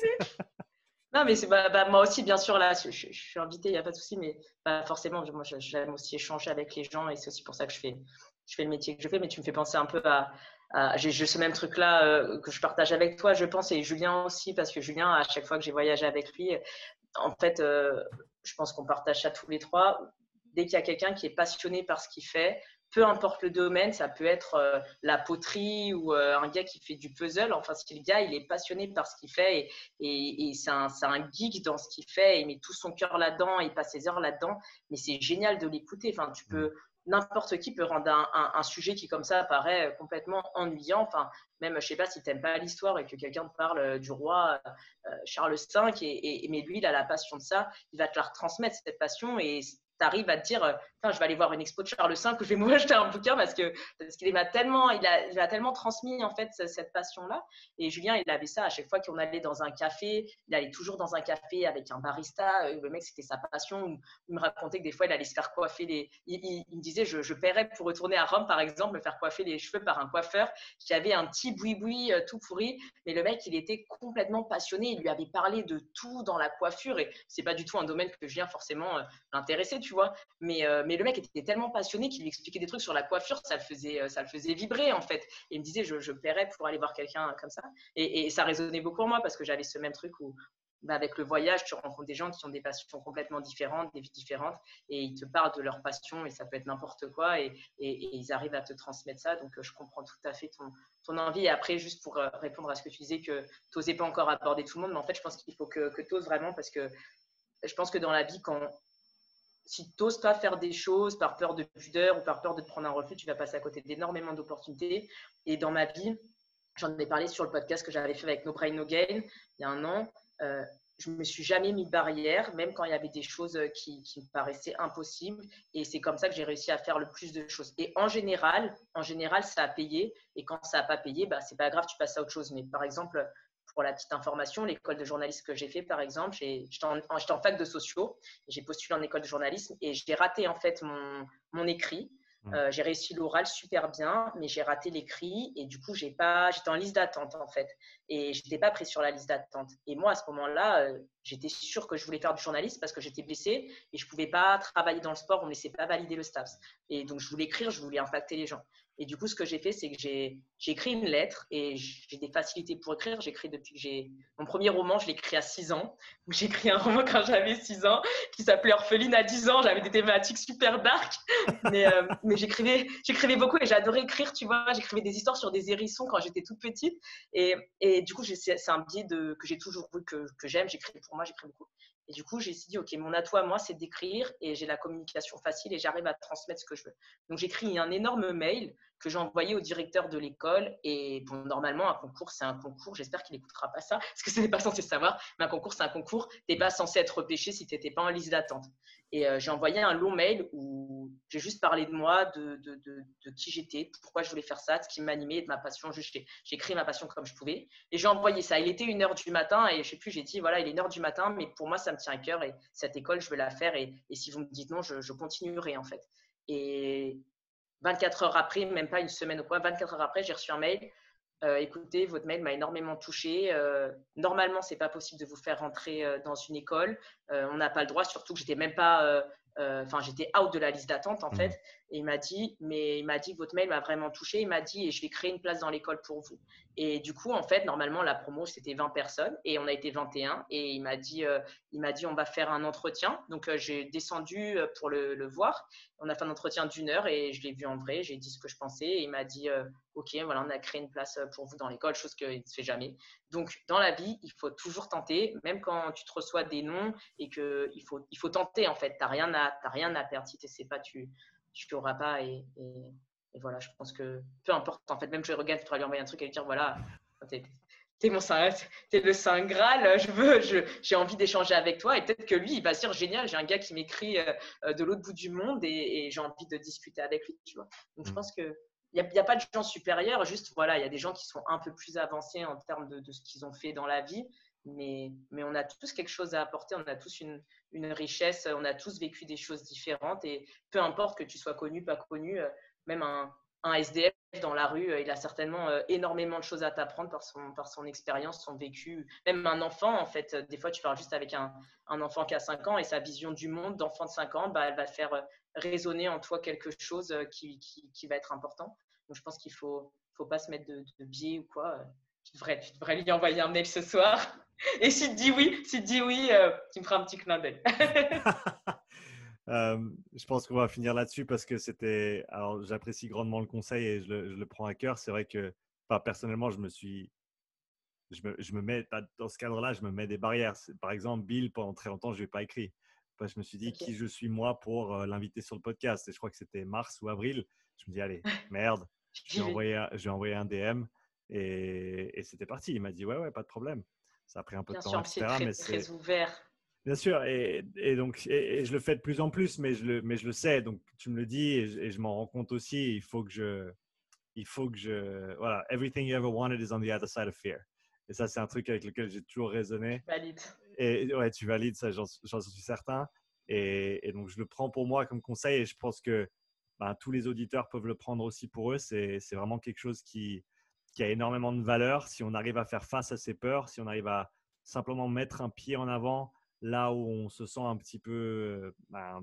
Non, mais c'est bah, bah, moi aussi, bien sûr, là, je, je, je suis invitée, il n'y a pas de souci, mais bah, forcément, moi, j'aime aussi échanger avec les gens et c'est aussi pour ça que je fais, je fais le métier que je fais. Mais tu me fais penser un peu à, à j'ai ce même truc-là euh, que je partage avec toi, je pense, et Julien aussi, parce que Julien, à chaque fois que j'ai voyagé avec lui, en fait, euh, je pense qu'on partage ça tous les trois. Dès qu'il y a quelqu'un qui est passionné par ce qu'il fait, peu importe le domaine, ça peut être euh, la poterie ou euh, un gars qui fait du puzzle. Enfin, si le gars, il est passionné par ce qu'il fait et, et, et c'est, un, c'est un geek dans ce qu'il fait, il met tout son cœur là-dedans, il passe ses heures là-dedans, mais c'est génial de l'écouter. Enfin, tu peux, n'importe qui peut rendre un, un, un sujet qui, comme ça, paraît complètement ennuyant. Enfin, même, je sais pas, si tu n'aimes pas l'histoire et que quelqu'un te parle du roi euh, Charles cinq, et, et, mais lui, il a la passion de ça, il va te la retransmettre, cette passion, et tu arrives à te dire, enfin, je vais aller voir une expo de Charles cinq ou je vais m'acheter un bouquin parce que parce qu'il m'a tellement, il a, il a tellement transmis en fait cette passion-là. Et Julien, il avait ça à chaque fois qu'on allait dans un café, il allait toujours dans un café avec un barista. Le mec, c'était sa passion. Il me racontait que des fois, il allait se faire coiffer les. Il, il, il me disait, je, je paierais pour retourner à Rome, par exemple, me faire coiffer les cheveux par un coiffeur qui avait un petit boui-boui tout pourri. Mais le mec, il était complètement passionné. Il lui avait parlé de tout dans la coiffure et c'est pas du tout un domaine que Julien forcément l'intéressait, tu vois. Mais, euh, mais le mec était tellement passionné qu'il lui expliquait des trucs sur la coiffure, ça le faisait, ça le faisait vibrer en fait. Et il me disait, je, je paierais pour aller voir quelqu'un comme ça. Et, et ça résonnait beaucoup pour moi parce que j'avais ce même truc où, bah, avec le voyage, tu rencontres des gens qui ont des passions complètement différentes, des vies différentes, et ils te parlent de leur passion, et ça peut être n'importe quoi, et, et, et ils arrivent à te transmettre ça. Donc, je comprends tout à fait ton, ton envie. Et après, juste pour répondre à ce que tu disais, que tu n'osais pas encore aborder tout le monde, mais en fait, je pense qu'il faut que, que tu oses vraiment, parce que je pense que dans la vie, quand si tu n'oses pas faire des choses par peur de pudeur ou par peur de te prendre un refus, tu vas passer à côté d'énormément d'opportunités. Et dans ma vie, j'en ai parlé sur le podcast que j'avais fait avec No Brain No Gain il y a un an. Euh, je ne me suis jamais mis de barrière, même quand il y avait des choses qui, qui me paraissaient impossibles. Et c'est comme ça que j'ai réussi à faire le plus de choses. Et en général, en général, ça a payé. Et quand ça n'a pas payé, bah, c'est pas grave, tu passes à autre chose. Mais par exemple, pour la petite information, l'école de journalisme que j'ai fait, par exemple, j'étais en, en fac de sociaux, j'ai postulé en école de journalisme et j'ai raté en fait mon, mon écrit. Euh, j'ai réussi l'oral super bien, mais j'ai raté l'écrit et du coup, j'ai pas, j'étais en liste d'attente en fait. Et je n'étais pas prise sur la liste d'attente. Et moi, à ce moment-là, euh, j'étais sûre que je voulais faire du journalisme parce que j'étais blessée et je ne pouvais pas travailler dans le sport, on ne me laissait pas valider le STAPS. Et donc, je voulais écrire, je voulais impacter les gens. Et du coup, ce que j'ai fait, c'est que j'ai, j'ai écrit une lettre et j'ai des facilités pour écrire. J'écris depuis que j'ai… Mon premier roman, je l'ai écrit à six ans. Donc, j'ai écrit un roman quand j'avais six ans qui s'appelait Orpheline à dix ans. J'avais des thématiques super dark. Mais, euh, mais j'écrivais, j'écrivais beaucoup et j'adorais écrire, tu vois. J'écrivais des histoires sur des hérissons quand j'étais toute petite. Et, et du coup, c'est un biais de, que j'ai toujours vu, que, que j'aime. J'écris pour moi, j'écris beaucoup. Et du coup, j'ai dit, OK, mon atout à moi, c'est d'écrire et j'ai la communication facile et j'arrive à transmettre ce que je veux. Donc, j'écris un énorme mail que j'ai envoyé au directeur de l'école. Et bon, normalement, un concours, c'est un concours. J'espère qu'il n'écoutera pas ça, parce que ce n'est pas censé savoir. Mais un concours, c'est un concours. Tu n'es pas censé être repêché si tu n'étais pas en liste d'attente. Et euh, j'ai envoyé un long mail où j'ai juste parlé de moi, de, de, de, de qui j'étais, pourquoi je voulais faire ça, de ce qui m'animait, de ma passion. Juste, j'ai, j'ai écrit ma passion comme je pouvais. Et j'ai envoyé ça. Il était une heure du matin et je sais plus, j'ai dit, voilà, il est une heure du matin, mais pour moi, ça me tient à cœur et cette école, je veux la faire. Et, et si vous me dites non, je, je continuerai en fait. Et vingt-quatre heures après, même pas une semaine ou quoi, vingt-quatre heures après, j'ai reçu un mail. Euh, écoutez, votre mail m'a énormément touchée. Euh, normalement, c'est pas possible de vous faire rentrer euh, dans une école. Euh, on n'a pas le droit, surtout que j'étais même pas, euh, euh, enfin, j'étais out de la liste d'attente en fait. Et il m'a dit, mais il m'a dit, votre mail m'a vraiment touchée. Il m'a dit, et je vais créer une place dans l'école pour vous. Et du coup, en fait, normalement, la promo c'était vingt personnes et on a été vingt et un. Et il m'a dit, euh, il m'a dit, on va faire un entretien. Donc, euh, j'ai descendu pour le, le voir. On a fait un entretien d'une heure et je l'ai vu en vrai. J'ai dit ce que je pensais et il m'a dit, euh, ok, voilà, on a créé une place pour vous dans l'école, chose qu'il ne se fait jamais. Donc, dans la vie, il faut toujours tenter, même quand tu te reçois des noms et qu'il faut, il faut tenter, en fait. Tu n'as rien, rien à perdre. Si tu ne sais pas, tu n'auras pas. Et, et, et voilà, je pense que peu importe. En fait, même je regarde, tu pourras lui envoyer un truc et lui dire, voilà, t'es, t'es mon saint, t'es le saint Graal, je veux, je, j'ai envie d'échanger avec toi. Et peut-être que lui, il va se dire, génial, j'ai un gars qui m'écrit euh, de l'autre bout du monde et, et j'ai envie de discuter avec lui, tu vois. Donc, je pense que il n'y a, a pas de gens supérieurs, juste voilà, il y a des gens qui sont un peu plus avancés en termes de, de ce qu'ils ont fait dans la vie, mais, mais on a tous quelque chose à apporter, on a tous une, une richesse, on a tous vécu des choses différentes et peu importe que tu sois connu, pas connu, même un, un S D F dans la rue, il a certainement énormément de choses à t'apprendre par son, par son expérience, son vécu. Même un enfant, en fait, des fois tu parles juste avec un, un enfant qui a cinq ans et sa vision du monde d'enfant de cinq ans, bah, elle va faire résonner en toi quelque chose qui, qui, qui va être important. Donc, je pense qu'il ne faut, faut pas se mettre de, de biais ou quoi. Tu devrais, tu devrais lui envoyer un mail ce soir. Et s'il te dit oui, s'il te dit oui, euh, tu me feras un petit clin d'œil. euh, je pense qu'on va finir là-dessus parce que c'était… Alors, j'apprécie grandement le conseil et je le, je le prends à cœur. C'est vrai que, enfin, personnellement, je me suis… Je me, je me mets, dans ce cadre-là, je me mets des barrières. Par exemple, Bill, pendant très longtemps, je ne lui ai pas écrit. Parce que je me suis dit okay. qui je suis moi pour euh, l'inviter sur le podcast. Et je crois que c'était mars ou avril. Je me dis, allez, merde, je lui ai envoyé un, je lui ai envoyé un D M et, et c'était parti. Il m'a dit, ouais, ouais, pas de problème. Ça a pris un peu Bien de temps, sûr, et cetera. C'est très, mais très c'est ouvert. Bien sûr. Et, et donc, et, et je le fais de plus en plus, mais je le, mais je le sais. Donc, tu me le dis et je, et je m'en rends compte aussi. Il faut que je… Il faut que je… Voilà, everything you ever wanted is on the other side of fear. Et ça, c'est un truc avec lequel j'ai toujours raisonné. Je valide. Et ouais, tu valides ça, j'en, j'en suis certain. Et, et donc, je le prends pour moi comme conseil et je pense que ben, tous les auditeurs peuvent le prendre aussi pour eux. C'est, c'est vraiment quelque chose qui, qui a énormément de valeur. Si on arrive à faire face à ses peurs, si on arrive à simplement mettre un pied en avant là où on se sent un petit peu ben,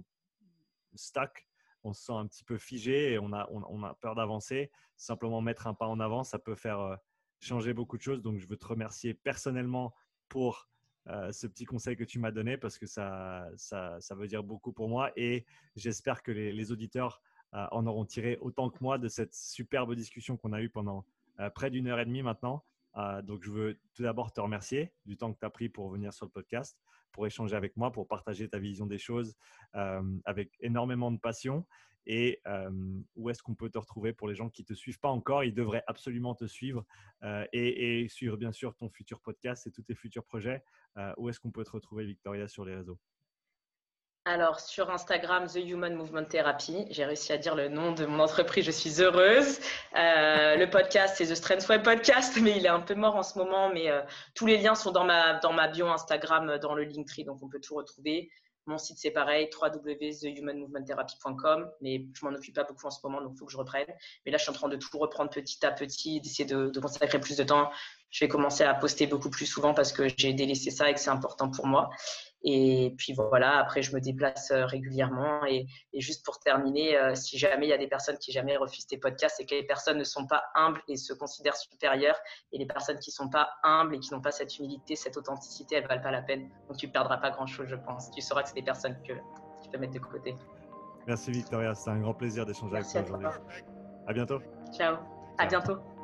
stuck, on se sent un petit peu figé et on a, on, on a peur d'avancer. Simplement mettre un pas en avant, ça peut faire euh, changer beaucoup de choses. Donc, je veux te remercier personnellement pour euh, ce petit conseil que tu m'as donné parce que ça, ça, ça veut dire beaucoup pour moi et j'espère que les, les auditeurs euh, en auront tiré autant que moi de cette superbe discussion qu'on a eue pendant euh, près d'une heure et demie maintenant. Euh, donc, je veux tout d'abord te remercier du temps que tu as pris pour venir sur le podcast, pour échanger avec moi, pour partager ta vision des choses euh, avec énormément de passion. Et euh, où est-ce qu'on peut te retrouver pour les gens qui ne te suivent pas encore? Ils devraient absolument te suivre euh, et, et suivre bien sûr ton futur podcast et tous tes futurs projets. Euh, où est-ce qu'on peut te retrouver, Victoria, sur les réseaux? Alors, sur Instagram, The Human Movement Therapy. J'ai réussi à dire le nom de mon entreprise, je suis heureuse. Euh, le podcast, c'est The Strength Web Podcast, mais il est un peu mort en ce moment. Mais euh, tous les liens sont dans ma, dans ma bio Instagram, dans le Linktree, donc on peut tout retrouver. Mon site, c'est pareil, w w w point the human movement therapy point com, mais je m'en occupe pas beaucoup en ce moment, donc il faut que je reprenne. Mais là, je suis en train de tout reprendre petit à petit, d'essayer de, de consacrer plus de temps. Je vais commencer à poster beaucoup plus souvent parce que j'ai délaissé ça et que c'est important pour moi. Et puis voilà, après, je me déplace régulièrement. Et, et juste pour terminer, euh, si jamais il y a des personnes qui jamais refusent tes podcasts, c'est que les personnes ne sont pas humbles et se considèrent supérieures. Et les personnes qui ne sont pas humbles et qui n'ont pas cette humilité, cette authenticité, elles ne valent pas la peine. Donc, tu ne perdras pas grand-chose, je pense. Tu sauras que c'est des personnes que tu peux mettre de côté. Merci Victoria, c'était un grand plaisir d'échanger avec toi aujourd'hui. À bientôt. Ciao, à Ciao. bientôt.